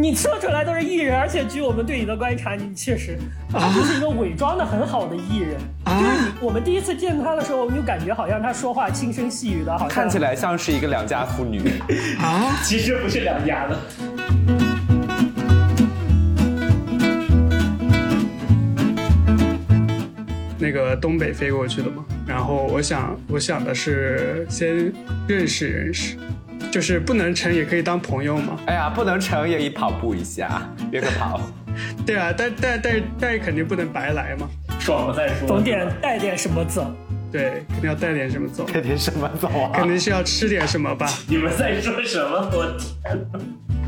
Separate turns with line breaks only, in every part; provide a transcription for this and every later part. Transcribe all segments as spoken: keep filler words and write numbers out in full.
你说出来都是艺人，而且据我们对你的观察，你确实他就是一个伪装的很好的艺人。啊、就是你我们第一次见他的时候，我们就感觉好像他说话轻声细语的，好像
看起来像是一个良家妇女
啊，
其实不是良家的。
那个东北飞过去的嘛，然后我想我想的是先认识认识，就是不能成也可以当朋友嘛。
哎呀，不能成也可以跑步一下，约个跑。
对啊，但但但但肯定不能白来嘛，
爽了再说，
总点带点什么走。
对，肯定要带点什么走，
带点什么走啊？
肯定是要吃点什么吧。
你们在说什么？我天哪！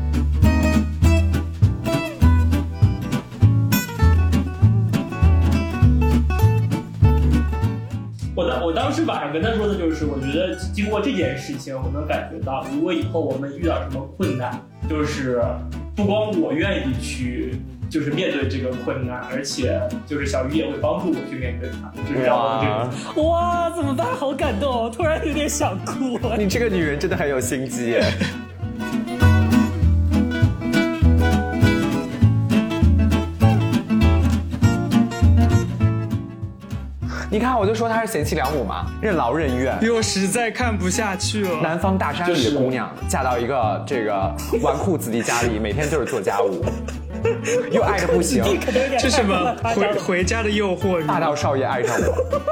我当我当时晚上跟他说的就是，我觉得经过这件事情，我能感觉到，如果以后我们遇到什么困难，就是不光我愿意去，就是面对这个困难，而且就是小鱼也会帮助我去面对它，就是让我这
个哇，怎么办？好感动，突然有点想哭。
你这个女人真的很有心机耶。你看，我就说她是贤妻良母嘛，任劳任怨。
我实在看不下去了。
南方大山里的姑娘，嫁到一个这个纨绔子弟家里，每天就是做家务，又爱的不行。
这什么回回家的诱惑？
霸道少爷爱上我。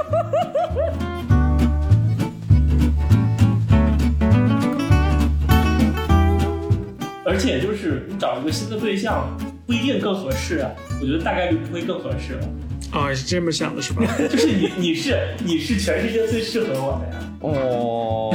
而且就是你找一个新的对象，不一定更合适啊，我觉得大概率不会更合适了。
哦，是这么想的是吧？
就是你，你是你是全世界最适合我的呀。
哦。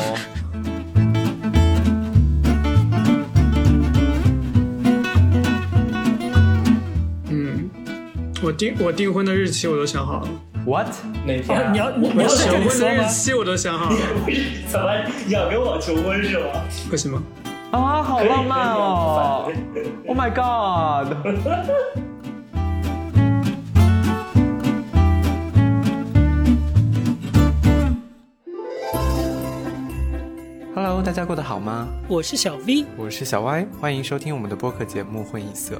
嗯，我订我订婚的日期我都想好了。
What？
哪天、啊？
你要你要
求婚的日期我都想好了。
怎么你要跟我求婚是吗？
不行吗？
啊，好浪漫哦 ！Oh my god！Hello， 大家过得好吗？
我是小 V，
我是小 Y， 欢迎收听我们的播客节目《婚姻色》。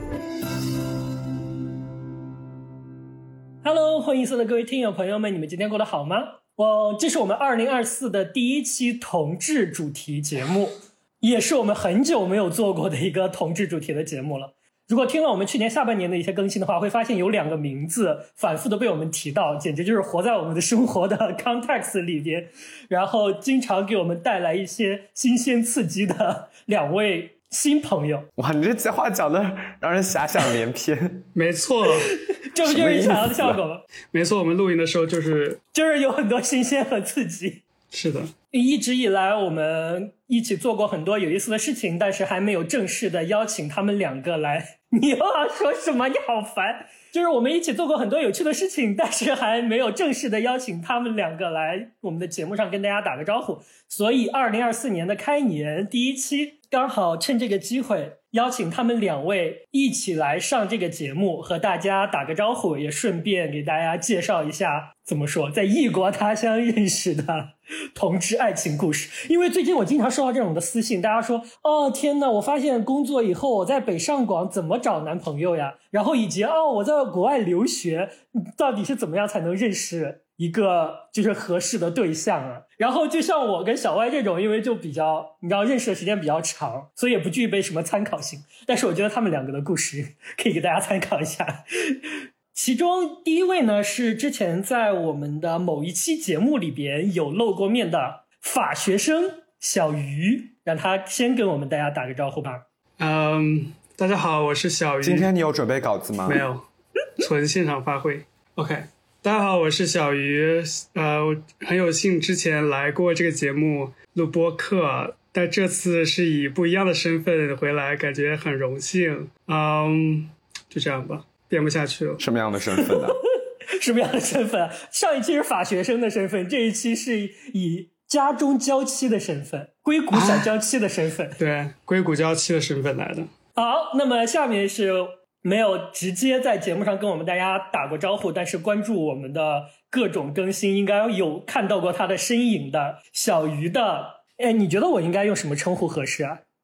Hello， 婚姻色的各位听友朋友们，你们今天过得好吗？我这是我们二零二四的第一期同志主题节目，也是我们很久没有做过的一个同志主题的节目了。如果听了我们去年下半年的一些更新的话，会发现有两个名字反复的被我们提到，简直就是活在我们的生活的 context 里边，然后经常给我们带来一些新鲜刺激的两位新朋友。
哇，你这话讲的让人遐想连篇。
没错，
这不就是你想要的效果吗？
没错，我们录音的时候就是
就是有很多新鲜和刺激。
是的，
一直以来我们一起做过很多有意思的事情，但是还没有正式的邀请他们两个来。你又要说什么？你好烦。就是我们一起做过很多有趣的事情，但是还没有正式的邀请他们两个来我们的节目上跟大家打个招呼。所以二零二四年的开年第一期，刚好趁这个机会邀请他们两位一起来上这个节目，和大家打个招呼，也顺便给大家介绍一下怎么说在异国他乡认识的同志爱情故事。因为最近我经常收到这种的私信，大家说哦天哪，我发现工作以后我在北上广怎么找男朋友呀，然后以及哦我在国外留学到底是怎么样才能认识一个就是合适的对象啊。然后就像我跟小歪这种，因为就比较你知道认识的时间比较长，所以也不具备什么参考性，但是我觉得他们两个的故事可以给大家参考一下。其中第一位呢是之前在我们的某一期节目里边有露过面的法学生小鱼，让他先跟我们大家打个招呼吧。
嗯，大家好，我是小鱼。
今天你有准备稿子吗？
没有，纯现场发挥。OK， 大家好，我是小鱼。呃，我很有幸之前来过这个节目录播客，但这次是以不一样的身份回来，感觉很荣幸。嗯，就这样吧。编不下去了。
什么样的身份呢、啊？
什么样的身份？上一期是法学生的身份，这一期是以家中娇妻的身份，硅谷小娇妻的身份。
啊、对，硅谷娇妻的身份来的。
好，那么下面是没有直接在节目上跟我们大家打过招呼，但是关注我们的各种更新应该有看到过他的身影的小鱼的。哎，你觉得我应该用什么称呼合适啊？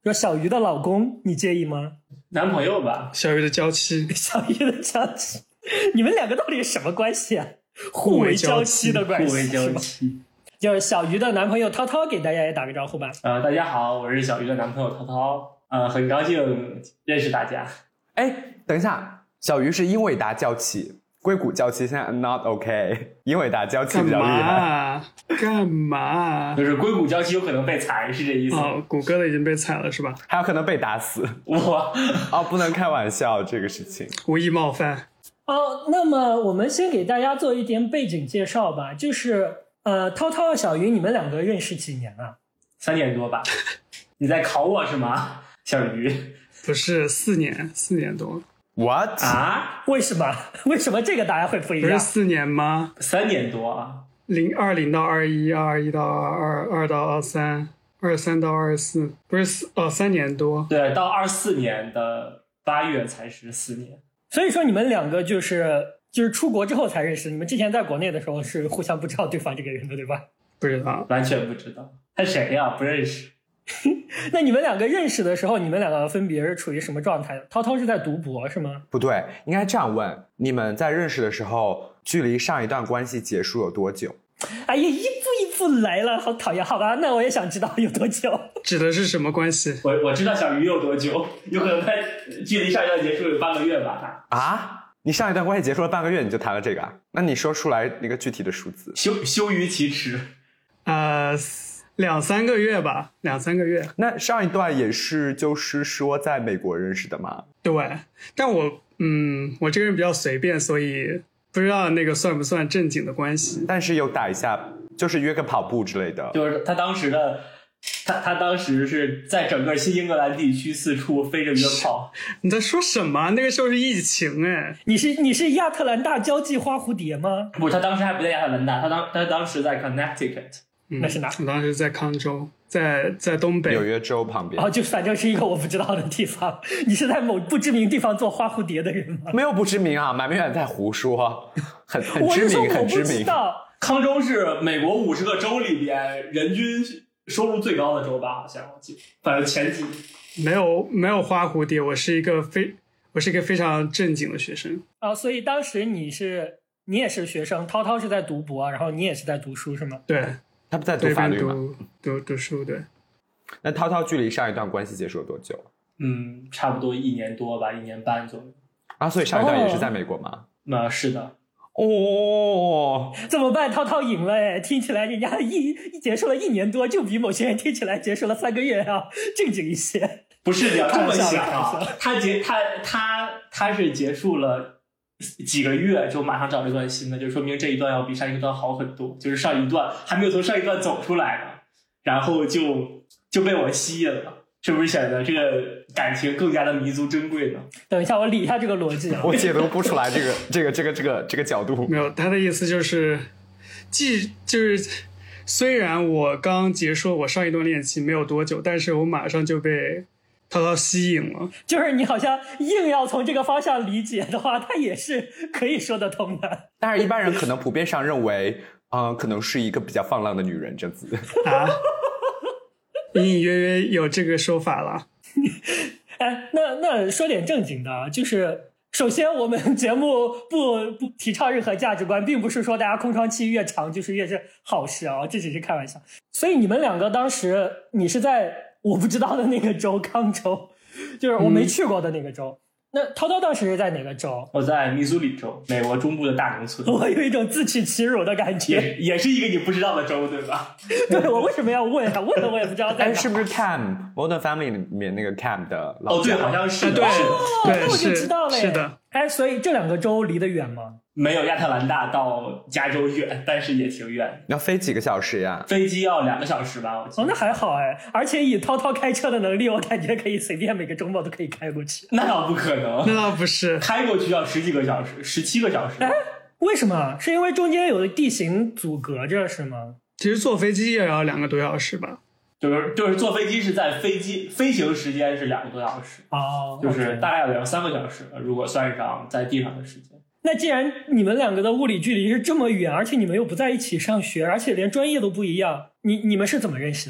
说小鱼的老公，你介意吗？
男朋友吧，
小鱼的娇妻，
小鱼的娇妻，你们两个到底是什么关系啊？互为娇妻的关系，
互为娇妻。
就是小鱼的男朋友涛涛，给大家也打个招呼吧。
呃，大家好，我是小鱼的男朋友涛涛，呃，很高兴认识大家。
哎，等一下，小鱼是英伟达娇妻，硅谷娇妻现在 not OK， 英伟达娇妻比较厉害。
干嘛？
就是硅谷娇妻有可能被裁，是这意思。
哦，谷歌的已经被裁了是吧？
还有可能被打死。
哇，
哦，不能开玩笑这个事情。
无意冒犯。
哦，那么我们先给大家做一点背景介绍吧，就是呃，涛涛、小鱼，你们两个认识几年了？
三年多吧。你在考我是吗，小鱼？
不是四年，四年多。
What
啊？
为什么？为什么这个答案会不一样？
不是四年吗？
三年多啊。
零二零到二一，二一到二二到二三，二三到二四，不是四哦，三年多。
对，到二四年的八月才是四年。
所以说你们两个就是就是出国之后才认识，你们之前在国内的时候是互相不知道对方这个人的，对吧？
不知道，
完全不知道他谁呀、啊？不认识。
那你们两个认识的时候，你们两个分别是处于什么状态？涛涛是在读博是吗？
不对，应该这样问：你们在认识的时候，距离上一段关系结束有多久？
哎呀，一步一步来了，好讨厌。好吧，那我也想知道有多久。
指的是什么关系？
我我知道小鱼有多久，有可能在距离上一段结束有半个月吧。
啊？你上一段关系结束了半个月你就谈了这个啊？那你说出来那个具体的数字。
羞羞于启齿。
呃，两三个月吧，两三个月。
那上一段也是就是说在美国认识的吗？
对，但我嗯，我这个人比较随便，所以不知道那个算不算正经的关系。
但是有打一下，就是约个跑步之类的。
就是他当时的，他他当时是在整个新英格兰地区四处飞着约炮。
你在说什么？那个时候是疫情哎。
你是你是亚特兰大交际花蝴蝶吗？
不，他当时还不在亚特兰大，他当他当时在 Connecticut。
嗯、
那是哪？
我当时在康州，在在东北
纽约州旁边。
哦，就反正是一个我不知道的地方。你是在某不知名地方做花蝴蝶的人吗？
没有不知名啊，满明远在胡说，很很知名，
我是说我
很知名。
康州是美国五十个州里边人均收入最高的州吧？好像我记得，反正前几。
没有没有花蝴蝶，我是一个非我是一个非常正经的学生。
哦，所以当时你是你也是学生，涛涛是在读博，然后你也是在读书是吗？
对。
他不在读法律吗？
读读书，对。
那涛涛距离上一段关系结束了多久？
嗯，差不多一年多吧，一年半左右。
啊，所以上一段也是在美国吗？
那、哦、是的。
哦，
怎么办？涛涛赢了哎！听起来人家一一结束了一年多，就比某些人听起来结束了三个月要正经一些。
不是你要这么想啊，他结他他他是结束了。几个月就马上找了一段新的，就说明这一段要比上一段好很多，就是上一段还没有从上一段走出来呢，然后就就被我吸引了，是不是显得这个感情更加的弥足珍贵呢？
等一下，我理一下这个逻辑啊，
我解读不出来这个这个这个这个这个角度。
没有，他的意思就是，既就是虽然我刚结束我上一段恋情没有多久，但是我马上就被涛涛吸引了。
就是你好像硬要从这个方向理解的话，它也是可以说得通的。
但是一般人可能普遍上认为，嗯、呃，可能是一个比较放浪的女人这样子
啊，隐隐约约有这个说法了。
哎，那那说点正经的啊，就是首先我们节目不不提倡任何价值观，并不是说大家空窗期越长就是越是好事啊，这只是开玩笑。所以你们两个当时你是在我不知道的那个州康州，就是我没去过的那个州。嗯、那涛涛当时是在哪个州？
我在密苏里州，美国中部的大农村。
我有一种自取其辱的感觉。
也也是一个你不知道的州，对吧？
对，我为什么要问啊？问了我也不知道在哪。
哎，是不是 Cam Modern Family 里面那个 Cam 的老家？
哦，对，好像是的。
对，
是的。
哦，那我就知道了。
是的。
哎，所以这两个州离得远吗？
没有亚特兰大到加州远，但是也挺远。
要飞几个小时呀？
飞机要两个小时吧，我记得。
哦，那还好哎，而且以涛涛开车的能力，我感觉可以随便每个周末都可以开过去。
那倒不可能，
那倒不是，
开过去要十几个小时，十七个小时。
哎，为什么？是因为中间有的地形阻隔着是吗？
其实坐飞机也要两个多小时吧。
就是就是坐飞机是在飞机飞行时间是两个多小时
哦，
就是大概要两三个小时，如果算上在地上的时间。
那既然你们两个的物理距离是这么远，而且你们又不在一起上学，而且连专业都不一样，你你们是怎么认识的呀？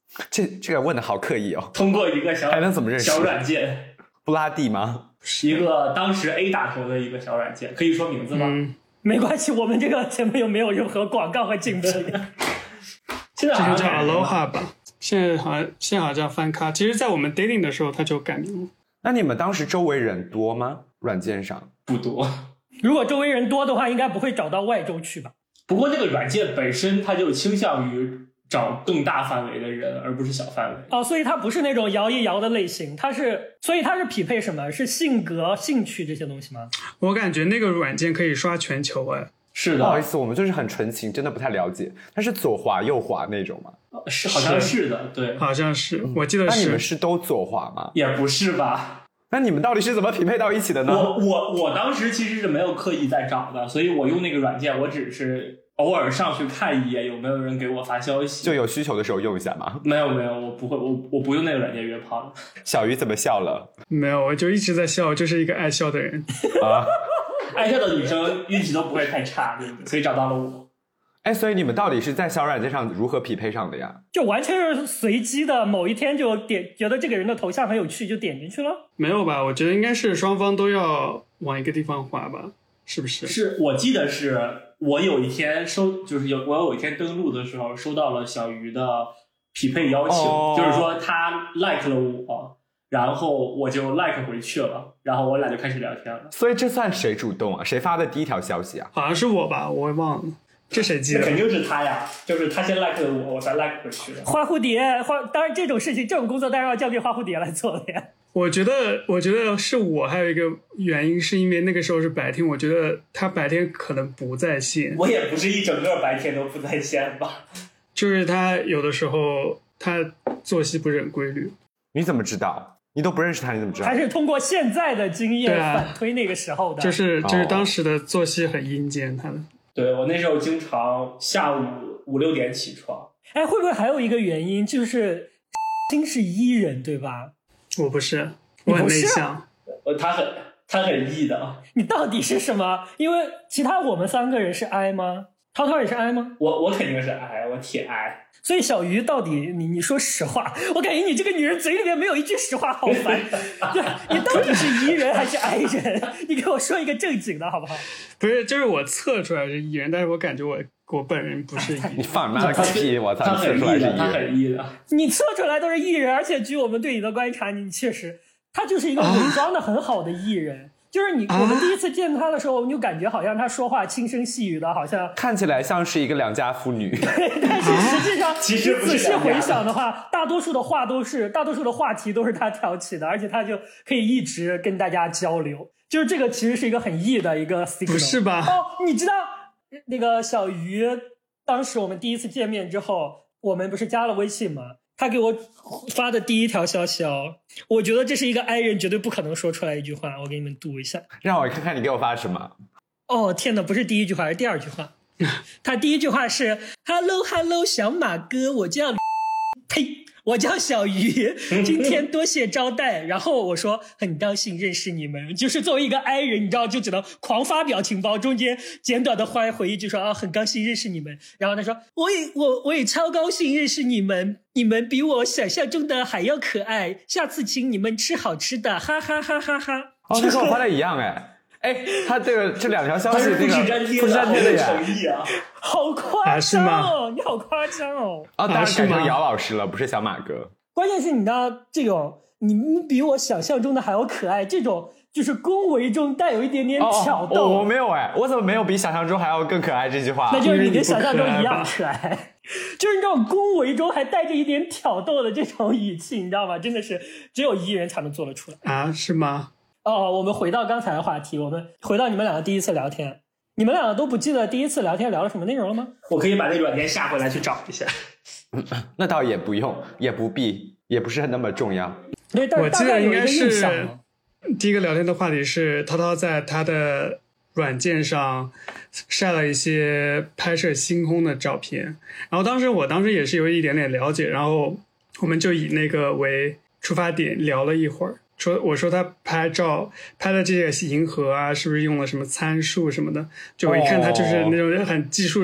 这这个问的好刻意哦。
通过一个小
还能怎么认识？
小软件，
布拉蒂吗？
一个当时 A 打头的一个小软件，可以说名字吗？
嗯，
没关系，我们这个节目又没有任何广告和竞品。
现在
这个叫 Aloha 吧，现在好像现在好像叫翻咖。其实，在我们 dating 的时候，他就改名了。
那你们当时周围人多吗？软件上
不多。
如果周围人多的话，应该不会找到外州去吧？
不过那个软件本身它就倾向于找更大范围的人，而不是小范围。
哦，所以它不是那种摇一摇的类型，它是，所以它是匹配什么？是性格、兴趣这些东西吗？
我感觉那个软件可以刷全球哎。
是的，
不好意思，我们就是很纯情，真的不太了解。它是左滑右滑那种吗？
是，好像是的，对，
好像是，我记得是。
那你们是都左滑吗？
也不是吧？
那你们到底是怎么匹配到一起的呢？
我我我当时其实是没有刻意在找的，所以我用那个软件，我只是偶尔上去看一眼有没有人给我发消息，
就有需求的时候用一下吗？
没有没有，我不会，我我不用那个软件约炮的。
小鱼怎么笑了？
没有，我就一直在笑，就是一个爱笑的人
啊。
爱笑的女生运气都不会太差，对不对？所以找到了我。
哎，所以你们到底是在小软件上如何匹配上的呀？
就完全是随机的，某一天就点，觉得这个人的头像很有趣，就点进去了。
没有吧？我觉得应该是双方都要往一个地方滑吧，是不是？
是我记得是我有一天收，就是有我有一天登录的时候收到了小鱼的匹配邀请，哦、就是说他 like 了我。然后我就 like 回去了，然后我俩就开始聊天了。
所以这算谁主动啊？谁发的第一条消息啊？
好像是我吧，我忘了，这谁记得？
肯定是他呀，就是他先 like 了我，我才 like 回去的。
花蝴蝶，花，当然这种事情，这种工作当然要交给花蝴蝶来做的呀。
我觉得，我觉得是我，还有一个原因是因为那个时候是白天，我觉得他白天可能不在线。
我也不是一整个白天都不在线吧？
就是他有的时候他作息不是很规律。
你怎么知道？你都不认识他，你怎么知道？
还是通过现在的经验反推那个时候的，
啊、就是就是当时的作息很阴间，他的。
对，我那时候经常下午五六点起床。
哎，会不会还有一个原因，就是心是 E 人对吧？
我不是，我很内向。
呃，他很他很 E 的。
你到底是什么？因为其他我们三个人是 I 吗？涛涛也是 I 吗？
我我肯定是 I， 我铁 I。
所以小鱼到底你你说实话，我感觉你这个女人嘴里面没有一句实话，好烦。你到底是E人还是 I 人？你给我说一个正经的好不好？
不是，就是我测出来是 E 人，但是我感觉我我本人不是 E 人。
你放妈个屁！我操，
他很 E 的，
他
很 E 的。
你测出来都是 E 人，而且据我们对你的观察，你确实他就是一个伪装的很好的 E 人。啊就是你，我们第一次见他的时候，我们就感觉好像他说话轻声细语的，好像
看起来像是一个良家妇女。
对，但是实际上，
其实
仔细回想的话，大多数的话都是，大多数的话题都是他挑起的，而且他就可以一直跟大家交流。就是这个其实是一个很 E 的一个 signal。
不是吧？
哦，你知道那个小鱼，当时我们第一次见面之后，我们不是加了微信吗？他给我发的第一条消息哦，我觉得这是一个 I 人绝对不可能说出来一句话，我给你们读一下。
让我看看你给我发什么。
哦天哪，不是第一句话，是第二句话。他第一句话是 Hello Hello 小马哥，我叫呸，我叫小鱼，今天多谢招待。然后我说很高兴认识你们，就是作为一个 I 人，你知道就只能狂发表情包，中间简短的回回一句说啊很高兴认识你们。然后他说我也我我也超高兴认识你们，你们比我想象中的还要可爱，下次请你们吃好吃的，哈哈哈哈哈。
哦，他跟我发的一样哎。哎，他这个这两条消息，那个
复制粘贴
的
呀，
好夸张哦！你好夸张哦！
哦，当然改成姚老师了，不是小马哥。
关键是你知道这种，你们比我想象中的还要可爱，这种就是恭维中带有一点点挑逗。
哦哦、我没有哎，我怎么没有比想象中还要更可爱这句话？
那就是你跟想象中一样可爱，就是这种恭维中还带着一点挑逗的这种语气，你知道吗？真的是只有一人才能做得出来
啊？是吗？
哦，我们回到刚才的话题，我们回到你们两个第一次聊天，你们两个都不记得第一次聊天聊了什么内容了吗？
我可以把那软件下回来去找一下。
那倒也不用，也不必，也不是那么重要。
对，但
我记得应该是第一个聊天的话题是涛涛在他的软件上晒了一些拍摄星空的照片，然后当时我当时也是有一点点了解，然后我们就以那个为出发点聊了一会儿。说我说他拍照拍的这些银河啊，是不是用了什么参数什么的？就我一看他就是那种很技术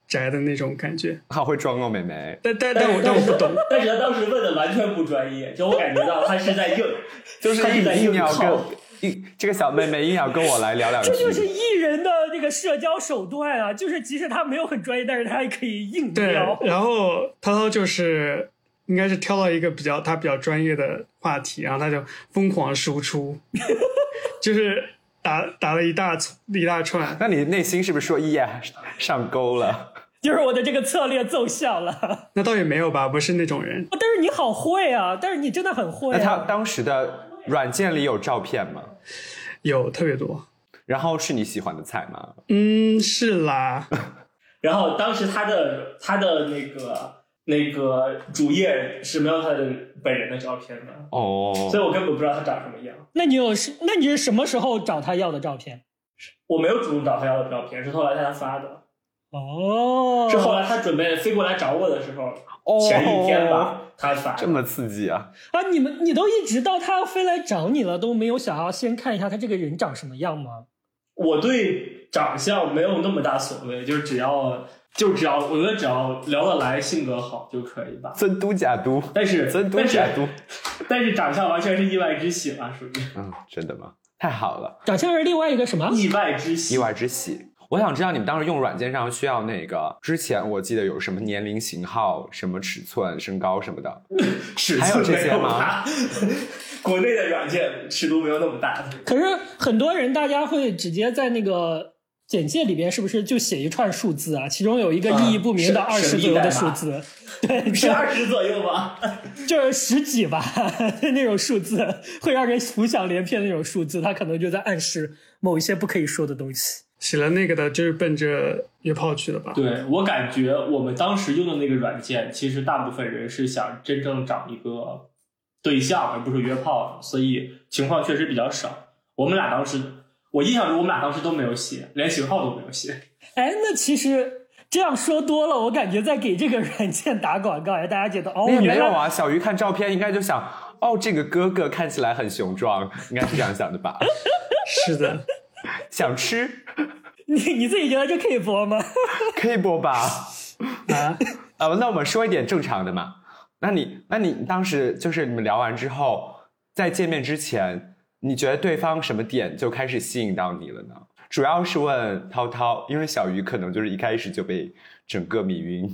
宅的那种感觉。
好会装哦，妹妹。
但但但我但我不懂。
但是他当时问的完全不专业，就我感觉到他是在硬，
就是
他是在硬靠。
一这个小妹妹硬要跟我来聊两句，
这就是艺人的这个社交手段啊！就是即使他没有很专业，但是他也可以硬聊。
对，然后涛涛就是应该是挑到一个比较他比较专业的话题，然后他就疯狂输出，就是打打了一大一大串。
那你内心是不是说耶上钩了？
就是我的这个策略奏效了。
那倒也没有吧，不是那种人。
但是你好会啊！但是你真的很会啊。
那他当时的软件里有照片吗？
有，特别多。
然后是你喜欢的菜吗？
嗯，是啦。
然后当时他的他的那个那个主页是没有他的本人的照片的
哦，
所以我根本不知道他长什么样。
那你有那你是什么时候找他要的照片？
我没有主动找他要的照片，是后来他发的。
哦，
是后来他准备飞过来找我的时候，哦、前一天吧，他发的。
这么刺激啊！
啊，你们你都一直到他飞来找你了，都没有想要先看一下他这个人长什么样吗？
我对长相没有那么大所谓，就是只要就只要我觉得只要聊得来，性格好就可以吧。
尊嘟假嘟，
但是
尊嘟假嘟，
但是长相完全是意外之喜嘛，属于。
嗯，真的吗？太好了，
长相是另外一个什么？
意外之喜，
意外之喜。我想知道你们当时用软件上需要那个，之前我记得有什么年龄、型号、什么尺寸、身高什么的，
尺寸
还有这些吗？
国内的软件尺度没有那么大的。
可是很多人大家会直接在那个简介里边是不是就写一串数字啊？其中有一个意义不明的二十左右的数字，对，
是二十左右吗？
就是十几吧，那种数字会让人浮想联翩的那种数字，它可能就在暗示某一些不可以说的东西。
写了那个的就是奔着约炮去的吧？
对，我感觉我们当时用的那个软件，其实大部分人是想真正找一个对象，而不是约炮，所以情况确实比较少。我们俩当时，我印象中我们俩当时都没有写，连型号都没有写。
哎，那其实这样说多了，我感觉在给这个软件打广告，大家觉得哦，
原来
没有
啊，小鱼看照片应该就想，哦，这个哥哥看起来很雄壮，应该是这样想的吧？
是的。
想吃，
你你自己觉得这可以播吗？
可以播吧？
啊
啊，那我们说一点正常的嘛。那你那你当时就是你们聊完之后，在见面之前，你觉得对方什么点就开始吸引到你了呢？主要是问涛涛，因为小鱼可能就是一开始就被整个迷晕。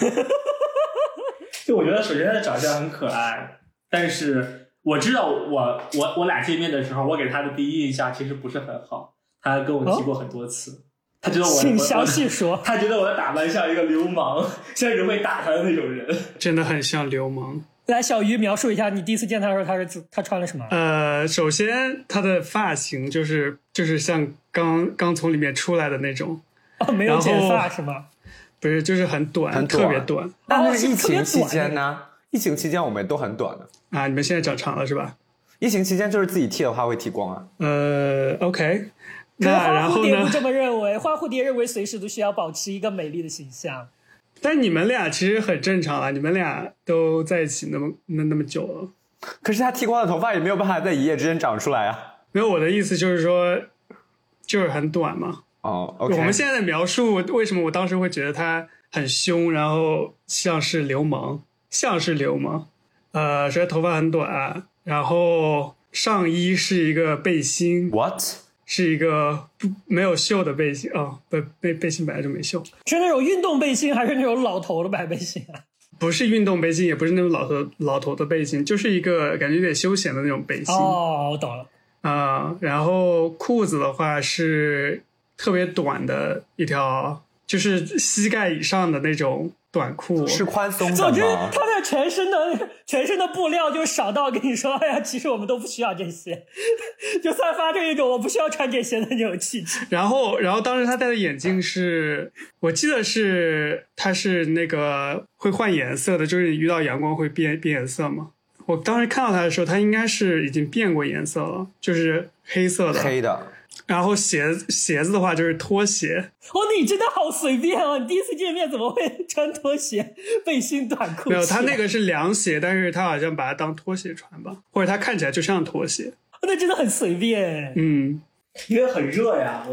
就我觉得首先他的长相很可爱，但是我知道我我我俩见面的时候，我给他的第一印象其实不是很好。他跟我提过很多次，哦、他觉得我
请详细说。
他觉得我的打扮像一个流氓，像是会打他的那种人，
真的很像流氓。
来，小鱼描述一下你第一次见他的时候，他是他穿了什么？
呃，首先他的发型就是就是像刚刚从里面出来的那种，
哦，没有剪发是吗？
不是，就是很短，
很短
特别短。
但是疫情期间呢？疫情期间我们都很短的
啊。你们现在长长了是吧？
疫情期间就是自己剃的话会剃光啊。
呃 ，OK。
可是花蝴蝶不这么认为，花蝴蝶认为随时都需要保持一个美丽的形象。
但你们俩其实很正常啊，你们俩都在一起那么那那么久了。
可是他剃光的头发也没有办法在一夜之间长出来啊。
没有，我的意思就是说，就是很短嘛。
哦、oh, ，OK。
我们现在的描述，为什么我当时会觉得他很凶，然后像是流氓，像是流氓。呃，首先头发很短，然后上衣是一个背心。
What？
是一个不没有袖的背心哦，不背背心本来就没袖，
是那种运动背心还是那种老头的白背心啊？
不是运动背心，也不是那种老头老头的背心，就是一个感觉有点休闲的那种背心。
哦，我懂了
啊、呃。然后裤子的话是特别短的一条，就是膝盖以上的那种短裤，
是宽松的吗？
总之，他的全身的全身的布料就少到跟你说，哎呀，其实我们都不需要这些，就散发着一种我不需要穿这些的那种气质。
然后，然后当时他戴的眼镜是，我记得是他是那个会换颜色的，就是遇到阳光会变变颜色嘛。我当时看到他的时候，他应该是已经变过颜色了，就是黑色的，
黑的。
然后鞋鞋子的话就是拖鞋。
哦，你真的好随便哦！你第一次见面怎么会穿拖鞋、背心、短裤？
没有，他那个是凉鞋，但是他好像把它当拖鞋穿吧，或者他看起来就像拖鞋。
哦，那真的很随便。
嗯，
因为很热呀，我们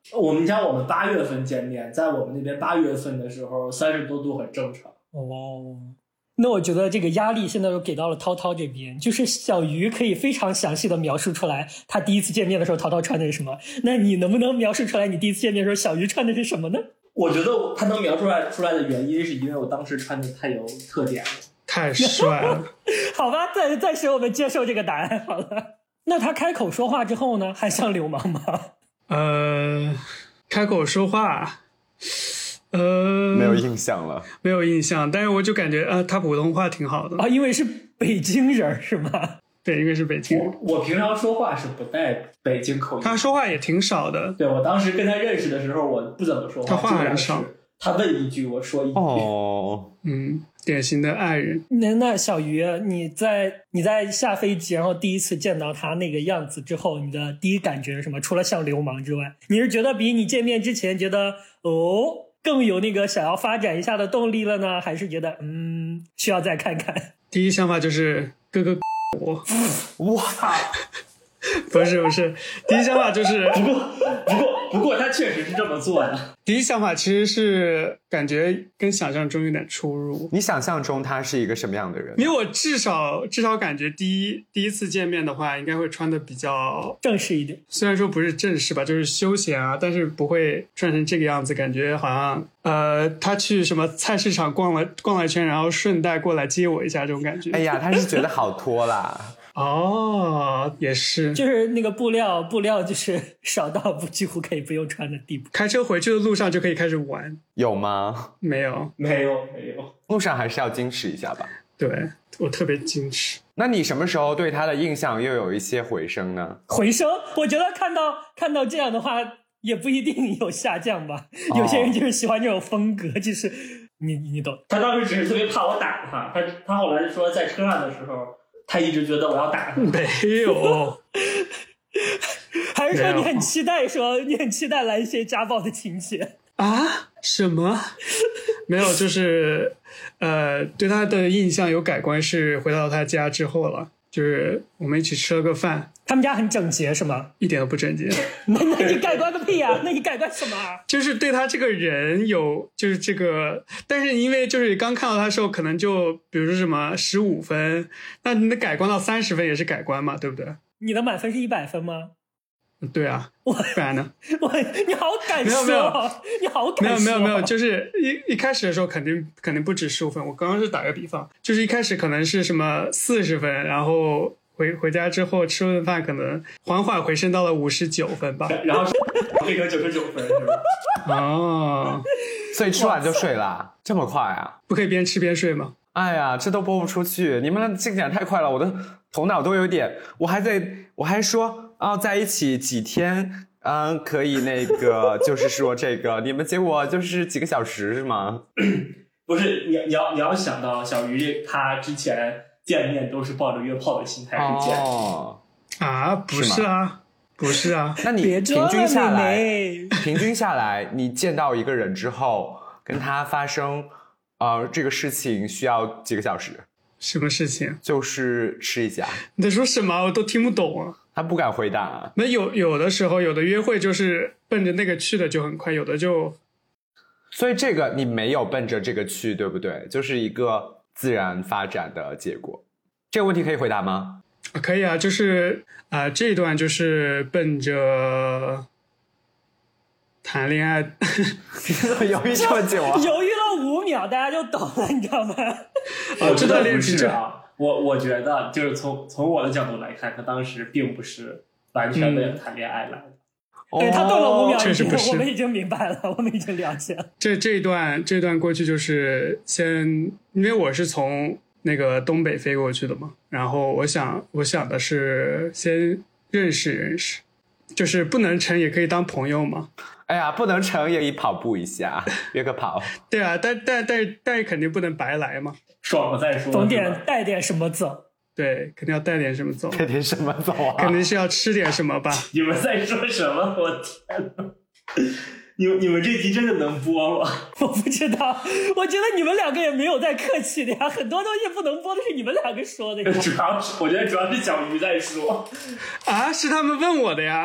我们家我们八月份见面，在我们那边八月份的时候三十多度很正常。
哦，那我觉得这个压力现在又给到了涛涛这边，就是小鱼可以非常详细的描述出来他第一次见面的时候涛涛穿的是什么，那你能不能描述出来你第一次见面的时候小鱼穿的是什么呢？
我觉得他能描述出来出来的原因是因为我当时穿的太有特点了，
太帅了。
好吧，暂暂时我们接受这个答案好了。那他开口说话之后呢，还像流氓吗？
呃，开口说话，呃，
没有印象了，
没有印象，但是我就感觉啊、呃，他普通话挺好的
啊，因为是北京人是吗？
对，因为是北京人。
我我平常说话是不带北京口音，
他说话也挺少的。
对，我当时跟他认识的时候，我不怎么说话，
他话很少。
他问一句，我说一句。
哦，
嗯，典型的爱人。
那那小鱼，你在你在下飞机，然后第一次见到他那个样子之后，你的第一感觉是什么？除了像流氓之外，你是觉得比你见面之前觉得哦更有那个想要发展一下的动力了呢，还是觉得嗯需要再看看？
第一想法就是哥哥我，
哇，
不是不是，第一想法就是
不过不过不过他确实是这么做的。
第一想法其实是感觉跟想象中有点出入。
你想象中他是一个什么样的人？
因为我至少至少感觉第一第一次见面的话，应该会穿的比较
正式一点。
虽然说不是正式吧，就是休闲啊，但是不会穿成这个样子，感觉好像呃他去什么菜市场逛了逛了一圈，然后顺带过来接我一下这种感觉。
哎呀，他是觉得好脱啦。
哦，也是，
就是那个布料，布料就是少到不几乎可以不用穿的地步。
开车回去的路上就可以开始玩，
有吗？
没有，
没有，没有。
路上还是要矜持一下吧。
对，我特别矜持。
那你什么时候对他的印象又有一些回升呢？
回升，我觉得看到看到这样的话，也不一定有下降吧。
哦、
有些人就是喜欢这种风格，就是你你懂。
他当时只是特别怕我打他，他他后来说在车上的时候。他一直觉得我要打他，
没有，
还是说你很期待说你很期待来一些家暴的情节
啊？什么？没有，就是呃，对他的印象有改观是回到他家之后了，就是我们一起吃了个饭。
他们家很整洁是吗？
一点都不整洁。
那那你改观个屁啊！那你改观什么啊？
就是对他这个人有，就是这个，但是因为就是刚看到他的时候，可能就比如说什么十五分，那你的改观到三十分也是改观嘛，对不对？
你的满分是一百分吗？
对啊，
我
不然呢？
我你好敢说，
没有没有，
你好敢说，
没有没有没有，就是一一开始的时候肯定肯定不止十五分。我刚刚是打个比方，就是一开始可能是什么四十分，然后。回回家之后吃顿饭，可能缓缓回升到了五十九分吧，
然后变成九十九分是吧？
哦，
所以吃完就睡啦，这么快啊？
不可以边吃边睡吗？
哎呀，这都播不出去，你们进展太快了，我的头脑都有点，我还在，我还说啊，在一起几天，嗯，可以那个，就是说这个，你们结果就是几个小时是吗？
不是，你你要你要想到小鱼他之前。见面都是抱着约炮的心态去见
哦
啊，不是啊，不是啊。
那你平均下来，
妹妹
平均下来，你见到一个人之后，跟他发生呃这个事情需要几个小时？
什么事情？
就是吃一下。
你在说什么？我都听不懂啊。
他不敢回答、啊。
那有有的时候，有的约会就是奔着那个去的就很快，有的就……
所以这个你没有奔着这个去，对不对？就是一个。自然发展的结果，这个问题可以回答吗？
啊可以啊，就是啊、呃，这一段就是奔着谈恋爱，
犹豫这么久啊，
犹豫了五秒，大家就懂了，你知道吗？
哦，这段恋
情啊，我我觉得就是从从我的角度来看，他当时并不是完全为了谈恋爱来的。
嗯对，他动了五秒，
确实不是，
我们已经明白了，我们已经了解了。
这这一段这一段过去就是先，因为我是从那个东北飞过去的嘛，然后我想我想的是先认识认识，就是不能成也可以当朋友嘛。
哎呀，不能成也可以跑步一下，约个跑。
对啊，但但但是但是肯定不能白来嘛，
爽了再说，
总点带点什么走。
对，肯定要带点什么走，
带点什么走啊？
肯定是要吃点什么吧？
你们在说什么？我天哪！你你们这集真的能播吗？
我不知道，我觉得你们两个也没有在客气的呀，很多东西不能播的是你们两个说的呀。
主要是我觉得主要是小鱼在说
啊，是他们问我的呀，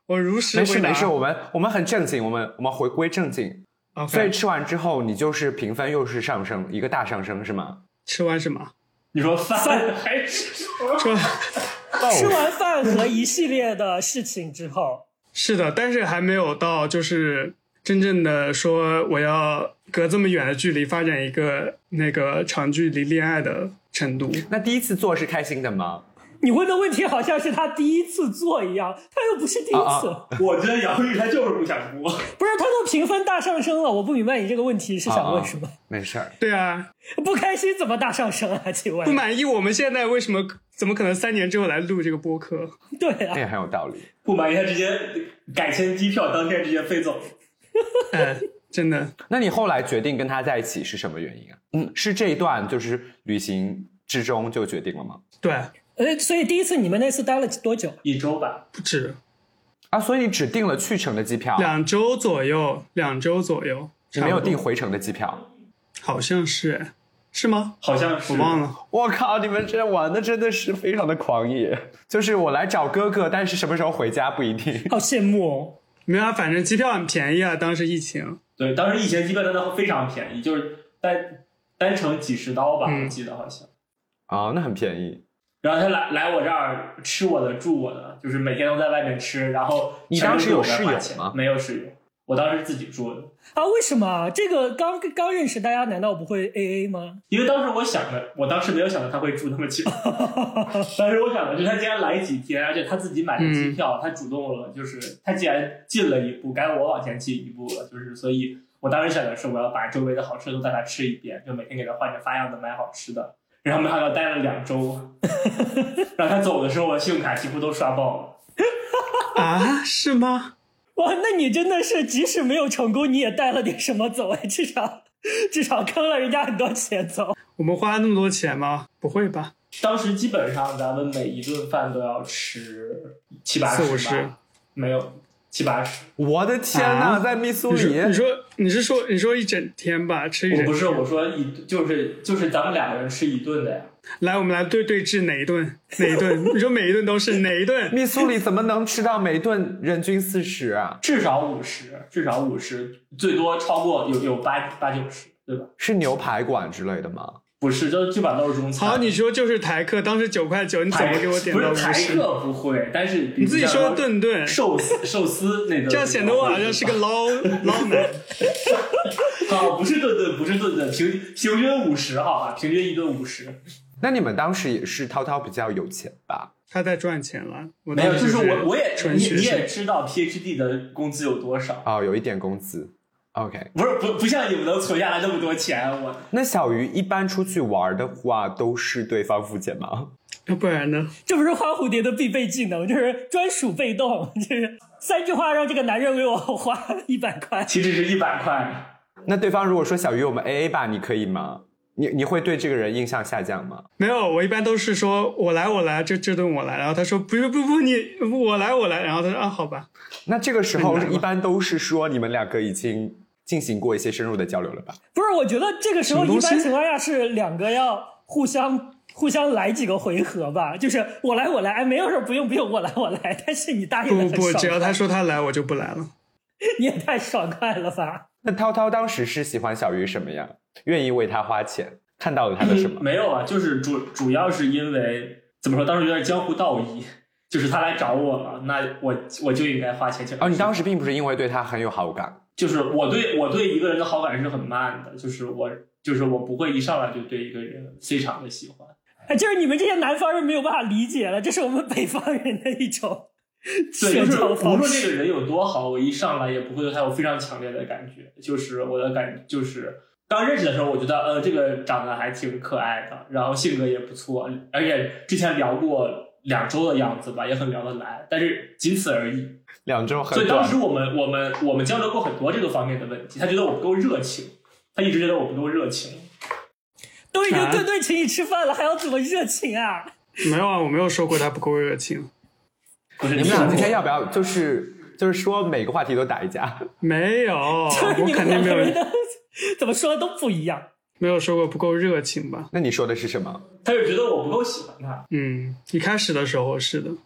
我如实
没事
回答。
没事，我们我们很正经，我们我们回归正经。
Okay.
所以吃完之后，你就是评分又是上升，一个大上升是吗？
吃完什么？
你说饭还是
吃完
吃完饭和一系列的事情之后，
是的，但是还没有到就是真正的说我要隔这么远的距离发展一个那个长距离恋爱的程度。
那第一次做是开心的吗？
你问的问题好像是他第一次做一样，他又不是第一次。
啊啊
我觉得杨玉他就是不想播。
不是，他都评分大上升了，我不明白你这个问题是想问什么。
啊啊没事儿。
对啊，
不开心怎么大上升啊？请问
不满意我们现在为什么怎么可能三年之后来录这个播客？
对啊，
这也很有道理。
不满意他直接改签机票，当天直接飞走。
哎，真的。
那你后来决定跟他在一起是什么原因啊？嗯，是这一段就是旅行之中就决定了吗？
对，
呃，所以第一次你们那次待了多久？
一周吧，
不止
啊，所以你只订了去程的机票，
两周左右，两周左右，
你没有订回程的机票？
好像是，是吗？
好像是
我忘了。
我靠，你们这玩的真的是非常的狂野。就是我来找哥哥，但是什么时候回家不一定。
好羡慕哦。
没有啊，反正机票很便宜啊，当时疫情。
对，当时疫情机票真的非常便宜，就是单单程几十刀吧，
嗯、
我记得好像。
哦，那很便宜。
然后他来来我这儿吃我的住我的，就是每天都在外面吃。然后
你当时有室友吗？
没有室友，我当时自己住的。
啊？为什么？这个刚刚认识大家，难道不会 A A 吗？
因为当时我想的，我当时没有想到他会住那么久。当时我想的就是他既然来几天，而且他自己买的机票，嗯、他主动了，就是他既然进了一步，该我往前进一步了，就是所以我当时想的是我要把周围的好吃的都带他吃一遍，就每天给他换着花样的买好吃的。然后没想到待了两周，然后他走的时候，我的信用卡几乎都刷爆
了。啊？是吗？
哇，那你真的是即使没有成功，你也带了点什么走哎，至少至少坑了人家很多钱走。
我们花了那么多钱吗？不会吧？
当时基本上咱们每一顿饭都要吃七八十吧，
四五十，
没有。七八十，
我的天哪！啊、在密苏里，
你说你是说你说一整天吧，吃一整天？
我不是，我说一就是就是咱们两个人吃一顿的呀。
来，我们来对对峙哪一顿哪一顿？你说每一顿都是哪一顿？
密苏里怎么能吃到每一顿人均四十啊？
至少五十，至少五十，最多超过有有八八九十，对吧？
是牛排馆之类的吗？
不是，就基本上都是中餐。
好，你说就是台客，当时九块九，你怎么给我点到五十？
不是台客不会，但是
你自己说顿顿
寿司寿司那个，
这样显得我好像是个捞捞男。
好，不是顿顿，不是顿顿，平平均五十，好吧，平均一顿五十。
那你们当时也是涛涛比较有钱吧？
他在赚钱了，我
没有，就是我我也你
你
也知道 P H D 的工资有多少
哦，有一点工资。OK，
不是不不像你们能存下来那么多钱，我。
那小鱼一般出去玩的话，都是对方付钱吗？
不然呢？
这不是花蝴蝶的必备技能，就是专属被动，就是三句话让这个男人为我花一百块，
其实是一百块。
那对方如果说小鱼我们 A A 吧，你可以吗？你你会对这个人印象下降吗？
没有，我一般都是说我来我来，这这顿我来，然后他说不不不不你我来我来，然后他说啊好吧。
那这个时候一般都是说你们两个已经进行过一些深入的交流了吧？
不是，我觉得这个时候一般情况下是两个要互相互相来几个回合吧，就是我来我来，哎，没有说不用不用我来我来，但是你答应的很
不不，只要他说他来，我就不来了。
你也太爽快了吧？
那涛涛当时是喜欢小鱼什么样？愿意为他花钱？看到了他的什么？
嗯、没有啊，就是主主要是因为怎么说，当时有点江湖道义。就是他来找我了，那我我就应该花钱请。
哦，你当时并不是因为对他很有好感，
就是我对我对一个人的好感是很慢的，就是我就是我不会一上来就对一个人非常的喜欢。
哎，就是你们这些南方人没有办法理解了，这是我们北方人的一种
对，就是无论这个人有多好，我一上来也不会对他有非常强烈的感觉。就是我的感就是刚认识的时候，我觉得呃这个长得还挺可爱的，然后性格也不错，而且之前聊过。两周的样子吧，也很聊得来，但是仅此而已。
两周很短。
所以当时我们我们我们交流过很多这个方面的问题。他觉得我不够热情，他一直觉得我不够热情。
都已经顿顿请你吃饭了，还要怎么热情啊？
没有啊，我没有说过他不够热情。
不是
你们俩今天要不要就是就是说每个话题都打一架？
没有，
就是你们两个人的怎么说的都不一样。
没有说过不够热情吧？
那你说的是什么？
他就觉得我不够喜欢他。
嗯，一开始的时候是的。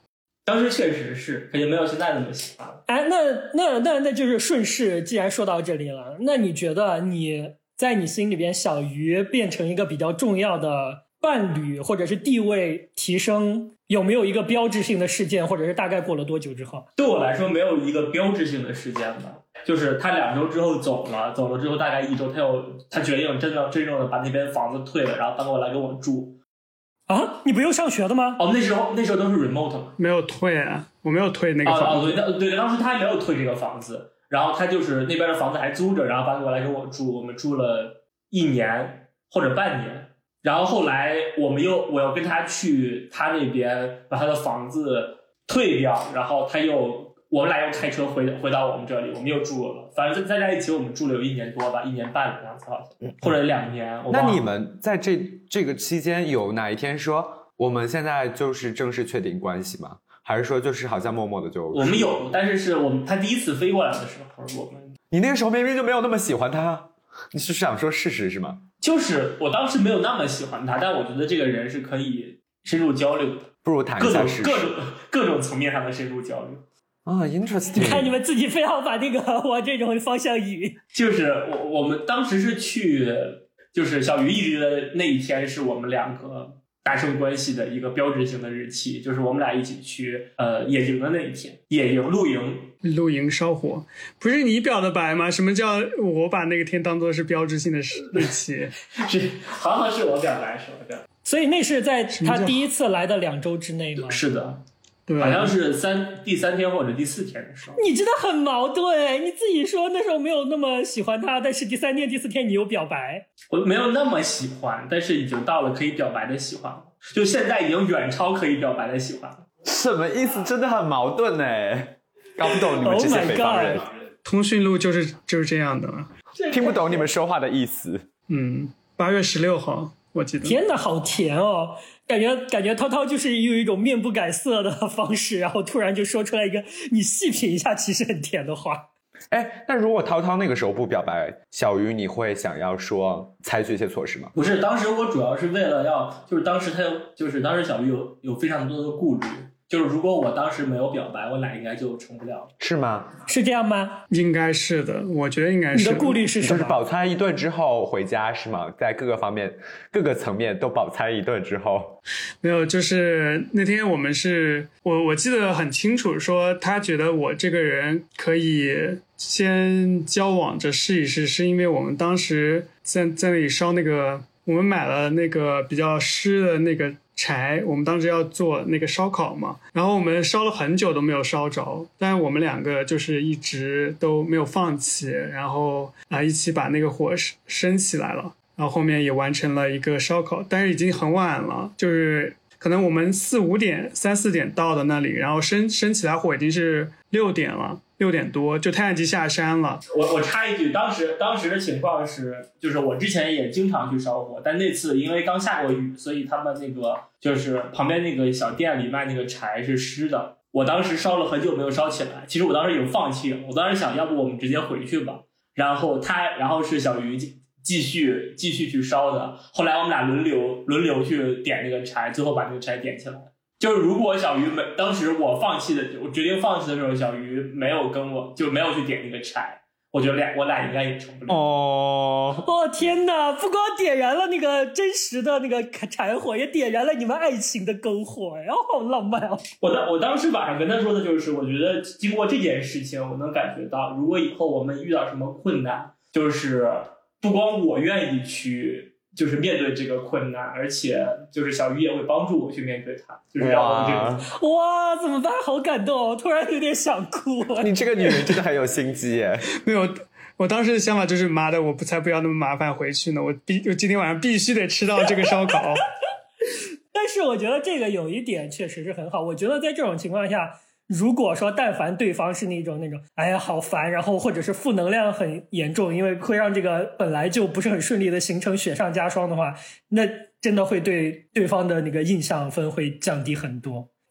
当时确实是肯定没有现在那么喜欢。
哎，那那那那就是顺势，既然说到这里了，那你觉得你在你心里边，小鱼变成一个比较重要的伴侣或者是地位提升，有没有一个标志性的事件，或者是大概过了多久之后？
对我来说没有一个标志性的事件吧，就是他两周之后走了，走了之后大概一周，他又他决定真的真正的把那边房子退了，然后搬过来跟我住。
啊，你不用上学的吗？
哦，那时候那时候都是 remote 嘛。
没有退啊，我没有退那个房子。
哦哦，对对，当时他还没有退这个房子，然后他就是那边的房子还租着，然后搬过来跟我住，我们住了一年或者半年。然后后来我们又我要跟他去他那边把他的房子退掉，然后他又我们俩又开车回回到我们这里，我们又住了，反正在在一起我们住了有一年多吧，一年半的样子好像，或者两年。
那你们在这这个期间有哪一天说我们现在就是正式确定关系吗？还是说就是好像默默的就？
我们有，但是是我们他第一次飞过来的时候，我们
你那个时候明明就没有那么喜欢他，你是想说事实是吗？
就是我当时没有那么喜欢他，但我觉得这个人是可以深入交流的，
不如谈一下事实，
各种各种各种层面上的深入交流。
啊、oh, ，interesting！
你看你们自己非要把那个往这种方向引。
就是我我们当时是去，就是小鱼一直的那一天是我们两个达成关系的一个标志性的日期，就是我们俩一起去呃野营的那一天，野营露营。
露营烧火，不是你表的白吗？什么叫我把那个天当作是标志性的日期？
是，好像是我表白是我表白。
所以那是在他第一次来的两周之内吗？
是的，
对，
好像是三第三天或者第四天的时候。
你真的很矛盾，你自己说那时候没有那么喜欢他，但是第三天、第四天你有表白。
我没有那么喜欢，但是已经到了可以表白的喜欢了，就现在已经远超可以表白的喜欢了。
什么意思？真的很矛盾哎。搞不懂你们这些北方人，
oh、
通讯录就是就是这样的，
听不懂你们说话的意思。
嗯，八月十六号，我记得。
天哪，好甜哦！感觉感觉涛涛就是用一种面不改色的方式，然后突然就说出来一个你细品一下，其实很甜的话。
哎，那如果涛涛那个时候不表白，小鱼你会想要说采取一些措施吗？
不是，当时我主要是为了要，就是当时他有，就是当时小鱼有有非常多的顾虑。就是如果我当时没有表白，我俩应该就成不了。
是吗？
是这样吗？
应该是的，我觉得应该是。
你的顾虑是什么？
就是饱餐一顿之后回家是吗？在各个方面、各个层面都饱餐一顿之后。
没有，就是那天我们是我我记得很清楚，说他觉得我这个人可以先交往着试一试，是因为我们当时在在那里烧那个，我们买了那个比较湿的那个柴，我们当时要做那个烧烤嘛，然后我们烧了很久都没有烧着，但我们两个就是一直都没有放弃，然后啊一起把那个火升起来了，然后后面也完成了一个烧烤，但是已经很晚了，就是可能我们四五点三四点到的那里，然后升升起来火已经是六点了，六点多就太阳已经下山了。
我我插一句，当时当时的情况是，就是我之前也经常去烧火，但那次因为刚下过雨，所以他们那个就是旁边那个小店里卖那个柴是湿的。我当时烧了很久没有烧起来，其实我当时已经放弃了，我当时想要不我们直接回去吧。然后他，然后是小鱼继续继续去烧的。后来我们俩轮流轮流去点那个柴，最后把那个柴点起来。就是如果小鱼没当时我放弃的，我决定放弃的时候，小鱼没有跟我就没有去点那个柴，我觉得俩我俩应该也成不了。
哦，
哦天哪！不光点燃了那个真实的那个柴火，也点燃了你们爱情的篝火，然后好浪漫哦！
我当我当时晚上跟他说的就是，我觉得经过这件事情，我能感觉到，如果以后我们遇到什么困难，就是不光我愿意去。就是面对这个困难，而且就是小鱼也会帮助我去面对它，就是让我们这个
哇，怎么办？好感动，突然有点想哭。
你这个女人真的很有心机耶！
没有，我当时的想法就是，妈的，我不才不要那么麻烦回去呢，我必我今天晚上必须得吃到这个烧烤。
但是我觉得这个有一点确实是很好，我觉得在这种情况下。如果说但凡对方是那种那种哎呀好烦，然后或者是负能量很严重，因为会让这个本来就不是很顺利的行程雪上加霜的话，那真的会对对方的那个印象分会降低很多。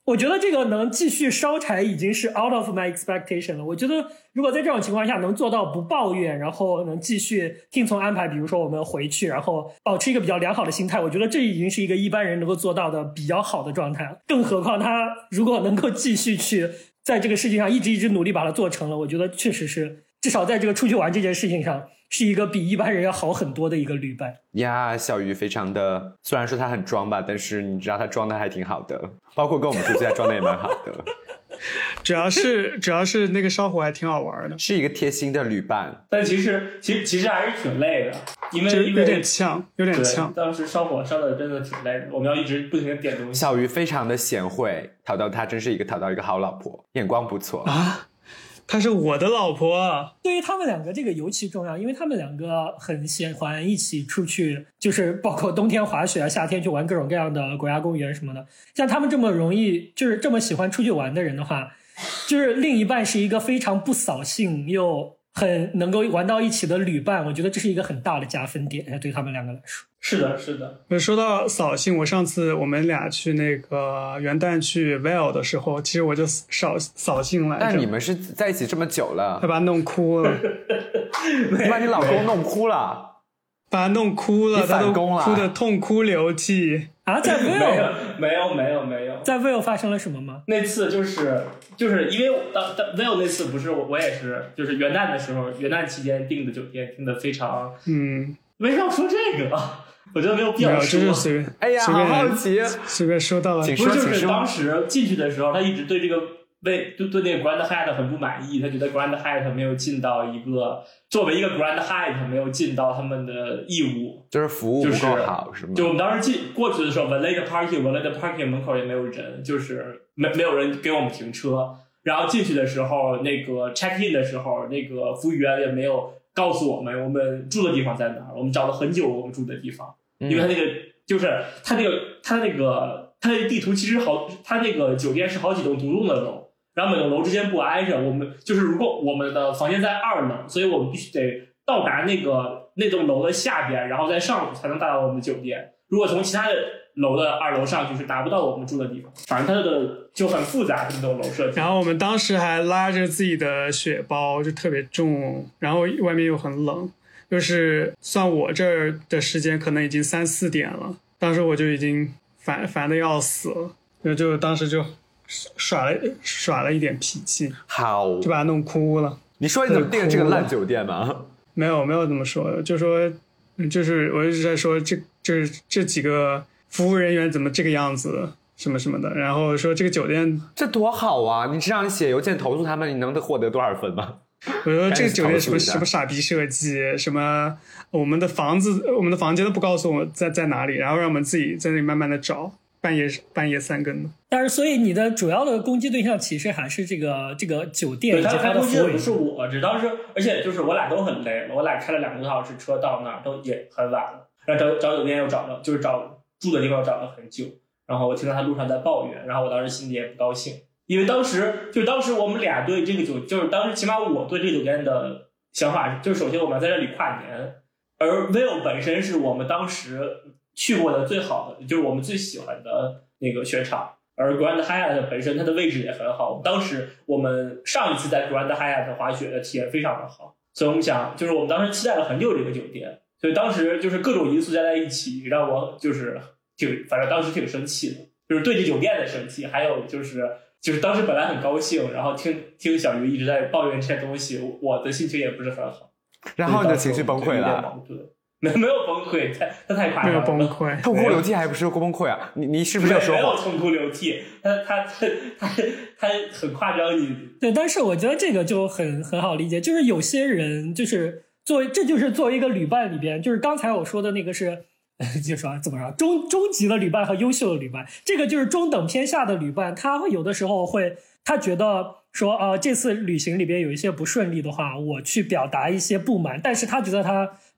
我觉得这个能继续烧柴已经是 out of my expectation 了。我觉得如果在这种情况下能做到不抱怨，然后能继续听从安排，比如说我们回去，然后保持一个比较良好的心态，我觉得这已经是一个一般人能够做到的比较好的状态了。更何况他如果能够继续去在这个事情上一直一直努力把它做成了，我觉得确实是至少在这个出去玩这件事情上是一个比一般人要好很多的一个旅伴
呀。小鱼非常的，虽然说他很装吧，但是你知道他装的还挺好的，包括跟我们出去他装的也蛮好的。
主要是主要是那个烧火还挺好玩的，
是一个贴心的旅伴。
但其实其实其实还是挺累的，因为
有点呛，有点呛。
当时烧火烧的真的挺累的，我们要一直不停的点东西。
小鱼非常的贤惠，讨到她真是一个讨到一个好老婆，眼光不错
啊。她是我的老婆。
对于他们两个这个尤其重要，因为他们两个很喜欢一起出去，就是包括冬天滑雪啊，夏天去玩各种各样的国家公园什么的。像他们这么容易就是这么喜欢出去玩的人的话，就是另一半是一个非常不扫兴又很能够玩到一起的旅伴，我觉得这是一个很大的加分点，对他们两个来说。
是的，是的。
说到扫兴，我上次我们俩去那个元旦去 Vail 的时候，其实我就扫扫兴来着。
但你们是在一起这么久了，
他把他弄哭了。
你把你老公弄哭了，
把他弄哭了，他都哭得痛哭流涕
啊！在
Vail 没有没有没有，
在 Vail 发生了什么吗？
那次就是就是因为当当 Vail 那次不是我我也是就是元旦的时候，元旦期间订的酒店订的非常
嗯，
为什么要说这个？我觉得没有必要说。
没有，就是随便。
哎呀，好好奇，
随便说到了。
请说，
不是就是当时进去的时候，他一直对这个为对对那个 Grand Hyatt 很不满意，他觉得 Grand Hyatt 没有尽到一个作为一个 Grand Hyatt 没有尽到他们的义务，
就是服务不够好，
就是
是吗？
就我们当时进过去的时候 ，Valet Parking，Valet Parking 门口也没有人，就是没没有人给我们停车。然后进去的时候，那个 check in 的时候，那个服务员也没有告诉我们我们住的地方在哪儿，我们找了很久我们住的地方。因为他那个就是他那个他那个他那个地图其实好，他那个酒店是好几栋独栋的楼，然后每栋楼之间不挨着。我们就是如果我们的房间在二楼，所以我们必须得到达那个那栋楼的下边，然后再上去才能达到我们的酒店。如果从其他的楼的二楼上去是达不到我们住的地方，反正它的就很复杂这种楼设计。
然后我们当时还拉着自己的雪包，就特别重，然后外面又很冷。就是算我这儿的时间可能已经三四点了，当时我就已经烦烦的要死了，就就当时就耍了耍了一点脾气，
好，
就把他弄哭了。
你说你怎么订这个烂酒店吗？
没有没有这么说，就说就是我一直在说这这这几个服务人员怎么这个样子什么什么的，然后说这个酒店
这多好啊！你只要你写邮件投诉他们，你能获得多少分吗？
我说这个酒店什么什么傻逼设计，什么我们的房子我们的房间都不告诉我们在在哪里，然后让我们自己在那里慢慢的找，半夜半夜三更的。
但是所以你的主要的攻击对象其实还是这个这个酒店以及
他
的服务员。
不是我，只当时而且就是我俩都很累了，我俩开了两个多小时车到那儿都也很晚了，然后找找酒店又找了，就是找住的地方找了很久，然后我听到他路上在抱怨，然后我当时心里也不高兴。因为当时就当时我们俩对这个酒，就是当时起码我对这个酒店的想法就是，首先我们在这里跨年，而 Vail 本身是我们当时去过的最好的，就是我们最喜欢的那个雪场，而 Grand Hyatt 本身它的位置也很好。当时我们上一次在 Grand Hyatt 滑雪的体验非常的好，所以我们想，就是我们当时期待了很久这个酒店，所以当时就是各种因素加在一起，让我就是挺，反正当时挺生气的，就是对这酒店的生气，还有就是。就是当时本来很高兴，然后听听小鱼一直在抱怨这些东西，我的心情也不是很好。
然后你的情绪崩溃了？
没没有崩溃，他他太夸张了。
没有崩溃，
痛哭流涕还不是崩溃啊？你你是不是有说
没有痛哭流涕？他他他他他很夸张你。
对，但是我觉得这个就很很好理解，就是有些人就是作为这就是作为一个旅伴里边，就是刚才我说的那个是。就说怎么说中中级的旅伴和优秀的旅伴，这个就是中等偏下的旅伴，他会有的时候会他觉得说呃这次旅行里边有一些不顺利的话，我去表达一些不满，但是他觉得他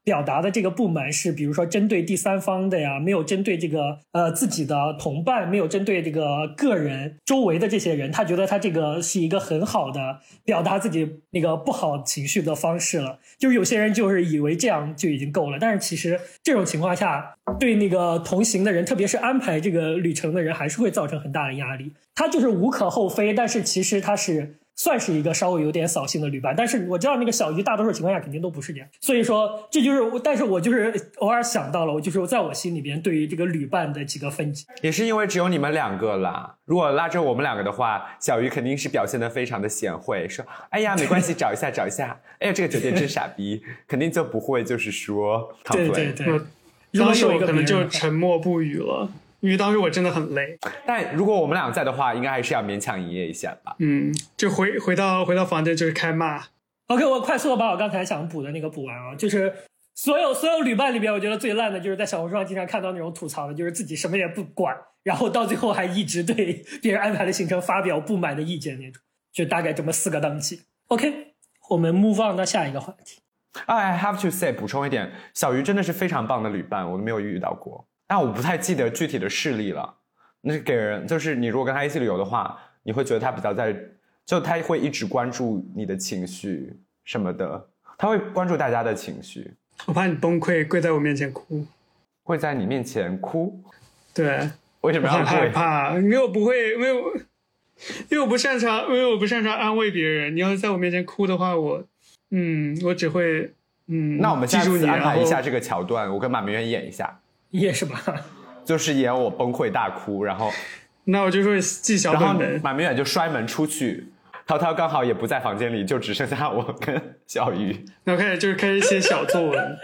表达的这个不满是比如说针对第三方的呀，没有针对这个呃自己的同伴，没有针对这个个人周围的这些人，他觉得他这个是一个很好的表达自己那个不好情绪的方式了。就是有些人就是以为这样就已经够了，但是其实这种情况下对那个同行的人，特别是安排这个旅程的人，还是会造成很大的压力。他就是无可厚非，但是其实他是算是一个稍微有点扫兴的旅伴，但是我知道那个小鱼大多数情况下肯定都不是这样，所以说这就是但是我就是偶尔想到了，我就是在我心里边对于这个旅伴的几个分级。
也是因为只有你们两个啦，如果拉着我们两个的话，小鱼肯定是表现得非常的贤惠，说哎呀没关系，找一下找一下，哎呀这个酒店真傻逼，肯定就不会就是说
对对对，
当时我可能就沉默不语了，因为当时我真的很累。
但如果我们俩在的话，应该还是要勉强营业一下吧。
嗯，就回回到回到房间就是开骂。
OK， 我快速的把我刚才想补的那个补完啊，就是所有所有旅伴里边，我觉得最烂的就是在小红书上经常看到那种吐槽的，就是自己什么也不管，然后到最后还一直对别人安排的行程发表不满的意见那种，就大概这么四个档期。OK， 我们 move on 到下一个话题。
I have to say， 补充一点，小鱼真的是非常棒的旅伴，我都没有遇到过。但我不太记得具体的事例了。那给人就是你如果跟他一起旅游的话，你会觉得他比较在，就他会一直关注你的情绪什么的，他会关注大家的情绪。
我怕你崩溃，跪在我面前哭。
会在你面前哭？
对。
为什么要
很害怕？因为我不会，因为我因为我不擅长，因为我不擅长安慰别人。你要在我面前哭的话，我嗯，我只会嗯。
那我们下次安排一下这个桥段，我跟马明远演一下。
也是吧，
就是演我崩溃大哭，然后
那我就说记小本本，
马明远就摔门出去，涛涛刚好也不在房间里，就只剩下我跟小鱼。
那我开始就是开始写小作文，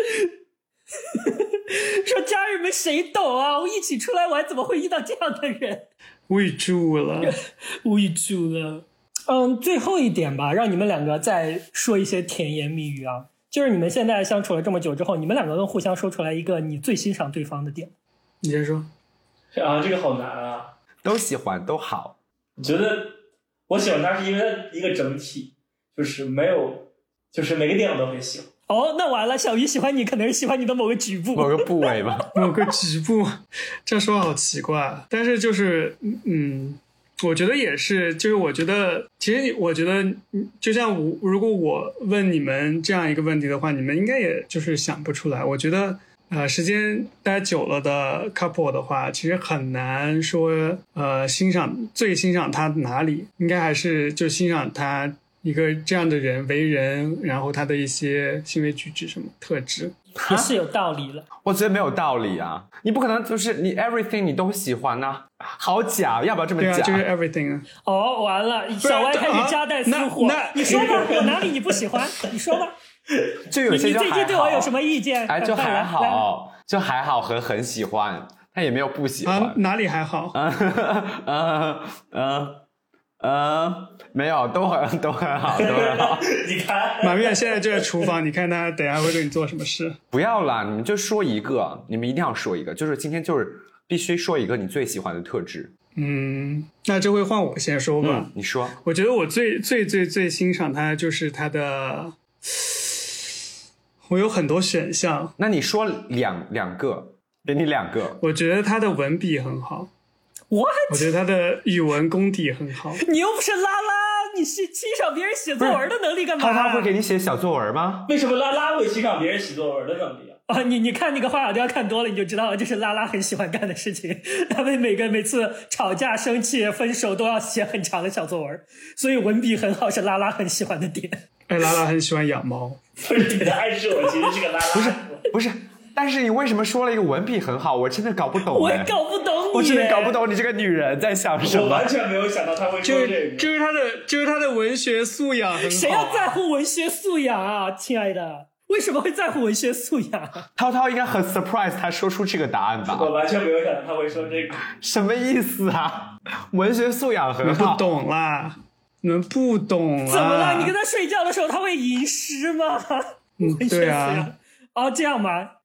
说家人们谁懂啊？我一起出来玩，怎么会遇到这样的人？
无语住了，
无语住了。嗯，最后一点吧，让你们两个再说一些甜言蜜语啊。就是你们现在相处了这么久之后，你们两个能互相说出来一个你最欣赏对方的点。
你先说。
啊，这个好难啊。
都喜欢，都好。
我觉得我喜欢他是因为他一个整体，就是没有，就是每个点我都很喜欢。
哦，那完了，小鱼喜欢你，可能是喜欢你的某个局部，
某个部位吧，
某个局部。这样说好奇怪，但是就是嗯。我觉得也是，就是我觉得，其实我觉得，就像我如果我问你们这样一个问题的话，你们应该也就是想不出来。我觉得，呃，时间待久了的 couple 的话，其实很难说，呃，欣赏最欣赏他哪里，应该还是就欣赏他一个这样的人为人，然后他的一些行为举止什么特质。
也是有道理了。
我觉得没有道理啊，你不可能就是你 everything 你都喜欢啊，好假，要不要这么假？
对啊，就是 everything 啊。
哦，完了，小歪开始夹带私货。
啊、
你说吧，我哪里你不喜欢？你说吧。
就有些就还好。
你最近对我有什么意见？
哎，就还好，就还好和很喜欢，他也没有不喜欢。
啊、哪里还好？
嗯嗯嗯嗯，没有，都很都很好，都很好。
你看，
马面现在就在厨房，你看他等一下会对你做什么事？
不要啦，你们就说一个，你们一定要说一个，就是今天就是必须说一个你最喜欢的特质。
嗯，那这回换我先说吧。
嗯、你说。
我觉得我最最最最欣赏他就是他的，我有很多选项。
那你说两两个，给你两个。
我觉得他的文笔很好。
What？
我觉得他的语文功底很好。
你又不是拉拉，你欣欣赏别人写作文的能力干嘛？
他他会给你写小作文吗？
为什么拉拉会欣赏别人写作文的能力啊？
啊，你你看那个花小雕看多了，你就知道了，这是拉拉很喜欢干的事情。他们每个每次吵架、生气、分手都要写很长的小作文，所以文笔很好是拉拉很喜欢的点。
哎，拉拉很喜欢养猫。
不是你在暗示我其实是个拉拉？
不是不是。但是你为什么说了一个文笔很好？我真的搞不懂、欸。
我也搞不懂你，
我真的搞不懂你这个女人在想什么。
我完全没有想到她会说这个。
就是他的，就是他的文学素养很好。
谁要在乎文学素养啊，亲爱的？为什么会在乎文学素养？
涛涛应该很 surprise， 他说出这个答案吧？
我完全没有想到他会说这个。
什么意思啊？文学素养很好。
你不懂啦，你们不懂啦。
怎么了？你跟他睡觉的时候他会吟诗吗？
嗯，对啊。
哦，这样吗？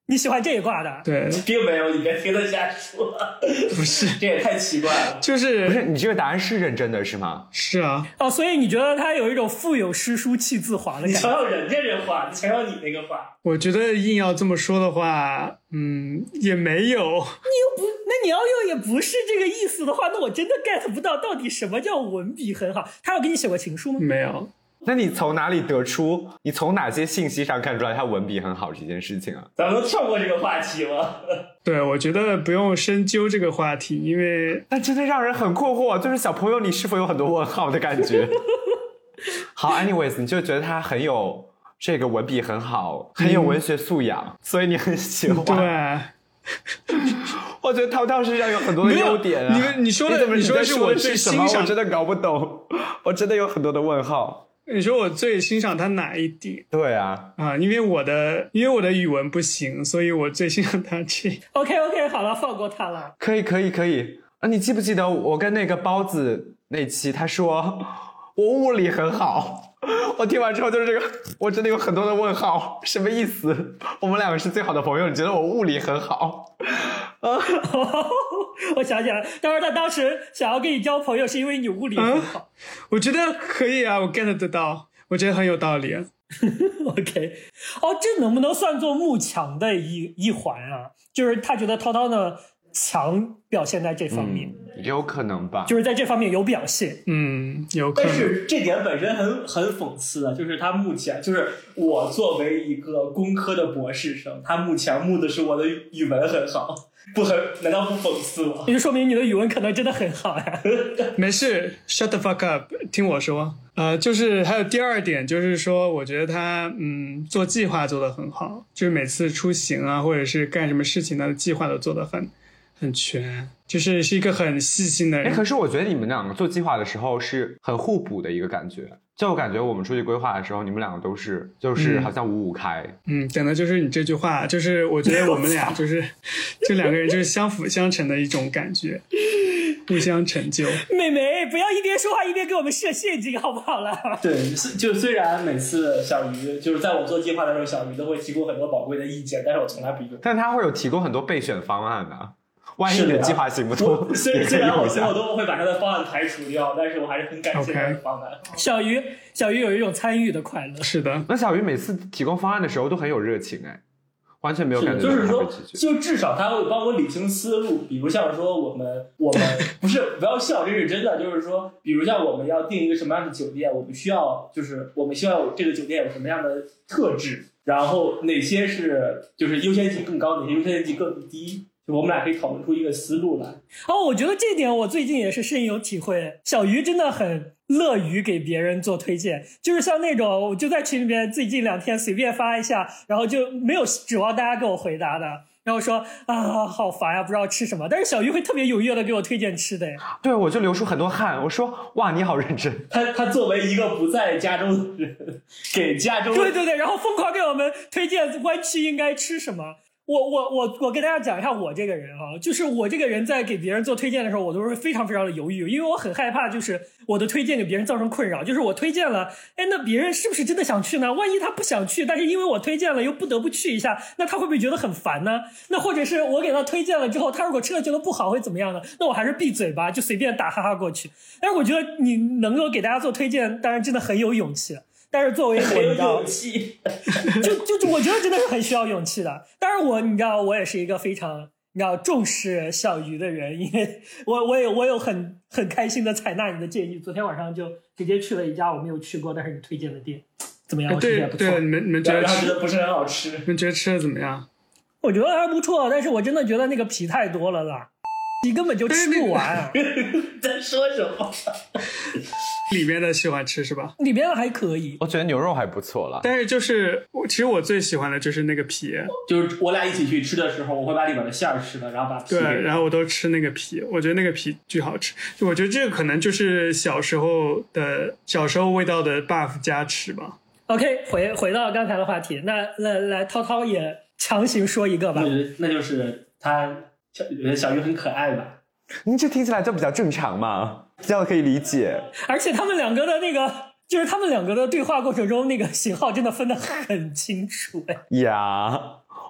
你喜欢这一挂的？
对，
并没有，你别听他瞎说。
不是，
这也太奇怪了。
就是
不是你这个答案是认真的是吗？
是啊。
哦，所以你觉得他有一种腹有诗书气自华的感觉？
你瞧瞧人家这话，你瞧瞧你那个话。
我觉得硬要这么说的话，嗯，也没有。
你又不，那你要又也不是这个意思的话，那我真的 get 不到到底什么叫文笔很好。他有给你写过情书吗？
没有。
那你从哪里得出？你从哪些信息上看出来他文笔很好这件事情啊？
咱们能跳过这个话题吗？
对，我觉得不用深究这个话题，因为
那真的让人很困惑，就是小朋友你是否有很多问号的感觉？好 ，anyways， 你就觉得他很有这个文笔很好，很有文学素养，嗯、所以你很喜欢。
对。
我觉得涛涛身上有很多的优点啊！
你你说的你说的是我最欣赏，
我真的搞不懂，我真的有很多的问号。
你说我最欣赏他哪一点？
对啊，
啊，因为我的因为我的语文不行，所以我最欣赏他这。
OK OK， 好了，放过他了。
可以可以可以啊！你记不记得我跟那个包子那期，他说我物理很好，我听完之后就是这个，我真的有很多的问号，什么意思？我们两个是最好的朋友，你觉得我物理很好？啊，
我想起来，当时他当时想要跟你交朋友，是因为你物理很好。
嗯、我觉得可以啊，我 get 得到，我觉得很有道理。
OK， 哦，这能不能算作慕强的一一环啊？就是他觉得涛涛的强表现在这方面，
嗯、有可能吧？
就是在这方面有表现，
嗯，有可能。
但是这点本身很很讽刺啊，就是他慕强，就是我作为一个工科的博士生，他慕强慕的是我的语文很好。不很，难道不讽刺吗？
就说明你的语文可能真的很好呀。
没事 ，shut the fuck up， 听我说。呃，就是还有第二点，就是说，我觉得他嗯做计划做得很好，就是每次出行啊，或者是干什么事情，他的计划都做得很很全，就是是一个很细心的人。
哎，可是我觉得你们两个做计划的时候是很互补的一个感觉。就我感觉我们出去规划的时候，你们两个都是就是好像五五开。
嗯，讲的就是你这句话，就是我觉得我们俩就是这两个人就是相辅相成的一种感觉，互相成就。
妹妹，不要一边说话一边给我们设陷阱，好不好了？
对，就虽然每次小鱼就是在我做计划的时候，小鱼都会提供很多宝贵的意见，但是我从来不用。
但他会有提供很多备选方案的、啊。万一你的计划行不通，
虽虽然我最后都会把他的方案排除掉，但是我还是很感谢他的方案。
Okay. 小鱼，小鱼有一种参与的快乐。
是的，
那小鱼每次提供方案的时候都很有热情，哎，完全没有感觉到他被拒绝。
就是说，就至少他会帮我理清思路，比如像说我们我们不是不要笑，这是真的，就是说，比如像我们要订一个什么样的酒店，我们需要就是我们希望有这个酒店有什么样的特质，然后哪些是就是优先级更高，哪些优先级更低。就我们俩可以讨论出一个思路来。
哦，我觉得这点我最近也是深有体会。小鱼真的很乐于给别人做推荐，就是像那种我就在群里面最近两天随便发一下，然后就没有指望大家给我回答的，然后说啊好烦呀，不知道吃什么，但是小鱼会特别踊跃的给我推荐吃的。
对，我就流出很多汗，我说哇你好认真。
他他作为一个不在加州的人，给加州
对对对，然后疯狂给我们推荐湾区应该吃什么。我我我我跟大家讲一下我这个人啊，就是我这个人在给别人做推荐的时候，我都是非常非常的犹豫，因为我很害怕就是我的推荐给别人造成困扰，就是我推荐了，哎，那别人是不是真的想去呢？万一他不想去，但是因为我推荐了又不得不去一下，那他会不会觉得很烦呢？那或者是我给他推荐了之后，他如果吃了觉得不好会怎么样呢？那我还是闭嘴吧，就随便打哈哈过去。但是我觉得你能够给大家做推荐，当然真的很有勇气。但是作为我，你知道，就就我觉得真的是很需要勇气的。但是我你知道，我也是一个非常你知道重视小鱼的人，因为我我有我有很很开心的采纳你的建议。昨天晚上就直接去了一家我没有去过，但是你推荐的店，怎么样？我觉得还不错。
对对，你们你们觉得
吃的不是很好吃？
你们觉得吃的怎么样？
我觉得还不错，但是我真的觉得那个皮太多了啦，你根本就吃不完。
在说什么？
里面的喜欢吃是吧？
里面的还可以，
我觉得牛肉还不错了。
但是就是其实我最喜欢的就是那个皮，
就是我俩一起去吃的时候，我会把里面的馅儿吃了，然后把皮
对，然后我都吃那个皮，我觉得那个皮巨好吃。就我觉得这个可能就是小时候的小时候味道的 buff 加持吧。
OK， 回回到刚才的话题，那来来涛涛也强行说一个吧。
那就是他小小鱼很可爱吧？
您这听起来就比较正常嘛，比较可以理解。
而且他们两个的那个，就是他们两个的对话过程中，那个型号真的分得很清楚哎。
呀，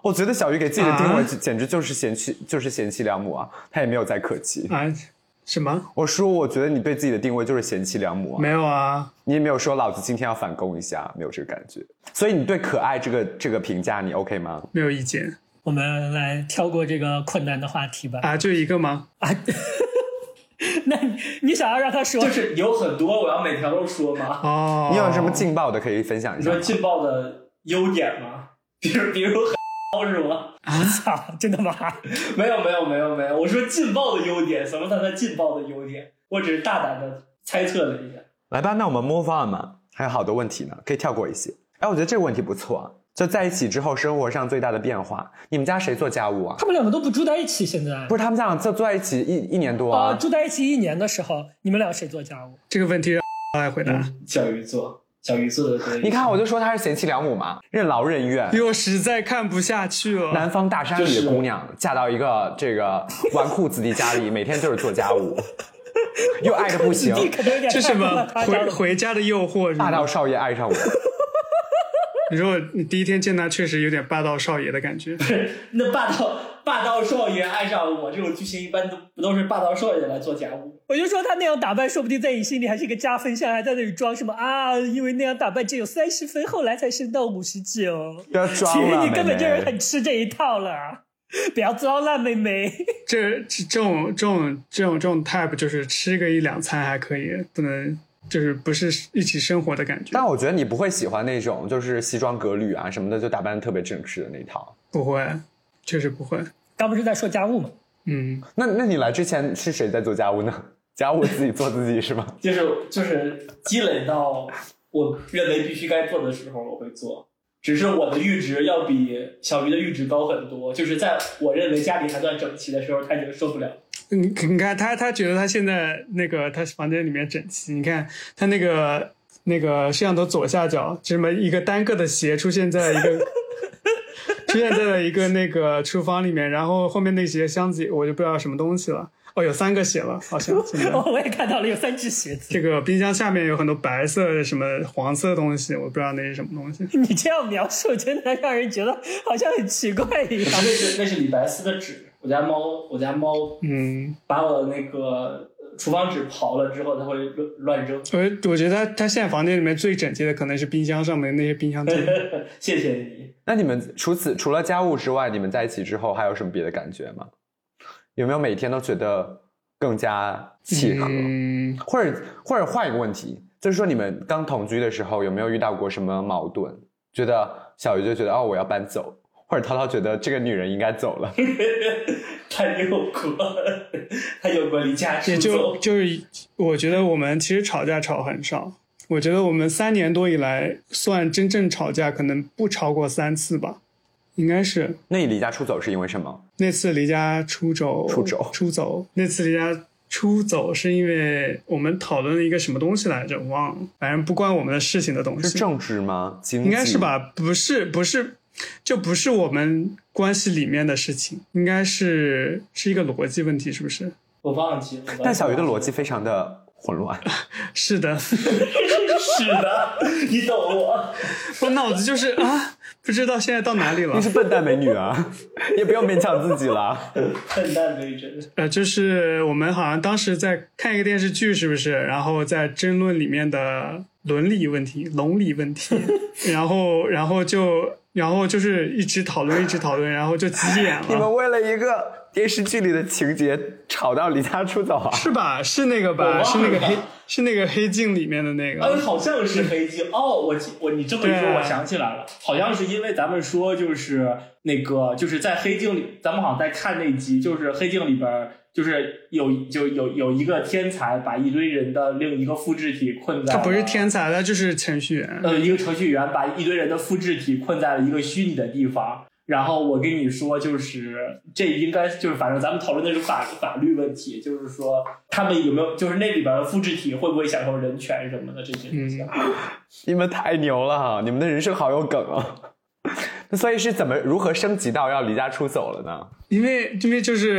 我觉得小鱼给自己的定位简直就是贤妻、啊、就是贤妻良母啊，他也没有在客气
啊。什么？
我说我觉得你对自己的定位就是贤妻良母啊。
没有啊，
你也没有说老子今天要反攻一下，没有这个感觉。所以你对可爱这个这个评价你 OK 吗？
没有意见。
我们来跳过这个困难的话题吧。
啊，就一个吗？
啊，那你你想要让他说，
就是有很多，我要每条都说吗？
哦，
你有什么劲爆的可以分享一下？
你说劲爆的优点吗？比如比如很是吗？
啊，操，真的吗？
没有没有没有没有，我说劲爆的优点，什么他的劲爆的优点？我只是大胆的猜测了一下。
来吧，那我们 move on 嘛，还有好多问题呢，可以跳过一些。哎，我觉得这个问题不错啊。就在一起之后，生活上最大的变化，你们家谁做家务啊？
他们两个都不住在一起，现在
不是他们家俩就住在一起一一年多啊、
呃。住在一起一年的时候，你们俩谁做家务？
这个问题让来回答。
嗯、小鱼做，小鱼做的对。
你看，我就说她是贤妻良母嘛，任劳任怨。
我实在看不下去了。
南方大山里的姑娘、就是、嫁到一个这个纨绔子弟家里，每天就是做家务。又爱的不行，
这什么回回家的诱惑？
霸道少爷爱上我。
你说你第一天见他确实有点霸道少爷的感觉。
那霸道霸道少爷爱上我这种剧情一般都不都是霸道少爷来做家务？
我就说他那样打扮说不定在你心里还是一个加分项，还在那里装什么啊，因为那样打扮只有三十分，后来才升到五十九。
不要装了，
其实你根本就是很吃这一套了。不要装了，妹妹。
这这种这种这种这种 type 就是吃个一两餐还可以，不能就是不是一起生活的感觉。
但我觉得你不会喜欢那种就是西装革履啊什么的，就打扮得特别正式的那一套。
不会，确实不会。
刚不是在说家务吗？
嗯，
那那你来之前是谁在做家务呢？家务自己做自己是吗？
就是就是积累到我认为必须该做的时候我会做。只是我的阈值要比小鱼的阈值高很多，就是在我认为家里还算整齐的时候，他已经受不了。
你你看他，他觉得他现在那个他房间里面整齐。你看他那个那个摄像头左下角，这么一个单个的鞋出现在一个出现在了一个那个厨房里面，然后后面那些箱子我就不知道什么东西了。哦，有三个鞋了，好像现在。
哦，我也看到了，有三只鞋子。
这个冰箱下面有很多白色、什么黄色的东西，我不知道那是什么东西。
你这样描述，真的让人觉得好像很奇怪一样。
那是那是李白丝的纸，我家猫，我家猫，
嗯，
把我的那个厨房纸刨了之后，它会乱扔。
我我觉得他他现在房间里面最整洁的可能是冰箱上面那些冰箱镜。
谢谢你。
那你们除此除了家务之外，你们在一起之后还有什么别的感觉吗？有没有每天都觉得更加契合？
嗯，
或者或者换一个问题，就是说你们刚同居的时候有没有遇到过什么矛盾？觉得小鱼就觉得哦我要搬走，或者涛涛觉得这个女人应该走了。
他有过，他有过离家出走。
也就就是我觉得我们其实吵架吵很少，我觉得我们三年多以来算真正吵架可能不超过三次吧。应该是。
那你离家出走是因为什么？
那次离家出走
出走
出走那次离家出走是因为我们讨论了一个什么东西来着，我忘了，反正不关我们的事情的东西。
是政治吗？经济？
应该是吧？不是不是就不是我们关系里面的事情，应该是是一个逻辑问题，是不是？
我忘记了。
但小鱼的逻辑非常的混乱。
是的。
是的，你懂我。
我脑子就是啊，不知道现在到哪里了。
你是笨蛋美女啊，也不要勉强自己了。
笨蛋美女。
呃，就是我们好像当时在看一个电视剧，是不是？然后在争论里面的伦理问题、伦理问题，然后，然后就，然后就是一直讨论，一直讨论，然后就急眼了。
你们为了一个电视剧里的情节吵到离家出走啊？
是吧？是那个吧？是那个黑，是那个黑镜里面的那个。
嗯，好像是黑镜哦。我我你这么一说，我想起来了，好像是因为咱们说就是那个就是在黑镜里，咱们好像在看那集，就是黑镜里边就是有就有有一个天才把一堆人的另一个复制体困在了。
他不是天才，他就是程序员。
呃，一个程序员把一堆人的复制体困在了一个虚拟的地方。然后我跟你说，就是这应该就是反正咱们讨论的是法法律问题，就是说他们有没有就是那里边的复制体会不会享受人权什么的这些事情。
嗯、
你们太牛了哈，你们的人生好有梗啊。那所以是怎么如何升级到要离家出走了呢？
因为因为就是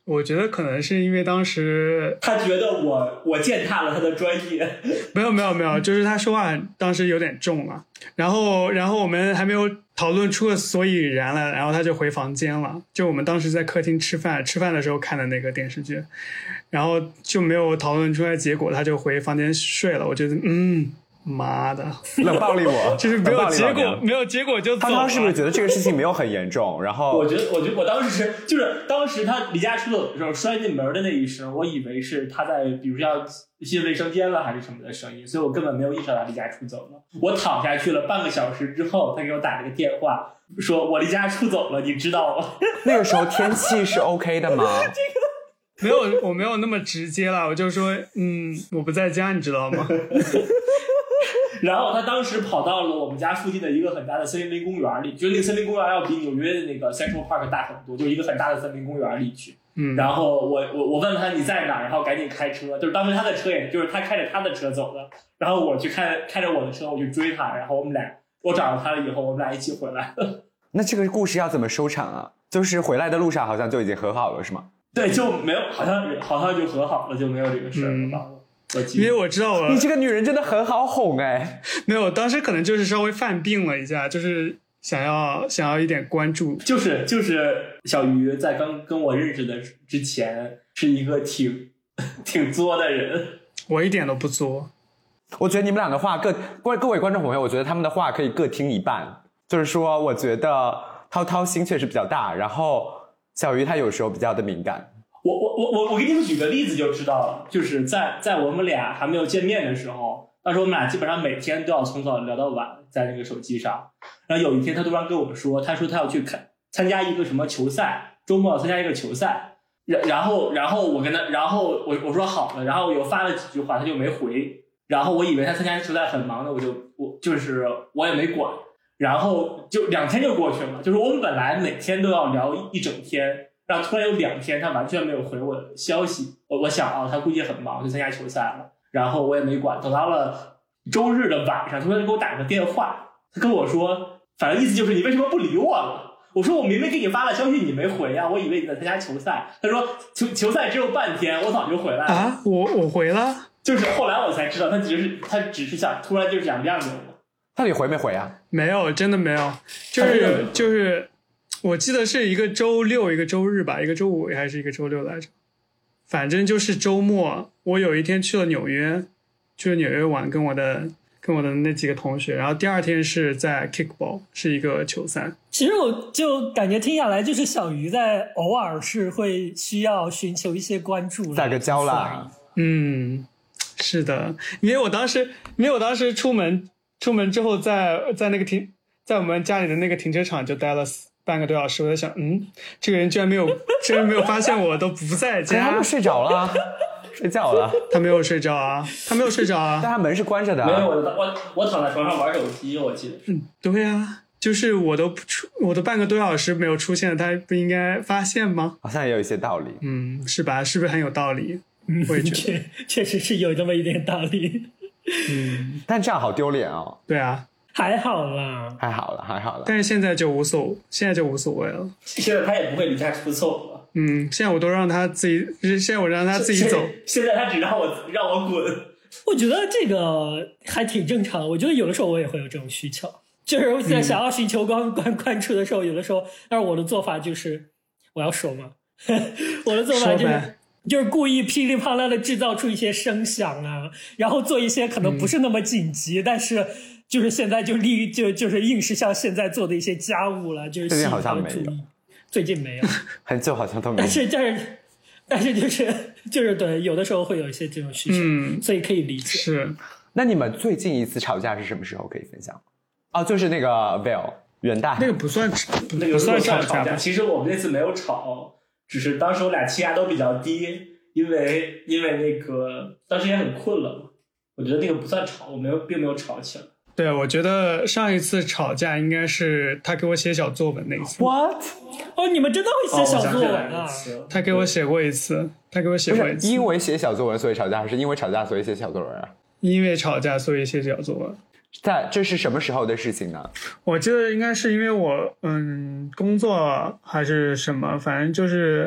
我觉得可能是因为当时
他觉得我我践踏了他的专业。
没有没有没有，就是他说话当时有点重了，然后然后我们还没有讨论出个所以然来，然后他就回房间了。就我们当时在客厅吃饭，吃饭的时候看的那个电视剧，然后就没有讨论出来结果，他就回房间睡了。我觉得嗯。妈的，
冷暴力我，
就是没有结果，没有结果就走了。
他当时是不是觉得这个事情没有很严重？然后
我觉得，我觉得我当时就是当时他离家出走的时候摔进门的那一声，我以为是他在比如要进卫生间了还是什么的声音，所以我根本没有意识到他离家出走了。我躺下去了半个小时之后，他给我打了个电话，说我离家出走了，你知道吗？
那个时候天气是 OK 的吗？
没有，我没有那么直接了，我就说，嗯，我不在家，你知道吗？
然后他当时跑到了我们家附近的一个很大的森林公园里，就那个森林公园要比纽约的那个 Central Park 大很多，就一个很大的森林公园里去。嗯，然后我我我问他你在哪，然后赶紧开车，就是当时他的车也就是他开着他的车走的，然后我去开开着我的车，我去追他，然后我们俩我找到他了以后，我们俩一起回来了。
那这个故事要怎么收场啊？就是回来的路上好像就已经和好了，是吗？
对，就没有，好像好像就和好了，就没有这个事儿了。嗯
因为我知道我
你这个女人真的很好哄哎。
没有，当时可能就是稍微犯病了一下，就是想要想要一点关注。
就是就是小鱼在刚跟我认识的之前是一个挺挺作的人。
我一点都不作。
我觉得你们俩的话各各位观众朋友，我觉得他们的话可以各听一半。就是说我觉得涛涛心确实比较大，然后小鱼他有时候比较的敏感。
我我我我我给你们举个例子就知道了，就是在在我们俩还没有见面的时候，那时候我们俩基本上每天都要从早聊到晚在那个手机上。然后有一天他突然跟我说，他说他要去看参加一个什么球赛，周末要参加一个球赛。然然后然后我跟他，然后我我说好了，然后我又发了几句话，他就没回。然后我以为他参加球赛很忙的，我就我就是我也没管。然后就两天就过去了，就是我们本来每天都要聊一整天。然后突然有两天他完全没有回我的消息，我我想啊，他估计很忙，就参加球赛了。然后我也没管，等到了周日的晚上，突然给我打个电话，他跟我说，反正意思就是你为什么不理我了？我说我明明给你发了消息，你没回啊，我以为你在参加球赛。他说球球赛只有半天，我早就回来了
啊，我我回了，
就是后来我才知道，他只是他只是想突然就想晾着我。
那你回没回啊？
没有，真的没有，就是就是。我记得是一个周六一个周日吧，一个周五还是一个周六来着，反正就是周末。我有一天去了纽约，去了纽约玩，跟我的跟我的那几个同学，然后第二天是在 kickball， 是一个球赛。
其实我就感觉听下来，就是小鱼在偶尔是会需要寻求一些关注，
撒个娇啦。
嗯，是的，因为我当时因为我当时出门出门之后在在那个停在我们家里的那个停车场就待了半个多小时，我在想，嗯，这个人居然没有，居然没有发现我都不在家。
他们睡着了，睡觉了。
他没有睡着啊，他没有睡着啊。
但他门是关着的、啊。
没有，我我我躺在床上玩手机，我记得。
嗯，对啊，就是我都不出，我都半个多小时没有出现，他不应该发现吗？
好像也有一些道理。
嗯，是吧？是不是很有道理？嗯，我也觉得
确确实是有这么一点道理。
嗯，但这样好丢脸哦。
对啊。
还好啦，
还好了，还好了。
但是现在就无所，现在就无所谓了。
现在他也不会离家出走了。
嗯，现在我都让他自己，现在我让他自己走。
现在他只让我让我滚。
我觉得这个还挺正常的。我觉得有的时候我也会有这种需求，就是我在想要寻求关关关注的时候，有的时候，但是我的做法就是我要说嘛，我的做法就是就是故意噼里啪啦的制造出一些声响啊，然后做一些可能不是那么紧急，嗯、但是。就是现在就立就就是硬是像现在做的一些家务了，就是
最近好像没有，
最近没有，
很久好像都没有。
但是但是但是就是就是对，有的时候会有一些这种需求，嗯，所以可以理解。
是，
那你们最近一次吵架是什么时候？可以分享？哦，就是那个 Veil 元旦，
那个不算，
那个不算吵架。其实我们那次没有吵，只是当时我俩气压都比较低，因为因为那个当时也很困了嘛。我觉得那个不算吵，我没有并没有吵起来。
对，我觉得上一次吵架应该是他给我写小作文那一次。
What？
哦，你们真的会写小作文啊？
哦、
他给我写过一次，他给我写过一次。
因为写小作文所以吵架，还是因为吵架所以写小作文啊？
因为吵架所以写小作文。
在这是什么时候的事情呢？
我记得应该是因为我嗯工作还是什么，反正就是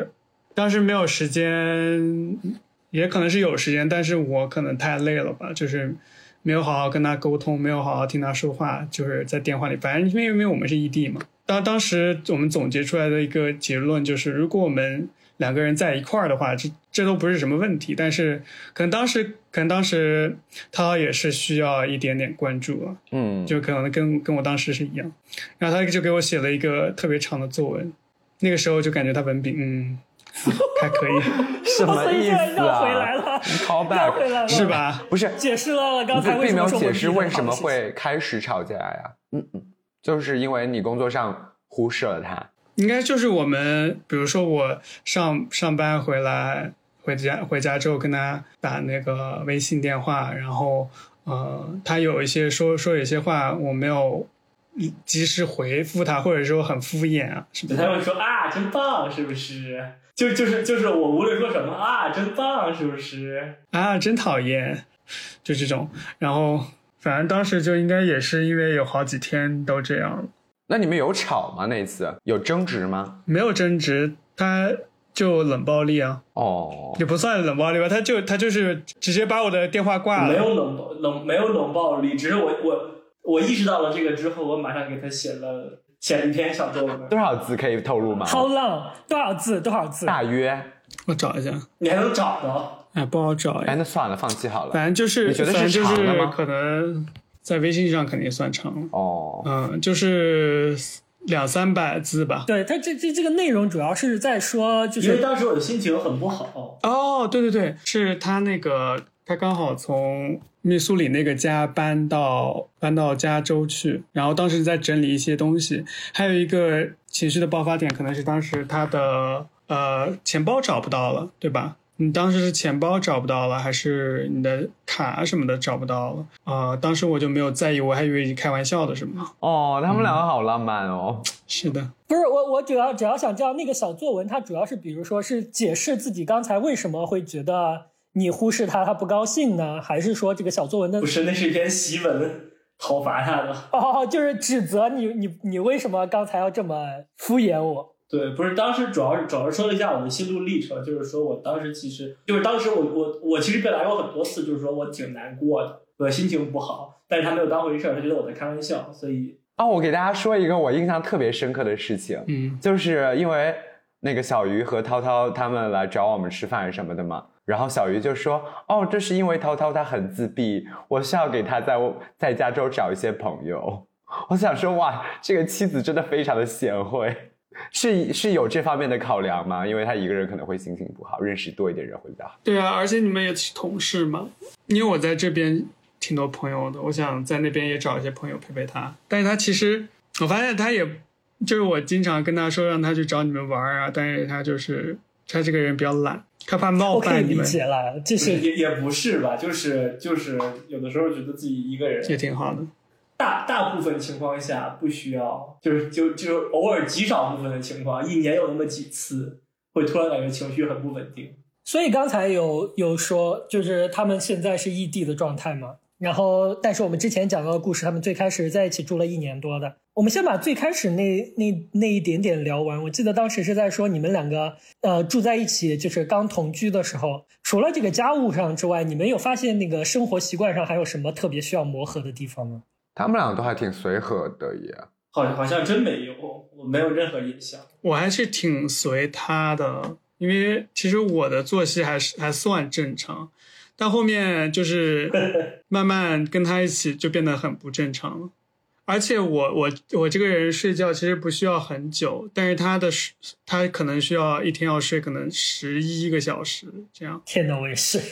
当时没有时间，也可能是有时间，但是我可能太累了吧，就是没有好好跟他沟通，没有好好听他说话，就是在电话里。反正因为因为我们是异地嘛，当当时我们总结出来的一个结论就是，如果我们两个人在一块儿的话，这这都不是什么问题。但是可能当时可能当时他也是需要一点点关注啊，
嗯，
就可能跟跟我当时是一样。然后他就给我写了一个特别长的作文，那个时候就感觉他文笔嗯还可以。
什么意思啊？
回来了
？callback
回来了
是吧？
不是
解释了刚才为什么说
并没有解释为什么会开始吵架呀？嗯嗯，就是因为你工作上忽视了他。
应该就是我们，比如说我上上班回来，回家回家之后跟他打那个微信电话，然后呃，他有一些说说有些话我没有及时回复他，或者说很敷衍啊什么的。
他会说啊，真棒，是不是？就就是就是我无论说什么啊，真棒，是不是？
啊，真讨厌，就这种。然后反正当时就应该也是因为有好几天都这样了。
那你们有吵吗？那一次有争执吗？
没有争执，他就冷暴力啊。
哦，
也不算冷暴力吧，他就他就是直接把我的电话挂了。
没有冷暴冷没有冷暴力，只是我我我意识到了这个之后，我马上给他写了写了一篇小作文。
多少字可以透露吗？
How long？ 多少字？多少字？
大约
我找一下，
你还能找到？
哎，不好找
哎，那算了，放弃好了。
反正就是
你觉得是长的吗？
可能在微信上肯定算长了。
哦，
嗯，就是两三百字吧。
对，他这这这个内容主要是在说，就是
因为当时我的心情很不好。
哦，对对对，是他那个他刚好从密苏里那个家搬到搬到加州去，然后当时在整理一些东西，还有一个情绪的爆发点可能是当时他的呃钱包找不到了，对吧？你当时是钱包找不到了，还是你的卡什么的找不到了？啊、呃，当时我就没有在意，我还以为你开玩笑的什么。
哦，他们两个好浪漫哦。
嗯、是的，
不是我，我主要主要想知道那个小作文，它主要是比如说是解释自己刚才为什么会觉得你忽视他，他不高兴呢？还是说这个小作文的
不是，那是一篇檄文，讨伐他的。
哦，就是指责你，你你为什么刚才要这么敷衍我？
对，不是，当时主要是主要是说了一下我的心路历程，就是说我当时其实就是当时我我我其实表达过很多次，就是说我挺难过的，我心情不好，但是他没有当回事，他觉得我在开玩笑，所以
哦，我给大家说一个我印象特别深刻的事情，
嗯，
就是因为那个小鱼和涛涛他们来找我们吃饭什么的嘛，然后小鱼就说，哦，这是因为涛涛他很自闭，我需要给他在在加州找一些朋友。我想说，哇，这个妻子真的非常的贤惠。是是有这方面的考量吗？因为他一个人可能会心情不好，认识多一点人会比较好。
对啊，而且你们也是同事嘛，因为我在这边挺多朋友的，我想在那边也找一些朋友陪陪他。但是他其实我发现他也就是我经常跟他说让他去找你们玩啊，但是他就是他这个人比较懒，他怕冒犯你们。
我可以理解了，这是
也也不是吧，就是就是有的时候觉得自己一个人
也挺好的。
大大部分情况下不需要，就是就就是偶尔极少部分的情况，一年有那么几次会突然感觉情绪很不稳定。
所以刚才有有说，就是他们现在是异地的状态嘛。然后，但是我们之前讲到的故事，他们最开始在一起住了一年多的。我们先把最开始那那那一点点聊完。我记得当时是在说你们两个呃住在一起，就是刚同居的时候，除了这个家务上之外，你们有发现那个生活习惯上还有什么特别需要磨合的地方吗？
他们俩都还挺随和的耶，
好像好像真没有，我没有任何印象。
我还是挺随他的，因为其实我的作息还是还算正常，但后面就是慢慢跟他一起就变得很不正常了。而且我我我这个人睡觉其实不需要很久，但是他的他可能需要一天要睡可能十一个小时这样。
天哪，我也是。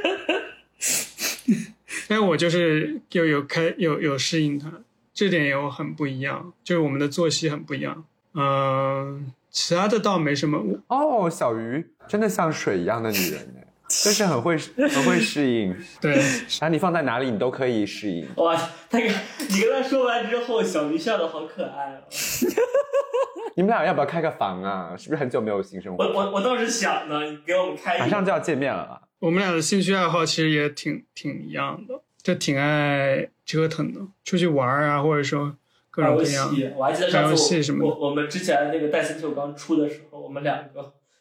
但我就是有有开有有适应他，这点有很不一样，就是我们的作息很不一样。嗯、呃，其他的倒没什么。
哦，小鱼真的像水一样的女人呢，就是很会很会适应。
对，
然后你放在哪里你都可以适应。
哇，那个你跟他说完之后，小鱼笑得好可爱哦。
你们俩要不要开个房啊？是不是很久没有性生活？
我我我倒是想呢，你给我们开一个，
马上就要见面了啊。
我们俩的兴趣爱好其实也挺挺一样的，就挺爱折腾的，出去玩啊，或者说各种各样。
我还记得上次
我
我我们之前那个戴森球刚出的时候，我们两个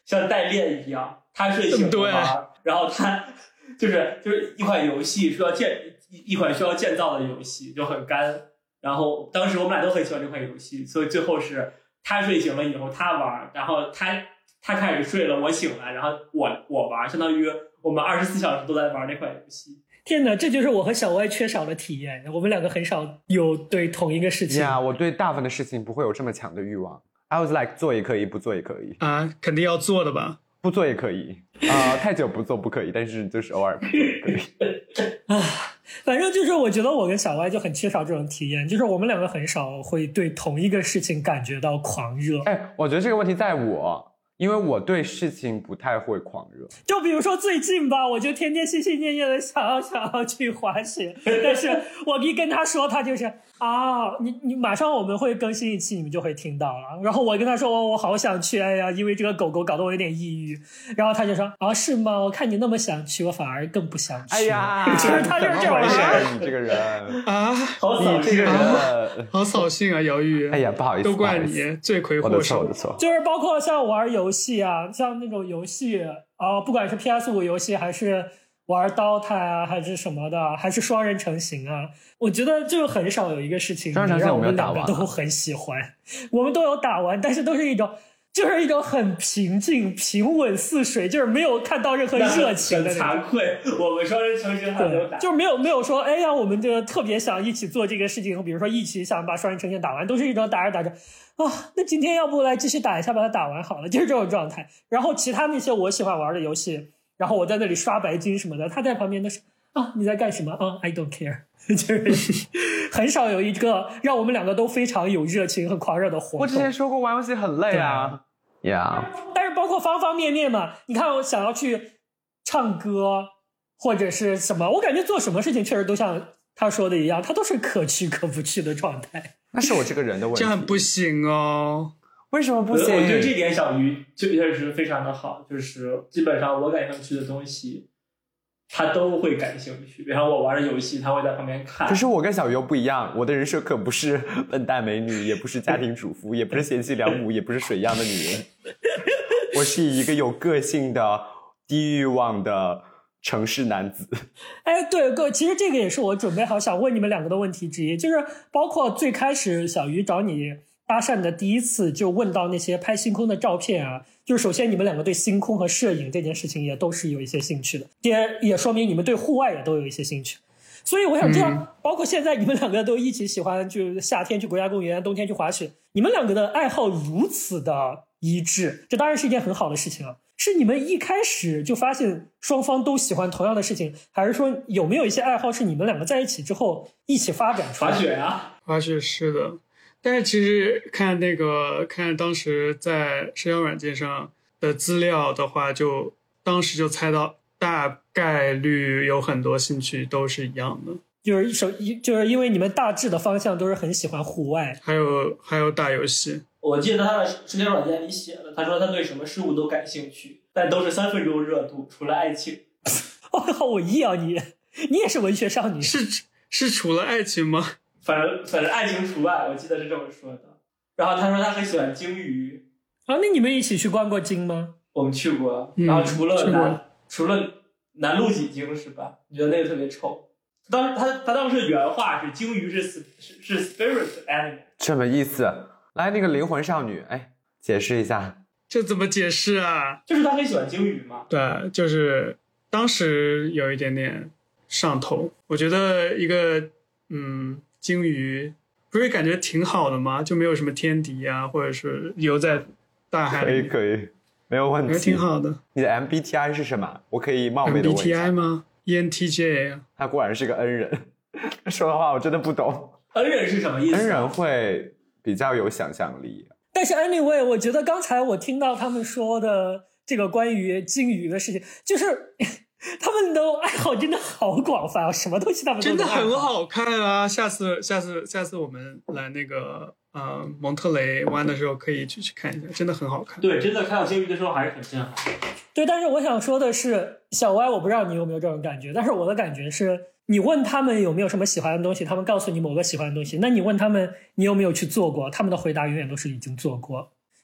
像代练一样，他睡醒了玩，然后他就是就是一款游戏需要建一款需要建造的游戏就很干，然后当时我们俩都很喜欢这款游戏，所以最后是他睡醒了以后他玩，然后他他开始睡了，我醒了，然后我我玩，相当于我们二十四小时都在玩那款游戏。
天哪，这就是我和小歪缺少的体验。我们两个很少有对同一个事情。
呀、yeah, 我对大部分的事情不会有这么强的欲望。I was like 做也可以，不做也可以
啊，肯定要做的吧？
不做也可以啊、呃，太久不做不可以，但是就是偶尔不做可以。
啊，反正就是我觉得我跟小歪就很缺少这种体验，就是我们两个很少会对同一个事情感觉到狂热。
哎，我觉得这个问题在我。因为我对事情不太会狂热，
就比如说最近吧，我就天天心心念念的想要想要去滑雪，但是我一跟他说，他就是啊，你你马上我们会更新一期，你们就会听到了。然后我跟他说，哦，我好想去，哎呀，因为这个狗狗搞得我有点抑郁。然后他就说，啊，是吗？我看你那么想去，我反而更不想去。
哎呀，
就是他就是这种人，
你这个人
啊，
好扫
兴啊，
好扫兴啊，姚玉。
哎呀，不好意思，
都怪你，罪魁祸首。
我的错，
就是包括像玩游戏啊，像那种游戏啊，不管是 P S 五 游戏还是玩 DOTA 啊，还是什么的，还是双人成行啊，我觉得就很少有一个事情让我们两个都很喜欢。我们都有打完，但是都是一种就是一种很平静平稳似水，就是没有看到任何热情的那种。
很惭愧，我们双人成行还没有打，
就是没有没有说哎呀我们就特别想一起做这个事情，比如说一起想把双人成行打完，都是一种打着打着啊，那今天要不来继续打一下把它打完好了，就是这种状态。然后其他那些我喜欢玩的游戏，然后我在那里刷白金什么的，他在旁边都是啊你在干什么啊 I don't care 就是很少有一个让我们两个都非常有热情很狂热的活动。
我之前说过玩游戏很累啊呀、
yeah. 但是包括方方面面嘛，你看我想要去唱歌或者是什么，我感觉做什么事情确实都像他说的一样，他都是可去可不去的状态。
那是我这个人的问题，
这样不行哦。
为什么不行？
我觉得这点小鱼就确实非常的好，就是基本上我感兴趣的东西他都会感兴趣，然后我玩的游戏他会在旁边看。
可是我跟小鱼又不一样，我的人设可不是笨蛋美女，也不是家庭主妇，也不是贤妻良母，也不是水一样的女人。我是一个有个性的低欲望的城市男子。
哎，对，哥，其实这个也是我准备好想问你们两个的问题之一，就是包括最开始小鱼找你搭讪的第一次就问到那些拍星空的照片啊，就是首先你们两个对星空和摄影这件事情也都是有一些兴趣的，也也说明你们对户外也都有一些兴趣。所以我想知道、嗯、包括现在你们两个都一起喜欢就夏天去国家公园，冬天去滑雪，你们两个的爱好如此的一致，这当然是一件很好的事情啊。是你们一开始就发现双方都喜欢同样的事情，还是说有没有一些爱好是你们两个在一起之后一起发展出来的？
滑雪啊，
滑雪是的。但是其实看那个看当时在社交软件上的资料的话，就当时就猜到大概率有很多兴趣都是一样的，
就是手就是因为你们大致的方向都是很喜欢户外，
还有还有打游戏。
我记得他的社交软件里写了，他说他对什么事物都感兴趣，但都是三分钟热度，除了爱情。
哦，好文艺啊你，你也是文学少女。
是是除了爱情吗？
反正反正爱情除外，我记得是这么说的。然后他说他很喜欢鲸鱼
啊，那你们一起去观过鲸吗？
我们去过，然后除了南、嗯、除了南陆几鲸是吧？你觉得那个特别臭？当时他他当时原话是鲸鱼是是是 spirit animal，
什么意思？来，那个灵魂少女，哎，解释一下。
这怎么解释啊？
就是他很喜欢鲸鱼嘛。
对，就是当时有一点点上头。我觉得一个嗯。鲸鱼不是感觉挺好的吗？就没有什么天敌啊，或者是游在大海里。
可以可以，没有问题，
挺好的。
你的 M B T I 是什么？我可以冒昧的问一下。
M B T I 吗 ？E N T J 啊。
他果然是个 N 人。说的话我真的不懂。
N 人是什么意思、啊、
？N 人会比较有想象力。
但是 anyway， 我觉得刚才我听到他们说的这个关于鲸鱼的事情，就是他们的爱好真的好广泛啊，什么东西他们都
真的很好看啊！下次下次下次我们来那个呃蒙特雷湾的时候可以去去看一下，真的很好看。
对，真的看到鲸鱼的时候还是很震撼。
对，但是我想说的是，小歪，我不知道你有没有这种感觉，但是我的感觉是，你问他们有没有什么喜欢的东西，他们告诉你某个喜欢的东西，那你问他们你有没有去做过，他们的回答永远都是已经做过。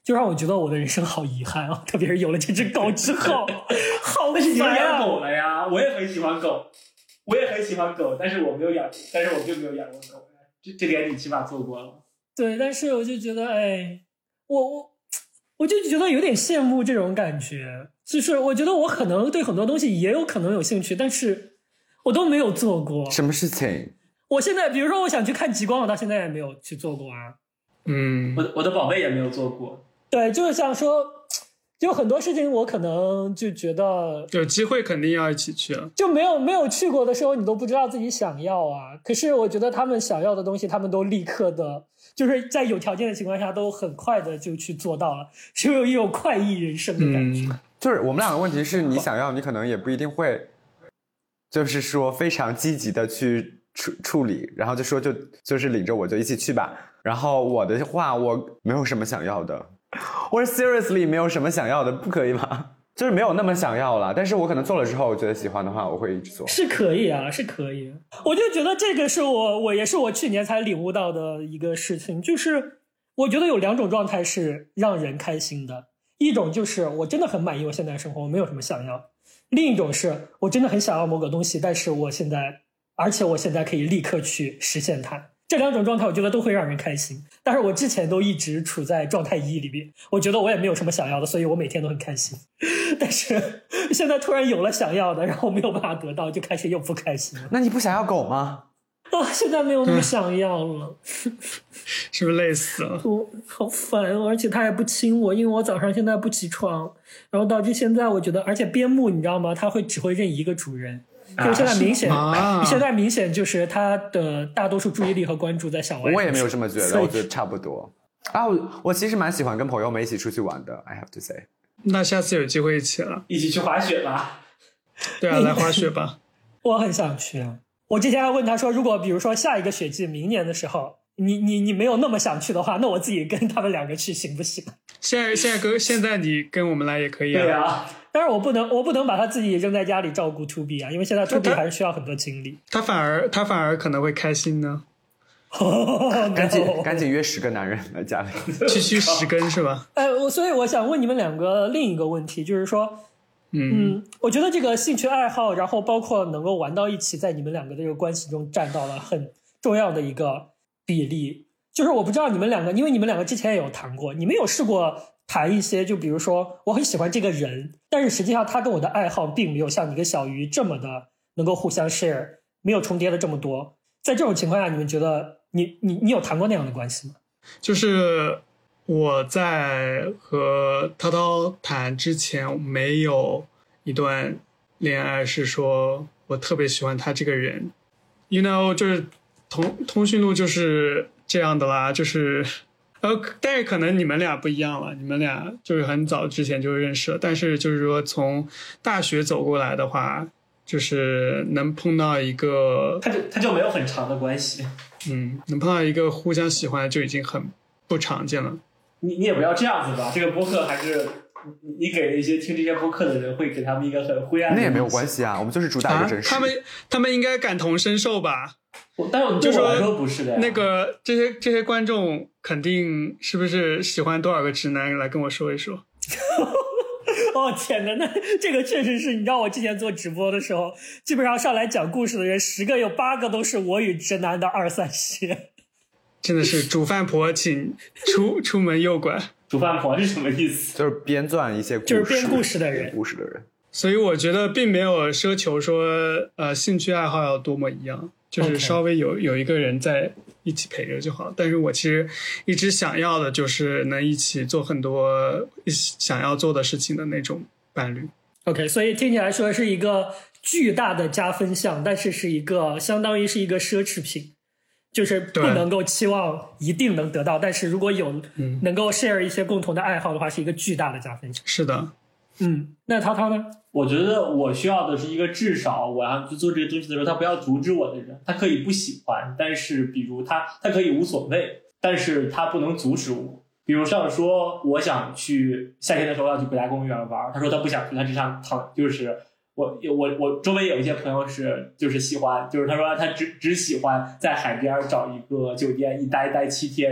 就让我觉得我的人生好遗憾啊！特别是有了这只狗之后，好
但是你又
烦
养
啊！
狗了呀，我也很喜欢狗，我也很喜欢狗，但是我没有养，但是我并没有养过狗，这这点你起码做过了。
对，但是我就觉得，哎，我我我就觉得有点羡慕这种感觉，就是我觉得我可能对很多东西也有可能有兴趣，但是我都没有做过。
什么事情？
我现在比如说我想去看极光，我到现在也没有去做过啊。
嗯，
我我的宝贝也没有做过。
对，就是想说，就很多事情我可能就觉得
有机会肯定要一起去啊。
就没有没有去过的时候，你都不知道自己想要啊。可是我觉得他们想要的东西，他们都立刻的，就是在有条件的情况下，都很快的就去做到了，是有一种快意人生的感觉。
嗯，
就是我们俩的问题是你想要，你可能也不一定会，就是说非常积极的去处处理，然后就说就就是领着我就一起去吧。然后我的话，我没有什么想要的，我是 seriously 没有什么想要的，不可以吗？就是没有那么想要了，但是我可能做了之后，我觉得喜欢的话，我会一直做。
是可以啊，是可以。我就觉得这个是我，我也是我去年才领悟到的一个事情，就是我觉得有两种状态是让人开心的，一种就是我真的很满意我现在的生活，我没有什么想要；另一种是我真的很想要某个东西，但是我现在，而且我现在可以立刻去实现它。这两种状态我觉得都会让人开心，但是我之前都一直处在状态一里面，我觉得我也没有什么想要的，所以我每天都很开心。但是现在突然有了想要的，然后没有办法得到，就开始又不开心了。
那你不想要狗吗？
啊，现在没有那么想要了。
是不是累死了？
我好烦，而且他也不亲我，因为我早上现在不起床，然后导致现在我觉得，而且边牧你知道吗？他会只会认一个主人。就是现在明显、
啊、
现在明显就是他的大多数注意力和关注在小歪。
我也没有这么觉得，我觉得差不多啊。我我其实蛮喜欢跟朋友们一起出去玩的 ，I have to say。
那下次有机会一起了，
一起去滑雪吧。
对啊，来滑雪吧。
我很想去啊！我之前还问他说，如果比如说下一个雪季，明年的时候，你你你没有那么想去的话，那我自己跟他们两个去行不行？
现在现在跟现在你跟我们来也可以啊。
对啊。
但是我不能，我不能把他自己扔在家里照顾 to B 啊，因为现在 to B 还是需要很多精力。
他反而他反而可能会开心呢。
赶紧赶紧约十个男人来家里，
区区十根是吧？
哎，我所以我想问你们两个另一个问题，就是说，嗯, 嗯，我觉得这个兴趣爱好，然后包括能够玩到一起，在你们两个这个关系中占到了很重要的一个比例。就是我不知道你们两个，因为你们两个之前也有谈过，你们有试过谈一些，就比如说我很喜欢这个人，但是实际上他跟我的爱好并没有像你跟小鱼这么的能够互相 share， 没有重叠的这么多。在这种情况下，你们觉得你你你有谈过那样的关系吗？
就是我在和涛涛谈之前，没有一段恋爱是说我特别喜欢他这个人 ，you know， 就是通通讯录就是这样的啦，就是。呃，但是可能你们俩不一样了，你们俩就是很早之前就认识了，但是就是说从大学走过来的话，就是能碰到一个，
他就他就没有很长的关系，
嗯，能碰到一个互相喜欢就已经很不常见了。
你你也不要这样子吧，这个播客还是你给了一些听这些播客的人，会给他们一个很灰暗的。
那也没有关系啊，我们就是主打一个真实。
啊、他们他们应该感同身受吧？
但是对我来说不是的呀。
那个这些这些观众肯定是不是喜欢多少个直男来跟我说一说？
哦天哪，那这个确实是，你知道我之前做直播的时候，基本上上来讲故事的人，十个有八个都是我与直男的二三线。
真的是煮饭婆请出出门诱拐。
煮饭婆是什么意思？
就是编撰一些故事，
就是编故事的人，
编故事的人。
所以我觉得并没有奢求说，呃，兴趣爱好要多么一样，就是稍微有有一个人在一起陪着就好。但是我其实一直想要的就是能一起做很多想要做的事情的那种伴侣。
OK， 所以听起来说是一个巨大的加分项，但是是一个相当于是一个奢侈品，就是不能够期望一定能得到，但是如果有能够 share 一些共同的爱好的话，是一个巨大的加分项。
是的。
嗯，那涛涛呢？
我觉得我需要的是一个至少我要去做这个东西的时候，他不要阻止我的人。他可以不喜欢，但是比如他他可以无所谓，但是他不能阻止我。比如像说我想去夏天的时候要去国家公园玩，他说他不想去，他只想躺，就是我我我周围有一些朋友是就是喜欢，就是他说他只只喜欢在海边找一个酒店一待待七天。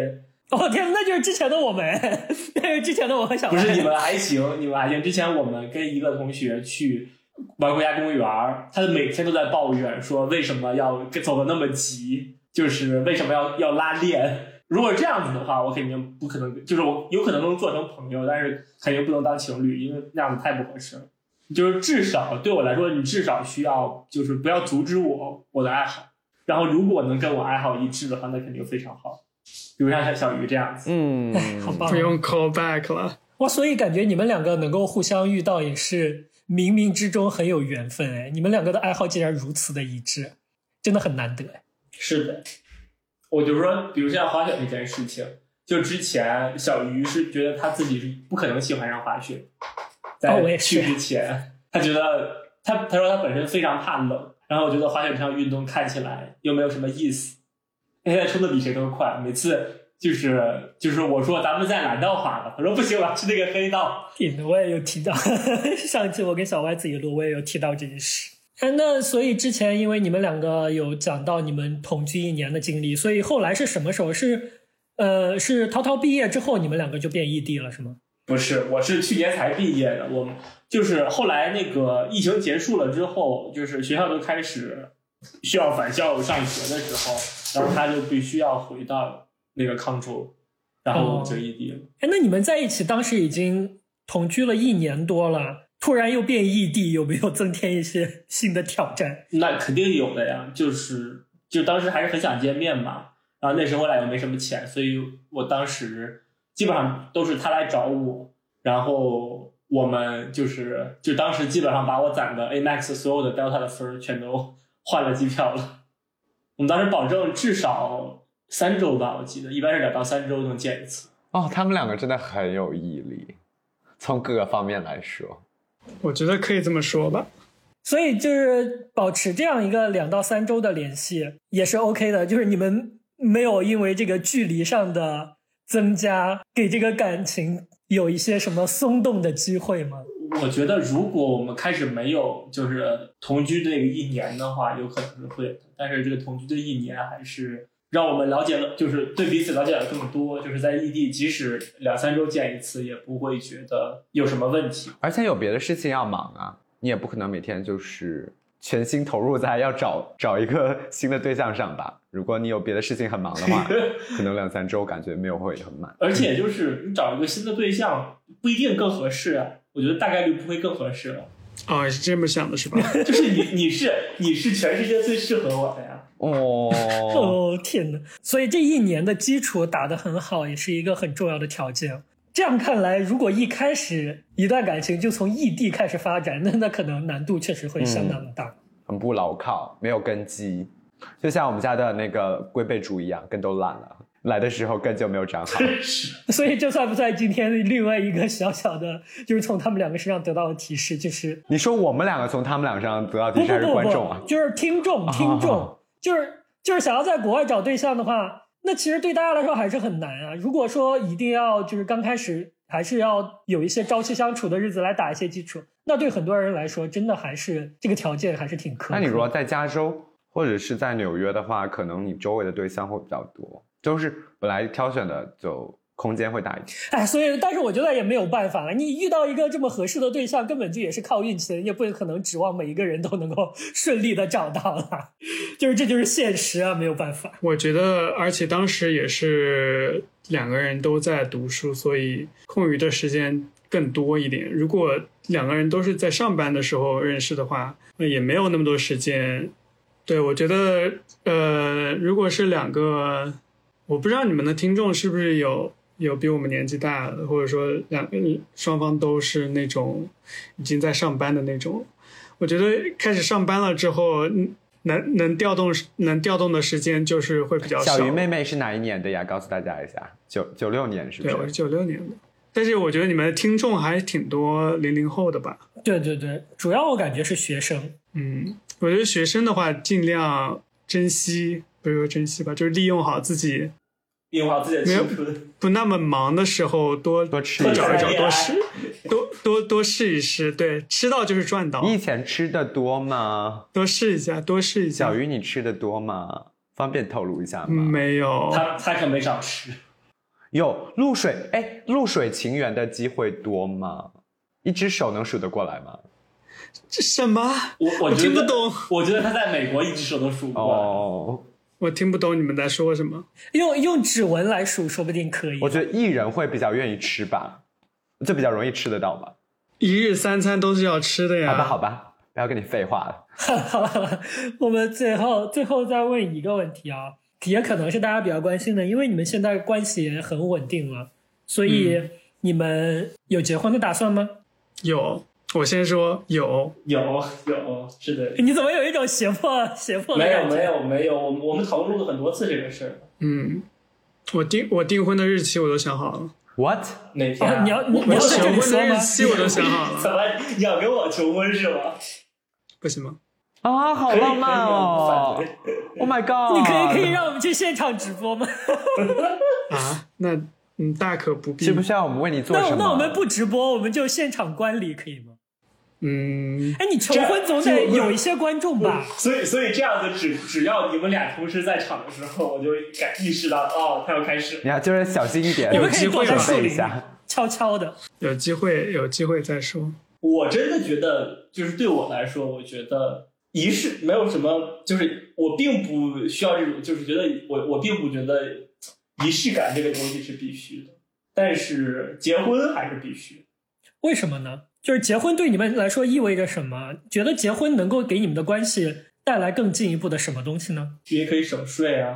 哦天，那就是之前的我们，那就是之前的我和小白。
不是你们还行，你们还行。之前我们跟一个同学去玩国家公园，他每天都在抱怨说为什么要走得那么急，就是为什么要要拉练。如果这样子的话，我肯定不可能，就是我有可能能做成朋友，但是肯定不能当情侣，因为那样子太不合适了。就是至少对我来说，你至少需要就是不要阻止我我的爱好，然后如果能跟我爱好一致的话，那肯定非常好。比如像小鱼这样子，
嗯，
好棒，
不用 call back 了。
哇，所以感觉你们两个能够互相遇到，也是冥冥之中很有缘分哎。你们两个的爱好竟然如此的一致，真的很难得哎。
是的，我就说，比如像滑雪这件事情，就之前小鱼是觉得他自己是不可能喜欢上滑雪，在去之前，哦、他觉得他他说他本身非常怕冷，然后我觉得滑雪这项运动看起来又没有什么意思。现在冲的比谁都快，每次就是就是我说咱们在蓝道滑了，他说不行，我要去那个黑道。
我也有提到，上一次我跟小歪自己录，我也有提到这件事。那所以之前因为你们两个有讲到你们同居一年的经历，所以后来是什么时候？是呃是涛涛毕业之后，你们两个就变异地了是吗？
不是，我是去年才毕业的。我们就是后来那个疫情结束了之后，就是学校都开始需要返校上学的时候。然后他就必须要回到那个康州，然后我们就异地了。
哎、哦，那你们在一起当时已经同居了一年多了，突然又变异地，有没有增添一些新的挑战？
那肯定有的呀，就是就当时还是很想见面嘛。然后那时候我俩又没什么钱，所以我当时基本上都是他来找我，然后我们就是就当时基本上把我攒的 A Max 所有的 Delta 的分全都换了机票了。我们当时保证至少三周吧，我记得一般是两到三周能见一次。
哦，他们两个真的很有毅力，从各个方面来说，
我觉得可以这么说吧。
所以就是保持这样一个两到三周的联系也是 OK 的，就是你们没有因为这个距离上的增加给这个感情有一些什么松动的机会吗？
我觉得如果我们开始没有就是同居这个一年的话，有可能是会的，但是这个同居的一年还是让我们了解了，就是对彼此了解了更多，就是在异地即使两三周见一次也不会觉得有什么问题。
而且有别的事情要忙啊，你也不可能每天就是全心投入在要找找一个新的对象上吧。如果你有别的事情很忙的话可能两三周感觉没有会很满。
而且就是你找一个新的对象不一定更合适啊，我觉得大概率不会更合适了。
哦，是这么想的是吧？
就是你你是你是全世界最适合我的呀。
哦
哦天哪！所以这一年的基础打得很好，也是一个很重要的条件。这样看来，如果一开始一段感情就从异地开始发展，那那可能难度确实会相当的大、嗯、
很不牢靠，没有根基，就像我们家的那个龟背竹一样，根都烂了，来的时候根就没有长好。
所以这算不算今天另外一个小小的就是从他们两个身上得到的提示？就是你
说我们两个从他们两个身上得到提示还是观众啊？
不不不不就是听众听众、啊、就是就是想要在国外找对象的话，那其实对大家来说还是很难啊。如果说一定要就是刚开始还是要有一些朝夕相处的日子来打一些基础，那对很多人来说真的还是这个条件还是挺苛刻的。
那你如果在加州或者是在纽约的话，可能你周围的对象会比较多，就是本来挑选的就空间会大一点。
哎，所以但是我觉得也没有办法了，你遇到一个这么合适的对象根本就也是靠运气的，你也不可能指望每一个人都能够顺利的找到了，就是这就是现实啊，没有办法。
我觉得而且当时也是两个人都在读书，所以空余的时间更多一点。如果两个人都是在上班的时候认识的话，也没有那么多时间。对，我觉得呃，如果是两个，我不知道你们的听众是不是有有比我们年纪大的，或者说两双方都是那种已经在上班的那种。我觉得开始上班了之后，能能调动能调动的时间就是会比较少。
小鱼妹妹是哪一年的呀？告诉大家一下。九九六年是不是？
对，我是九六年的。但是我觉得你们的听众还挺多零零后的吧？
对对对，主要我感觉是学生。
嗯，我觉得学生的话尽量珍惜，不是说珍惜吧，就是利用好自己，
利用好自己的青春，
不那么忙的时候多
多吃
多找一找，多试，多多多试一试。对，吃到就是赚到。
你以前吃的多吗？
多试一下，多试一下。
小鱼，你吃的多吗？方便透露一下吗？
没有，
他他可没少吃。
有露水，哎，露水情缘的机会多吗？一只手能数得过来吗？
这什么？
我我
我听不懂。
我觉得他在美国一只手都数不过来。
哦，
我听不懂你们在说什么。
用用指纹来数，说不定可以。
我觉得艺人会比较愿意吃吧，就比较容易吃得到吧。
一日三餐都是要吃的呀。
好吧，好吧，不要跟你废话了。
好了，我们最后最后再问一个问题啊，也可能是大家比较关心的，因为你们现在关系也很稳定了，所以你们有结婚的打算吗？
有，我先说有
有有是的。
你怎么有一种胁迫胁迫的
没有
感觉？
没有没有，我们我们讨论过很多次这个事儿。
嗯，我订我订婚的日期我都想好了。
What？
哪天、啊
哦？你要你
我
要在这
求婚
里说吗？
的日期我都想好了。
怎么你要跟我求婚是吗？
不行吗？
啊，好浪漫哦 ！Oh my god！
你可以可以让我们去现场直播吗？
啊，那嗯大可不必。
需不需要我们为你做什么？
那那我们不直播，我们就现场观礼可以吗？
嗯，
哎，你求婚总得有一些观众吧？
所以所以这样子只只要你们俩同时在场的时候，我就感意识到哦，他要开始。
你要就是小心一点，
你们可以躲在树林
一下，
悄悄的。
有机会有机会再说。
我真的觉得，就是对我来说，我觉得仪式没有什么，就是我并不需要这种，就是觉得我我并不觉得仪式感这个东西是必须的，但是结婚还是必须。
为什么呢？就是结婚对你们来说意味着什么？觉得结婚能够给你们的关系带来更进一步的什么东西呢？
因为可以省税啊。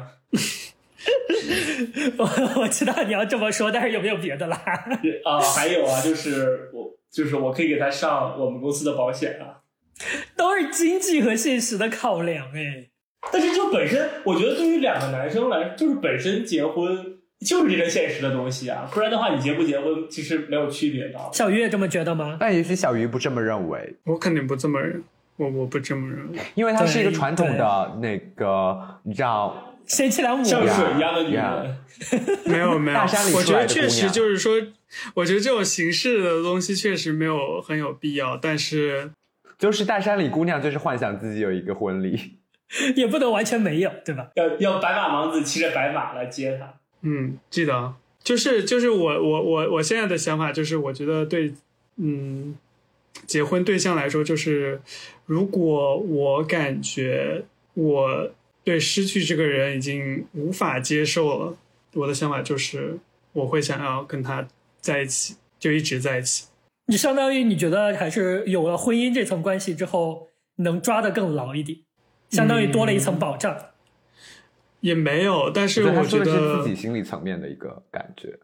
我我知道你要这么说，但是有没有别的啦？
啊，还有啊，就是我就是我可以给他上我们公司的保险啊。
都是经济和现实的考量哎。
但是就本身，我觉得对于两个男生来，就是本身结婚就是这个现实的东西啊，不然的话你结不结婚其实没有区别的。
小鱼也这么觉得吗？
但也许小鱼不这么认为。
我肯定不这么认，我我不这么认为，
因为它是一个传统的那个，你知道。
贤妻良母
像水一样的女人。
Yeah.
没有没有，
大山里
我觉
出来的姑娘
得确实就是说，我觉得这种形式的东西确实没有很有必要，但是
就是大山里姑娘就是幻想自己有一个婚礼，
也不能完全没有，对吧？
要要白马王子骑着白马来接她。
嗯，记得，就是就是我我我我现在的想法就是，我觉得对，嗯，结婚对象来说，就是如果我感觉我对失去这个人已经无法接受了，我的想法就是我会想要跟他在一起，就一直在一起。
你相当于你觉得还是有了婚姻这层关系之后，能抓得更牢一点，相当于多了一层保障。嗯、
也没有，但是我觉得
他说的是自己心理层面的一个感觉。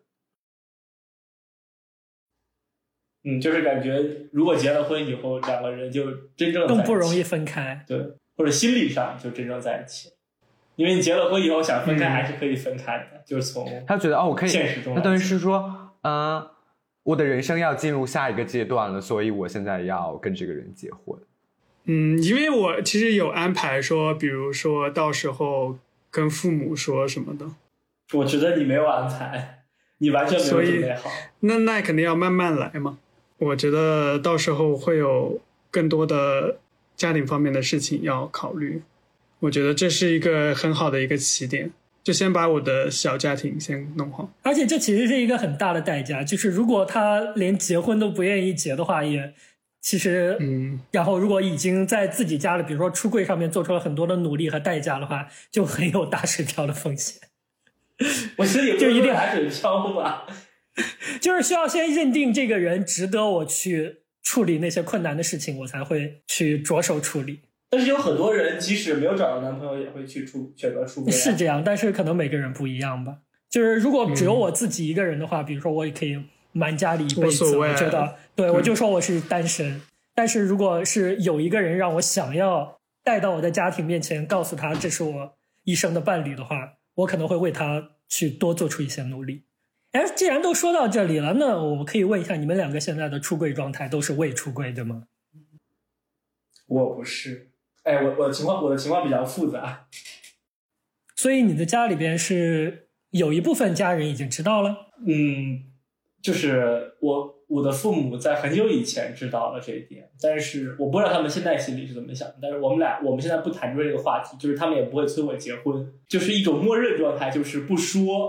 嗯，就是感觉如果结了婚以后，两个人就真正在一起
更不容易分开。
对，或者心理上就真正在一起。因为你结了婚以后想分开还是可以分开的，嗯、就是从
他觉得哦，我可以
现实中，
那等于是说，嗯、呃，我的人生要进入下一个阶段了，所以我现在要跟这个人结婚。
嗯，因为我其实有安排说，比如说到时候跟父母说什么的。
我觉得你没有安排，你完全没有准备好。
那那肯定要慢慢来嘛。我觉得到时候会有更多的家庭方面的事情要考虑。我觉得这是一个很好的一个起点，就先把我的小家庭先弄好。
而且这其实是一个很大的代价，就是如果他连结婚都不愿意结的话，也其实
嗯，
然后如果已经在自己家里比如说出柜上面做出了很多的努力和代价的话，就很有打水漂的风险。
我觉得也不是打水漂吧，
就是需要先认定这个人值得我去处理那些困难的事情，我才会去着手处理。
但是有很多人即使没有找到男朋友也会去出选择出柜、啊、
是这样，但是可能每个人不一样吧。就是如果只有我自己一个人的话、嗯、比如说我也可以瞒家里一辈子，我觉得对、嗯、我就说我是单身。但是如果是有一个人让我想要带到我的家庭面前，告诉他这是我一生的伴侣的话，我可能会为他去多做出一些努力。哎，既然都说到这里了，那我可以问一下，你们两个现在的出柜状态都是未出柜对吗？
我不是。哎，我我的情况我的情况比较复杂。
所以你的家里边是有一部分家人已经知道了？
嗯，就是我我的父母在很久以前知道了这一点，但是我不知道他们现在心里是怎么想的。但是我们俩我们现在不谈论这个话题，就是他们也不会催我结婚，就是一种默认状态，就是不说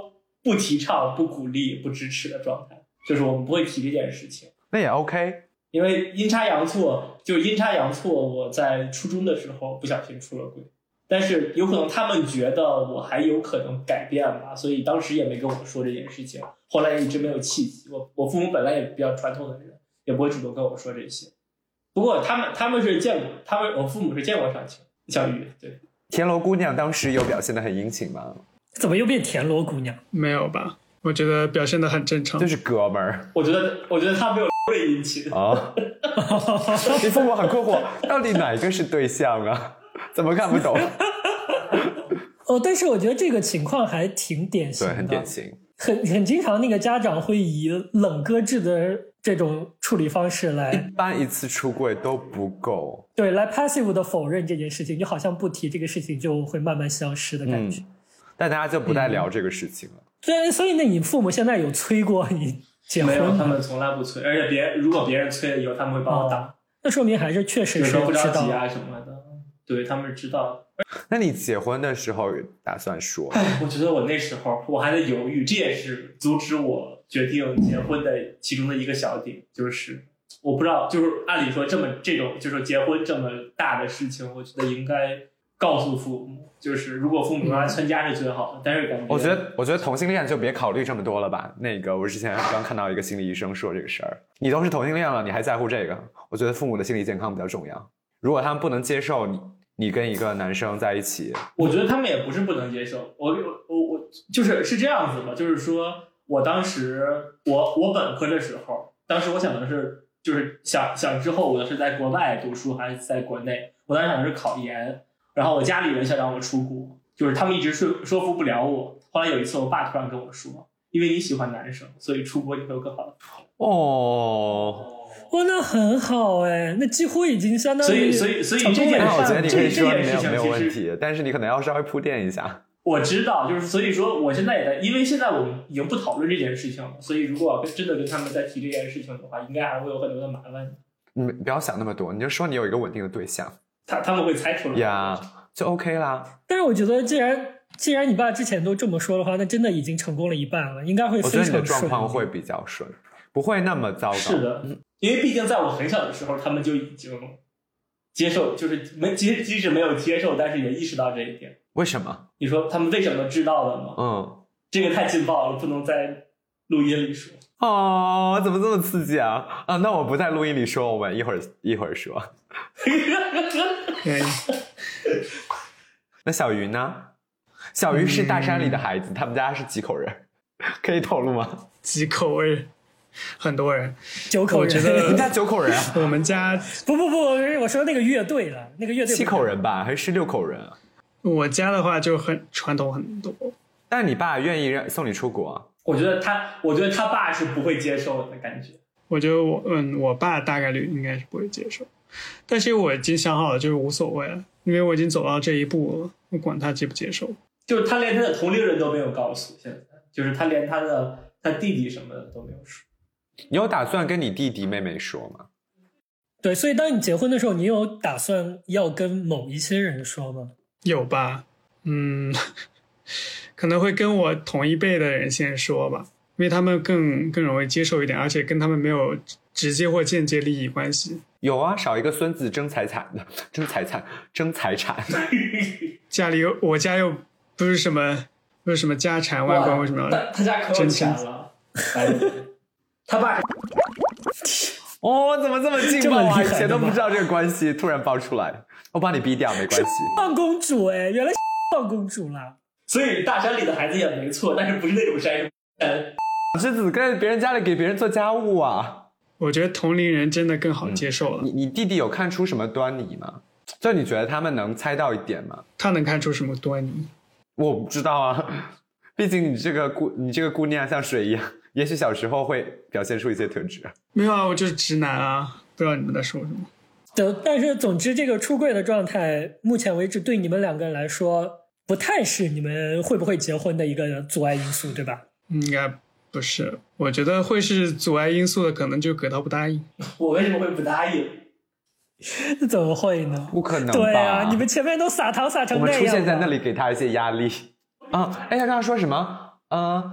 不提倡、不鼓励、不支持的状态，就是我们不会提这件事情。
那也 OK，
因为阴差阳错，就是阴差阳错，我在初中的时候不小心出了轨，但是有可能他们觉得我还有可能改变吧，所以当时也没跟我说这件事情，后来也一直没有契机。我我父母本来也比较传统的人，也不会主动跟我说这些。不过他们他们是见过，他们我父母是见过上情小雨。对，
田螺姑娘当时有表现得很殷勤吗？
怎么又变田螺姑娘？
没有吧？我觉得表现得很正常，
就是哥们儿。
我觉得我觉得他没有会殷勤
啊。你父母很困惑，到底哪一个是对象啊？怎么看不懂？
哦，但是我觉得这个情况还挺典型的，
对，很典型，
很很经常那个家长会以冷搁置的这种处理方式来，
一般一次出柜都不够，
对，来 passive 的否认这件事情，就好像不提这个事情就会慢慢消失的感觉。嗯、
但大家就不再聊这个事情了。
对、嗯，所以那你父母现在有催过你结婚吗？
没有，他们从来不催，而且别人如果别人催了以后，他们会帮我打。哦、
那说明还是确实是知道，
不着急啊什么的。对，他们是知道的。
那你结婚的时候打算说？
哎，我觉得我那时候我还在犹豫，这也是阻止我决定结婚的其中的一个小点，就是我不知道，就是按理说这么这种就是结婚这么大的事情，我觉得应该告诉父母，就是如果父母来参加是最好的，但是感觉
我觉得我觉得同性恋就别考虑这么多了吧。那个我之前刚看到一个心理医生说这个事儿，你都是同性恋了，你还在乎这个？我觉得父母的心理健康比较重要。如果他们不能接受你。你跟一个男生在一起，
我觉得他们也不是不能接受。我我我就是是这样子的，就是说我当时我我本科的时候，当时我想的是，就是想想之后我是在国外读书还是在国内。我当时想的是考研，然后我家里人想让我出国，就是他们一直说说服不了我。后来有一次，我爸突然跟我说，因为你喜欢男生，所以出国你会有更好的。
哦。
哇，那很好哎，那几乎已经相当于
所以所以所以这件事，
我觉得你可以说没有
没
有问题，但是你可能要稍微铺垫一下。
我知道，就是所以说我现在也在，因为现在我们已经不讨论这件事情了，所以如果要跟真的跟他们再提这件事情的话，应该还会有很多的麻烦。
你不要想那么多，你就说你有一个稳定的对象，
他他们会猜出来
呀， yeah, 就 OK 啦。
但是我觉得既然既然你爸之前都这么说的话，那真的已经成功了一半了，应该会非常顺。
我觉得你的状况会比较顺，不会那么糟糕。
是的。嗯，因为毕竟在我很小的时候，他们就已经接受，就是没即即使没有接受，但是也意识到这一点。
为什么？
你说他们为什么知道了吗？
嗯，这
个太劲爆了，不能在录音里说。
哦，怎么这么刺激啊？啊，那我不在录音里说，我们一会儿一会儿说。那小鱼呢？小鱼是大山里的孩子，嗯、他们家是几口人？可以透露吗？
几口人？很多人，
九口人。
我觉得
人家九口人啊。
我们家
不不不，我说那个乐队了，那个乐队
七口人吧，还是六口人啊？
我家的话就很传统很多。
但你爸愿意让送你出国啊？
我觉得他，我觉得他爸是不会接受的感觉。
我觉得我嗯，我爸大概率应该是不会接受，但是我已经想好了，就是无所谓了，因为我已经走到这一步了，我管他接不接受。
就是他连他的同龄人都没有告诉，现在就是他连他的他弟弟什么的都没有说。
你有打算跟你弟弟妹妹说吗？
对，所以当你结婚的时候，你有打算要跟某一些人说吗？
有吧，嗯，可能会跟我同一辈的人先说吧，因为他们更更容易接受一点，而且跟他们没有直接或间接利益关系。
有啊，少一个孙子争财产的，争财产，争财产。
家里有，我家又不是什么不是什么家产万贯，为什么要
他他家可有钱了？他爸
哦，怎么这么劲爆啊？以前都不知道这个关系，突然爆出来，我把你逼掉没关系。
放公主哎，原来是放公主啦。
所以大山里的孩子也没错，但是不是那种山。
是只在别人家里给别人做家务啊。
我觉得同龄人真的更好接受了。
嗯、你你弟弟有看出什么端倪吗？就你觉得他们能猜到一点吗？
他能看出什么端倪？
我不知道啊，毕竟你这个姑你这个姑娘像水一样。也许小时候会表现出一些特质。
没有啊，我就是直男啊，不知道你们在说什么。
对，但是总之这个出柜的状态目前为止对你们两个人来说不太是你们会不会结婚的一个阻碍因素，对吧？
应该不是，我觉得会是阻碍因素的可能就葛涛不答应。
我为什么会不答应？
那怎么会呢？
不可能吧。
对啊，你们前面都撒糖撒成那样，
我们出现在那里给他一些压力啊！哎，他刚刚说什么？呃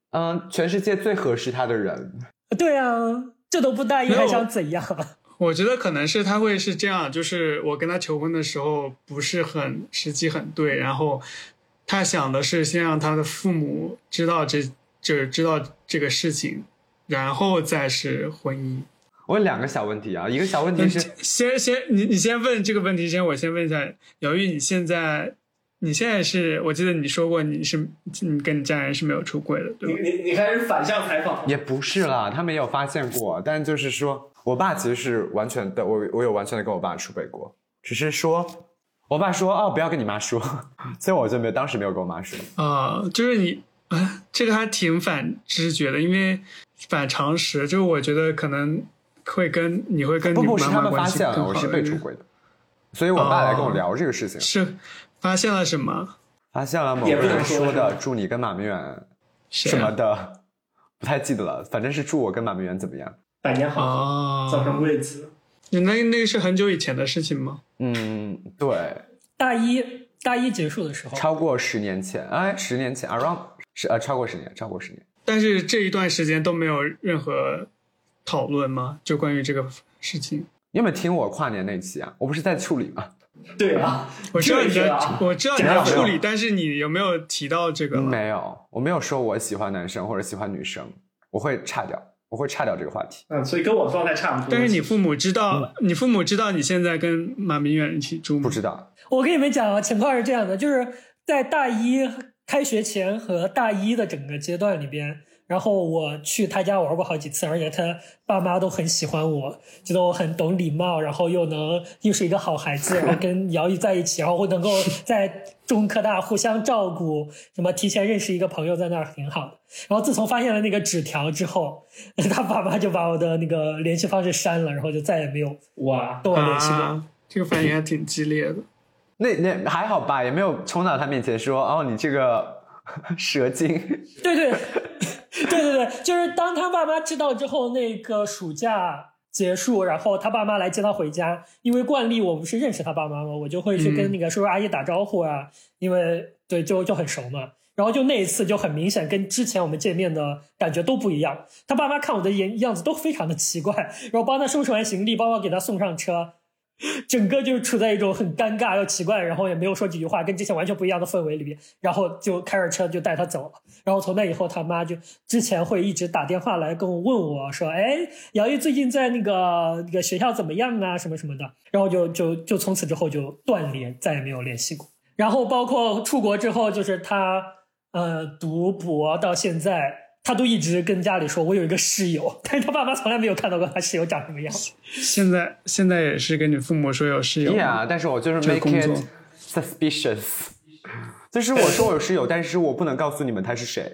嗯，全世界最合适他的人。
对啊，这都不大意还想怎样？
我觉得可能是他会是这样，就是我跟他求婚的时候不是很时机很对，然后他想的是先让他的父母知道这就知道这个事情，然后再是婚姻。
我有两个小问题啊，一个小问题是，
先先你你先问这个问题，先我先问一下，姚玉，你现在你现在是我记得你说过你是你跟你家人是没有出柜的，对吧？
你你你开始反向采访？
也不是啦，他们也有发现过，但就是说我爸其实是完全的，我我有完全的跟我爸出轨过，只是说我爸说哦不要跟你妈说，所以我就没有当时没有跟我妈说
啊、呃，就是你啊，这个还挺反直觉的，因为反常识，就是我觉得可能会跟你会跟你
不不是他们
妈妈关系
发现了我是被出轨的，所以我爸来跟我聊这个事情、哦、
是发现了什么？
发现了某个人说的祝你跟马明远什么的，不太记得了，反正是祝我跟马明远怎么样，
百年好合、哦、早生贵子。
那那个是很久以前的事情吗？
嗯，对，
大一大一结束的时候，
超过十年前，哎，十年前 ，around 是呃超过十年，超过十年。
但是这一段时间都没有任何讨论吗？就关于这个事情？
你有没有听我跨年那期啊？我不是在处理吗？
对啊，
我知道你在，
啊、
我知道你在处理，但是你有没有提到这个？
没有，我没有说我喜欢男生或者喜欢女生，我会岔掉，我会岔掉这个话题。
嗯，所以跟我状态差不多。
但是你父母知道，嗯、你父母知道你现在跟马明远一起住吗？
不知道。
我跟你们讲啊，情况是这样的，就是在大一开学前和大一的整个阶段里边。然后我去他家玩过好几次，而且他爸妈都很喜欢我，觉得我很懂礼貌，然后又能又是一个好孩子，然后跟姚玉在一起，然后能够在中科大互相照顾，什么提前认识一个朋友在那儿挺好的。然后自从发现了那个纸条之后，他爸妈就把我的那个联系方式删了，然后就再也没有
哇
跟我联系过、
啊。这个反应还挺激烈的。
那那还好吧，也没有冲到他面前说哦你这个蛇精。
对对。对对对，就是当他爸妈知道之后，那个暑假结束，然后他爸妈来接他回家，因为惯例我不是认识他爸妈吗？我就会去跟那个叔叔阿姨打招呼啊，嗯、因为对就就很熟嘛。然后就那一次就很明显，跟之前我们见面的感觉都不一样。他爸妈看我的样子都非常的奇怪，然后帮他收拾完行李，帮我给他送上车。整个就处在一种很尴尬又奇怪，然后也没有说几句话，跟之前完全不一样的氛围里边，然后就开着车就带他走了。然后从那以后，他妈就之前会一直打电话来跟我问我说：“哎，姚玉最近在那个那个学校怎么样啊？什么什么的。”然后就就就从此之后就断联，再也没有联系过。然后包括出国之后，就是他呃读博到现在。他都一直跟家里说我有一个室友，但是他爸妈从来没有看到过他室友长什么样。
现在现在也是跟你父母说有室友。
Yeah， 但是我就是 make it suspicious， 就是我说我有室友，但是我不能告诉你们他是谁。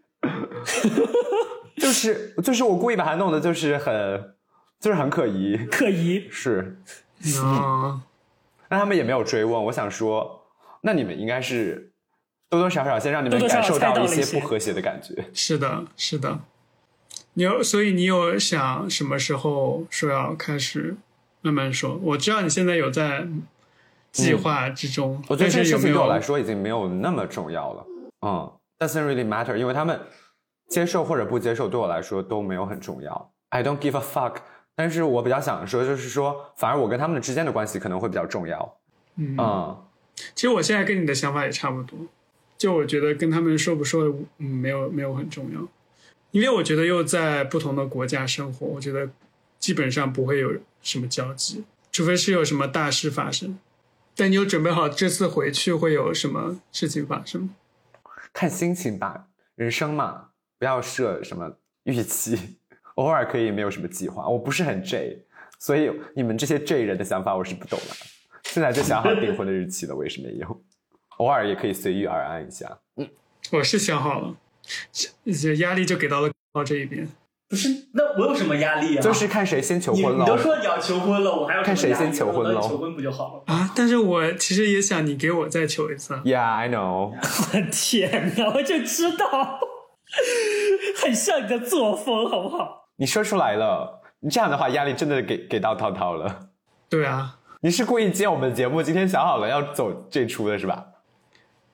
就是就是我故意把他弄的就是很就是很可疑，
可疑
是。
嗯，
那他们也没有追问，我想说，那你们应该是。多多少少先让你们感受到一些不和谐的感觉。
是的，是的。你有，所以你有想什么时候说要开始慢慢说？我知道你现在有在计划之中，
嗯、我觉得这个事情对我来说
有
已经没有那么重要了。嗯 ，doesn't really matter， 因为他们接受或者不接受对我来说都没有很重要。I don't give a fuck。但是我比较想说，就是说，反而我跟他们之间的关系可能会比较重要。
嗯，
嗯
其实我现在跟你的想法也差不多。就我觉得跟他们说不说的，嗯，没有没有很重要，因为我觉得又在不同的国家生活，我觉得基本上不会有什么交集，除非是有什么大事发生。但你有准备好这次回去会有什么事情发生吗？
看心情吧，人生嘛，不要设什么预期，偶尔可以没有什么计划。我不是很 J， 所以你们这些 J 人的想法我是不懂的。现在就想好订婚的日期了，我也是没有。偶尔也可以随遇而安一下。嗯，
我是想好了，这压力就给到了到这一边。
不是，那我有什么压力啊？
就是看谁先求婚了。
你, 你都说你要求婚了，我还有什么压力？
看谁先求婚了，
求婚不就好了
啊？但是我其实也想你给我再求一次。
Yeah, I know。
我天哪，我就知道，很像你的作风，好不好？
你说出来了，你这样的话压力真的给给到涛涛了。
对啊，
你是故意接我们的节目，今天想好了要走这出的是吧？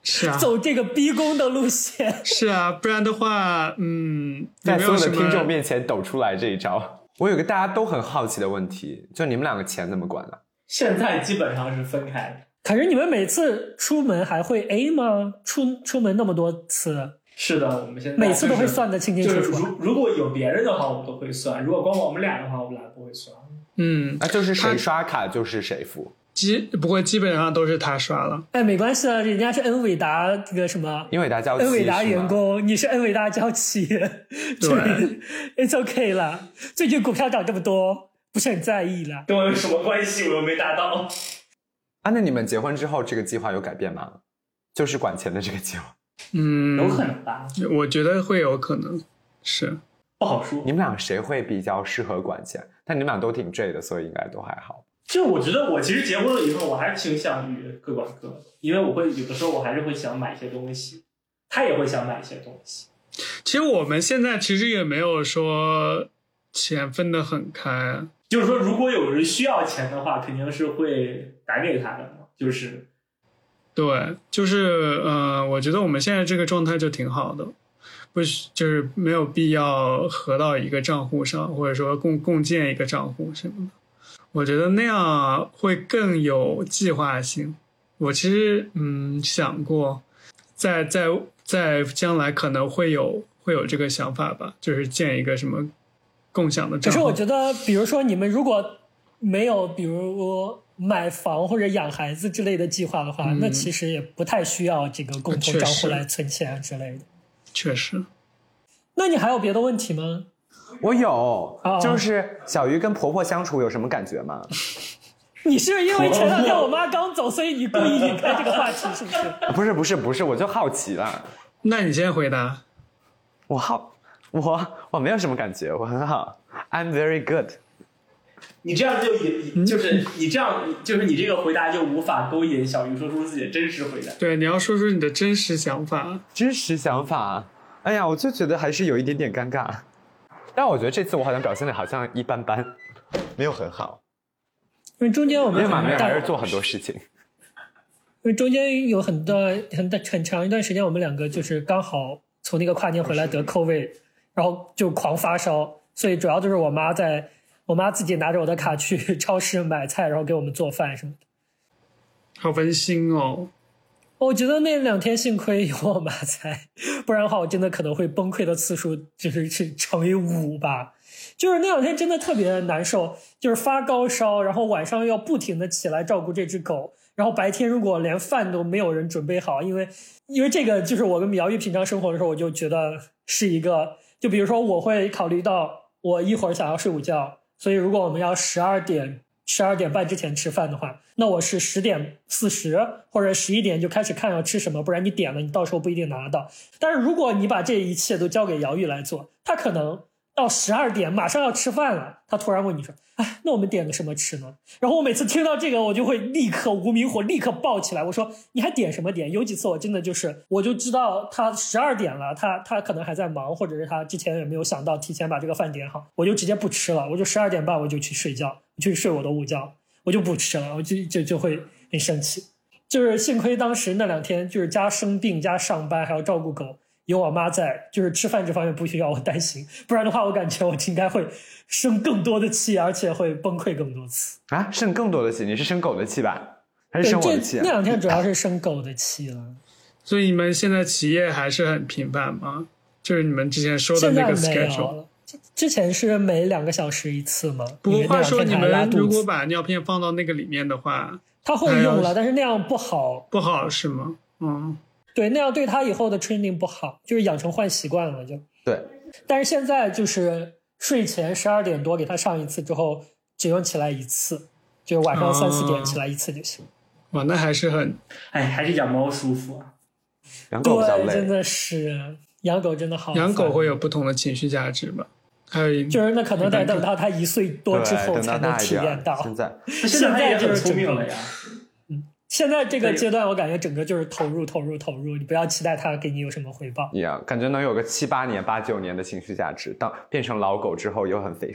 是啊，
走这个逼宫的路线。
是啊，不然的话，嗯，
在所有的听众面前抖出来这一招。我有个大家都很好奇的问题，就你们两个钱怎么管呢？
现在基本上是分开的。
可是你们每次出门还会 A 吗？出出门那么多次。
是的，我们现在
每次都会算得清清楚楚。
就是如如果有别人的话，我们都会算；如果光我们俩的话，我们俩不会算。
嗯，
那就是谁刷卡就是谁付。
基不过基本上都是他刷了。
哎，没关系啊，人家是恩伟达这个什么，
恩伟达娇妻，
恩伟达员工，你是恩伟达娇妻，
对
，it's OK 了。最近股票涨这么多，不是很在意了。
跟我有什么关系？我又没达到。
啊，那你们结婚之后这个计划有改变吗？就是管钱的这个计划。
嗯，
有可能吧？
我觉得会有可能，是
不好说。
你们俩谁会比较适合管钱？但你们俩都挺 J 的，所以应该都还好。
就我觉得我其实结婚了以后，我还是倾向于各管各的，因为我会有的时候我还是会想买一些东西，他也会想买一些东西。
其实我们现在其实也没有说钱分得很开，
就是说如果有人需要钱的话，肯定是会打给他的嘛。就是
对，就是嗯、呃，我觉得我们现在这个状态就挺好的，不是就是没有必要合到一个账户上，或者说共共建一个账户什么的。我觉得那样会更有计划性。我其实嗯想过，在在在将来可能会有会有这个想法吧，就是建一个什么共享的账户。
可是我觉得，比如说你们如果没有，比如买房或者养孩子之类的计划的话，嗯、那其实也不太需要这个共同账户来存钱之类的。
确实。
那你还有别的问题吗？
我有，就是小鱼跟婆婆相处有什么感觉吗？
你是因为前两天我妈刚走，所以你故意引开这个话题，是不是？
不是不是不是，我就好奇了。
那你先回答。
我好，我我没有什么感觉，我很好 ，I'm very good。
你这样就引，就是你这样，就是你这个回答就无法勾引小鱼说出自己的真实回答。
对，你要说出你的真实想法。
真实想法，哎呀，我就觉得还是有一点点尴尬。但我觉得这次我好像表现的好像一般般，没有很好。
因为中间我们
因为马妹还是做很多事情。
因为中间有很多很很长一段时间，我们两个就是刚好从那个跨年回来得 COVID， 然后就狂发烧，所以主要就是我妈在，我妈自己拿着我的卡去超市买菜，然后给我们做饭什么的。
好温馨哦。
我觉得那两天幸亏有我妈在，不然的话我真的可能会崩溃的次数就是是乘以五吧。就是那两天真的特别难受，就是发高烧，然后晚上要不停的起来照顾这只狗，然后白天如果连饭都没有人准备好，因为因为这个就是我跟苗玉平常生活的时候，我就觉得是一个，就比如说我会考虑到我一会儿想要睡午觉，所以如果我们要十二点十二点半之前吃饭的话，那我是十点四十或者十一点就开始看要吃什么，不然你点了你到时候不一定拿到。但是如果你把这一切都交给姚玉来做，他可能到十二点马上要吃饭了，他突然问你说，哎，那我们点个什么吃呢？然后我每次听到这个我就会立刻无名火立刻爆起来，我说你还点什么点？有几次我真的就是我就知道他十二点了，他他可能还在忙，或者是他之前也没有想到提前把这个饭点好，我就直接不吃了，我就十二点半我就去睡觉，去睡我的午觉，我就不吃了，我就就就会很生气。就是幸亏当时那两天就是加生病加上班还要照顾狗，有我妈在，就是吃饭这方面不需要我担心，不然的话我感觉我应该会生更多的气，而且会崩溃更多次
啊！生更多的气？你是生狗的气吧？还是生我的气、啊？
那两天主要是生狗的气了。
所以你们现在起夜还是很频繁吗？就是你们之前说的那个 schedule。
之前是每两个小时一次嘛。
不过话说，你们如果把尿片放到那个里面的话，
他会用了，但是那样不好。
不好是吗？嗯。
对，那样对他以后的 training 不好，就是养成坏习惯了就。
对。
但是现在就是睡前十二点多给他上一次之后，只用起来一次，就是晚上三四点起来一次就行。
哇，那还是很，
哎，还是养猫舒服啊。
养狗比较累。
对，真的是养狗真的好。
养狗会有不同的情绪价值吧？还有
就是那可能得等到他一岁多之后才能体验到。
现在
现在就是
聪明了呀。
嗯，现在这个阶段我感觉整个就是投入投入投入，你不要期待他给你有什么回报。
一样，感觉能有个七八年八九年的情绪价值，当变成老狗之后又很费事儿。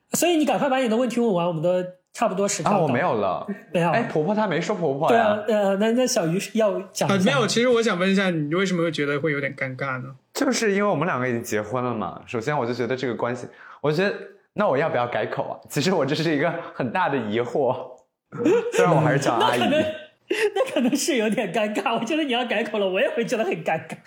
所以你赶快把你的问题问完，我们都差不多时间
啊，我没有了，
没有。
哎，婆婆她没说婆婆
呀。对
啊，
呃，那那小鱼要讲一下、
啊。没有，其实我想问一下，你为什么会觉得会有点尴尬呢？
就是因为我们两个已经结婚了嘛。首先，我就觉得这个关系，我觉得那我要不要改口啊？其实我这是一个很大的疑惑，虽然我还是叫阿姨。
那可能那可能是有点尴尬。我觉得你要改口了，我也会觉得很尴尬。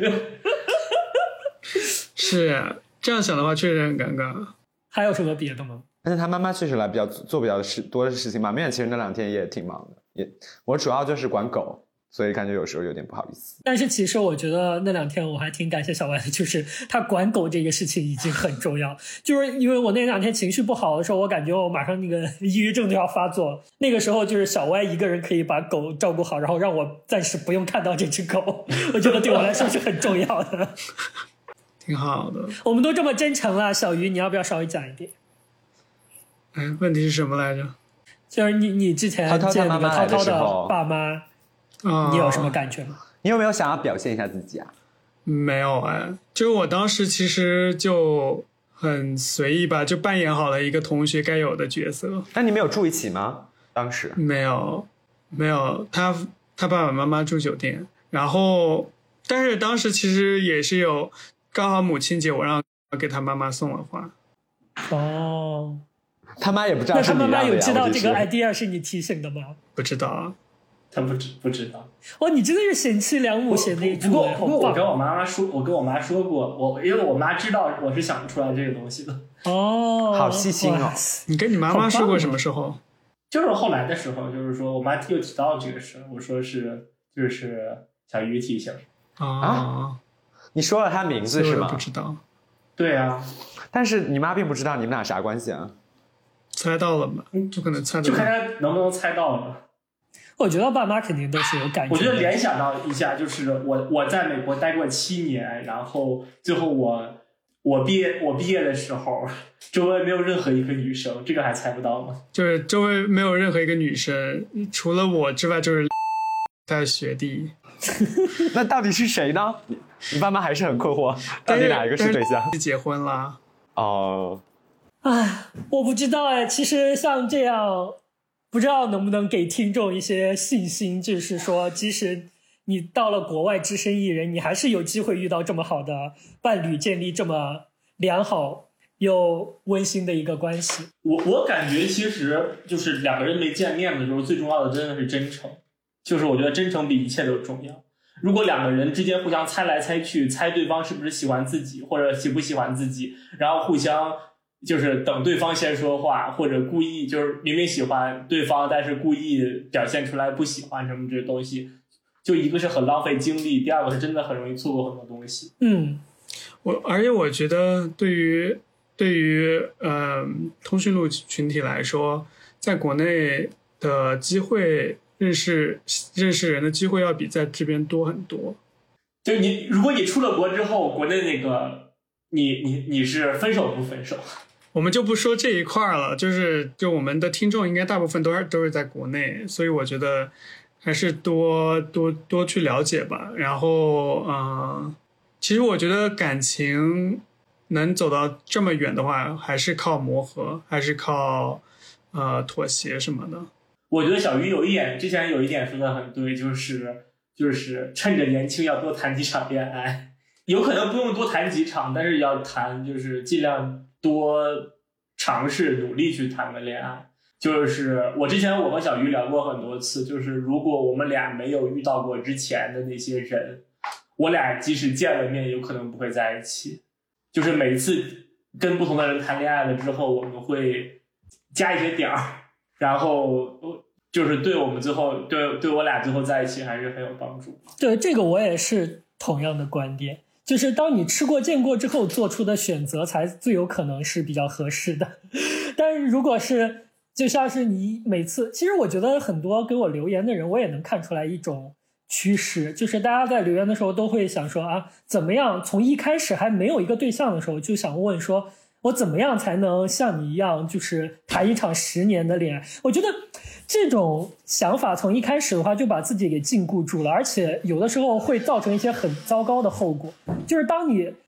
是这样想的话，确实很尴尬。
还有什么别的吗？
但是他妈妈确实来比较做比较事多的事情嘛。面其实那两天也挺忙的，也我主要就是管狗，所以感觉有时候有点不好意思。
但是其实我觉得那两天我还挺感谢小歪的，就是他管狗这个事情已经很重要。就是因为我那两天情绪不好的时候，我感觉我马上那个抑郁症就要发作，那个时候就是小歪一个人可以把狗照顾好，然后让我暂时不用看到这只狗，我觉得对我来说是很重要的。
挺好的。
我们都这么真诚了，小鱼你要不要稍微讲一点？
哎，问题是什么来着？
就是你你之前见那个涛涛的爸妈，
啊，
你有什么感觉吗？
你有没有想要表现一下自己啊？
没有哎，就是我当时其实就很随意吧，就扮演好了一个同学该有的角色。
但你没有住一起吗？当时
没有，没有，他他爸爸妈妈住酒店，然后但是当时其实也是有刚好母亲节，我让给他妈妈送了花。
哦。
他妈也不知道是你让的呀。
那他妈妈有知道这个 idea 是你提醒的吗？
不知道啊，
他不知不知道。
哦，你真的是贤妻良母显得出来，
不过我跟我妈妈说，我跟我妈说过，我因为我妈知道我是想不出来这个东西的。
哦，
好细心哦！
你跟你妈妈说过什么时候？
就是后来的时候，就是说我妈又提到这个事，我说是就是小鱼提醒
啊。
你说了她名字是吗？
不知道。
对啊，
但是你妈并不知道你们俩啥关系啊。
猜到了嘛？就可能猜到了，
就看他能不能猜到了。
我觉得爸妈肯定都是有感觉。
我觉得联想到一下，就是我我在美国待过七年，然后最后我我毕业我毕业的时候，周围没有任何一个女生，这个还猜不到吗？
就是周围没有任何一个女生，除了我之外就是他的学弟。
那到底是谁呢？你爸妈还是很困惑，到底哪一个是对象？
结婚了。
哦。
唉，我不知道哎。其实像这样，不知道能不能给听众一些信心，就是说，即使你到了国外只身一人，你还是有机会遇到这么好的伴侣，建立这么良好又温馨的一个关系。
我我感觉其实就是两个人没见面的时候，最重要的真的是真诚。就是我觉得真诚比一切都重要。如果两个人之间互相猜来猜去，猜对方是不是喜欢自己，或者喜不喜欢自己，然后互相就是等对方先说话，或者故意就是明明喜欢对方，但是故意表现出来不喜欢什么这些东西，就一个是很浪费精力，第二个是真的很容易错过很多东西。
嗯，
我而且我觉得对于对于呃通讯录群体来说，在国内的机会认识认识人的机会要比在这边多很多。
就你如果你出了国之后，国内那个你你你是分手不分手？
我们就不说这一块了，就是就我们的听众应该大部分都是都是在国内，所以我觉得还是多多多去了解吧。然后嗯、呃，其实我觉得感情能走到这么远的话，还是靠磨合，还是靠呃妥协什么的。
我觉得小鱼有一点之前有一点说的很对，就是就是趁着年轻要多谈几场恋爱，有可能不用多谈几场，但是要谈就是尽量多尝试努力去谈个恋爱。就是我之前我和小鱼聊过很多次，就是如果我们俩没有遇到过之前的那些人，我俩即使见了面有可能不会在一起。就是每次跟不同的人谈恋爱了之后，我们会加一些点儿，然后就是对我们最后对对我俩最后在一起还是很有帮助。
对，这个我也是同样的观点，就是当你吃过见过之后做出的选择才最有可能是比较合适的。但是如果是就像是你每次，其实我觉得很多给我留言的人我也能看出来一种趋势，就是大家在留言的时候都会想说啊，怎么样从一开始还没有一个对象的时候就想问说我怎么样才能像你一样就是谈一场十年的恋爱。我觉得这种想法从一开始的话就把自己给禁锢住了，而且有的时候会造成一些很糟糕的后果。就是当你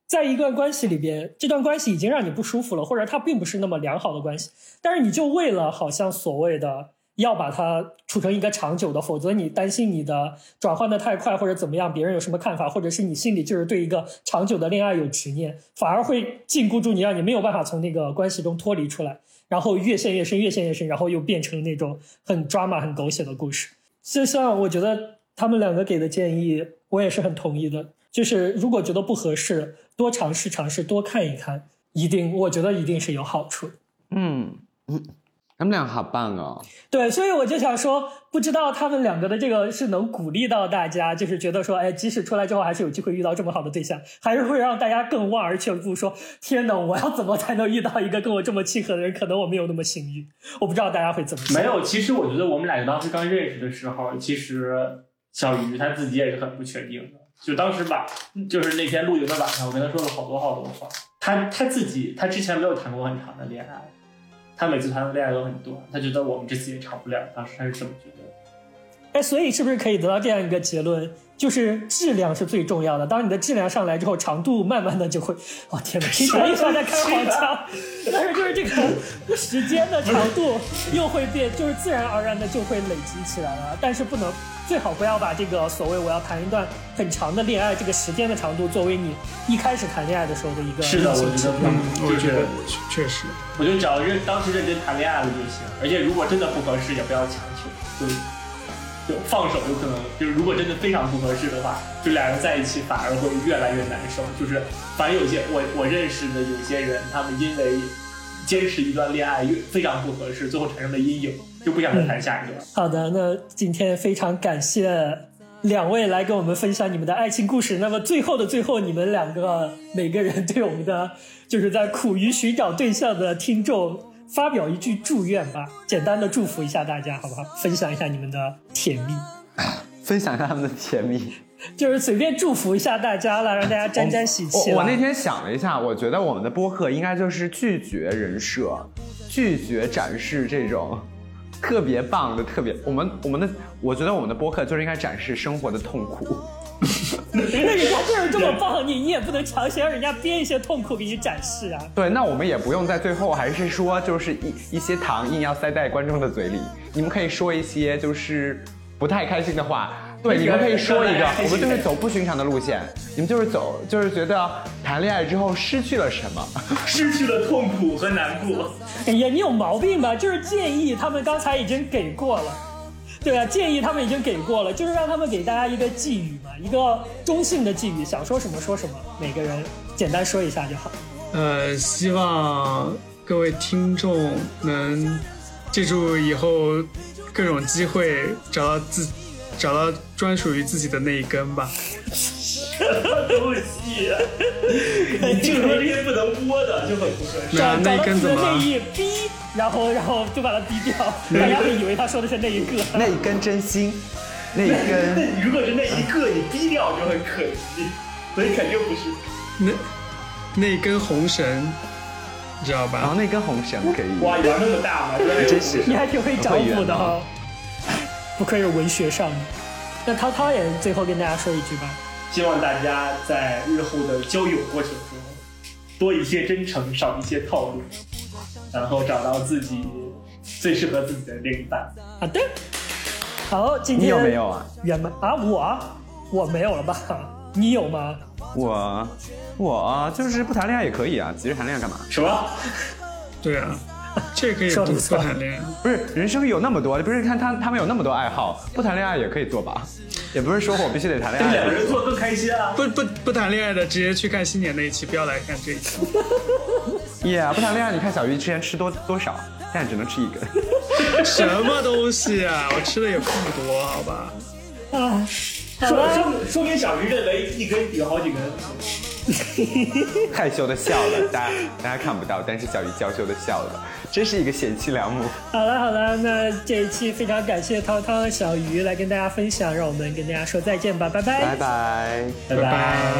在一段关系里边，这段关系已经让你不舒服了，或者它并不是那么良好的关系，但是你就为了好像所谓的要把它处成一个长久的，否则你担心你的转换的太快或者怎么样，别人有什么看法，或者是你心里就是对一个长久的恋爱有执念，反而会禁锢住你，让你没有办法从那个关系中脱离出来，然后越陷越深越陷越深，然后又变成那种很 drama 很狗血的故事。就像我觉得他们两个给的建议我也是很同意的，就是如果觉得不合适，多尝试尝试，多看一看，一定我觉得一定是有好处的。
嗯嗯，他们俩好棒哦。
对，所以我就想说，不知道他们两个的这个是能鼓励到大家，就是觉得说，哎，即使出来之后还是有机会遇到这么好的对象，还是会让大家更望而却步，说天哪，我要怎么才能遇到一个跟我这么契合的人？可能我没有那么幸运，我不知道大家会怎么想。
没有，其实我觉得我们两个当时刚认识的时候，其实小鱼他自己也是很不确定的。就当时吧，就是那天露营的晚上，我跟他说了好多好多话。他他自己他之前没有谈过很长的恋爱，他每次谈的恋爱都很短，他觉得我们这次也长不了，当时他是这么觉得。
哎，所以是不是可以得到这样一个结论，就是质量是最重要的？当你的质量上来之后，长度慢慢的就会，哦天哪，听起来又像在开黄腔，但是就是这个时间的长度又会变，就是自然而然的就会累积起来了。但是不能，最好不要把这个所谓我要谈一段很长的恋爱这个时间的长度作为你一开始谈恋爱的时候的一个。
是的，我觉得，
嗯，我觉得
确
实，
我就只要认当时认真谈恋爱了就行，而且如果真的不合适，也不要强求，就就放手，有可能就是如果真的非常不合适的话，就两人在一起反而会越来越难受。就是反正有些我我认识的有些人，他们因为坚持一段恋爱越非常不合适，最后产生了阴影，就不想再谈下一段。
嗯、好的，那今天非常感谢两位来跟我们分享你们的爱情故事。那么最后的最后，你们两个每个人对我们的就是在苦于寻找对象的听众发表一句祝愿吧，简单的祝福一下大家好不好？分享一下你们的甜蜜，
分享一下他们的甜蜜，
就是随便祝福一下大家了，让大家沾沾喜气。
我, 我, 我那天想了一下，我觉得我们的播客应该就是拒绝人设，拒绝展示这种特别棒的特别我们我们的我觉得我们的播客就是应该展示生活的痛苦。
那人家就是这么棒，你你也不能强行让人家编一些痛苦给你展示啊。
对，那我们也不用在最后还是说就是一一些糖硬要塞在观众的嘴里，你们可以说一些就是不太开心的话。对，你们可以说一个，我们就是走不寻常的路线，你们就是走就是觉得谈恋爱之后失去了什么，
失去了痛苦和难过。
哎呀，你有毛病吧？就是建议他们刚才已经给过了。对啊，建议他们已经给过了，就是让他们给大家一个寄语嘛，一个中性的寄语，想说什么说什么，每个人简单说一下就好。
呃，希望各位听众能记住以后各种机会找到自找到专属于自己的那一根吧。
什么东西、啊？你净说这些不能播的，就很不合适。
那那一根怎么？
那一逼，然后然后就把它逼掉，大家会以为他说的是那一个。
那一根真心，那一根。
那如果是那一个，你逼掉就很可惜，所以肯定不是。
那那一根红绳，你知道吧？
然后那根红绳可以。
哇，玩那么大吗？
真是。
你还挺会找补的哈，不愧是文学少女。那涛涛也最后跟大家说一句吧。
希望大家在日后的交友过程中多一些真诚，少一些套路，然后找到自己最适合自己的另一半。
好的，好，今天
你有没有啊？
圆满啊，我我没有了吧？你有吗？
我我就是不谈恋爱也可以啊，急着谈恋爱干嘛？
什么？
对啊。这可以不不谈恋爱，
不是人生有那么多，不是看他他们有那么多爱好，不谈恋爱也可以做吧？也不是说我必须得谈恋爱，
两个人做更开心啊！
不不不谈恋爱的，直接去看新年那一期，不要来看这一期。
耶、yeah, 不谈恋爱，你看小鱼之前吃多多少，现在只能吃一根。
什么东西啊？我吃的也不多，好吧？
啊，
说说说明小鱼认为一根顶好几根。
害羞的笑了，大家大家看不到，但是小鱼娇羞的笑了，真是一个贤妻良母。
好了好了，那这一期非常感谢涛涛和小鱼来跟大家分享，让我们跟大家说再见吧，拜拜，
拜拜，
拜拜。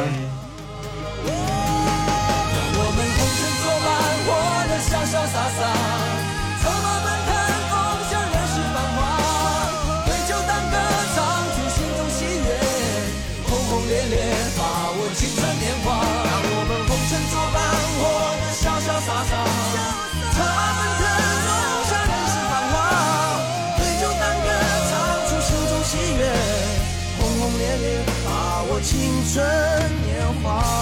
我们红尘作伴，活得潇潇洒洒，策马奔腾，风向人世繁华，对酒当歌，唱出心中喜悦，轰轰烈烈，把握青春年华，让我们青春年华。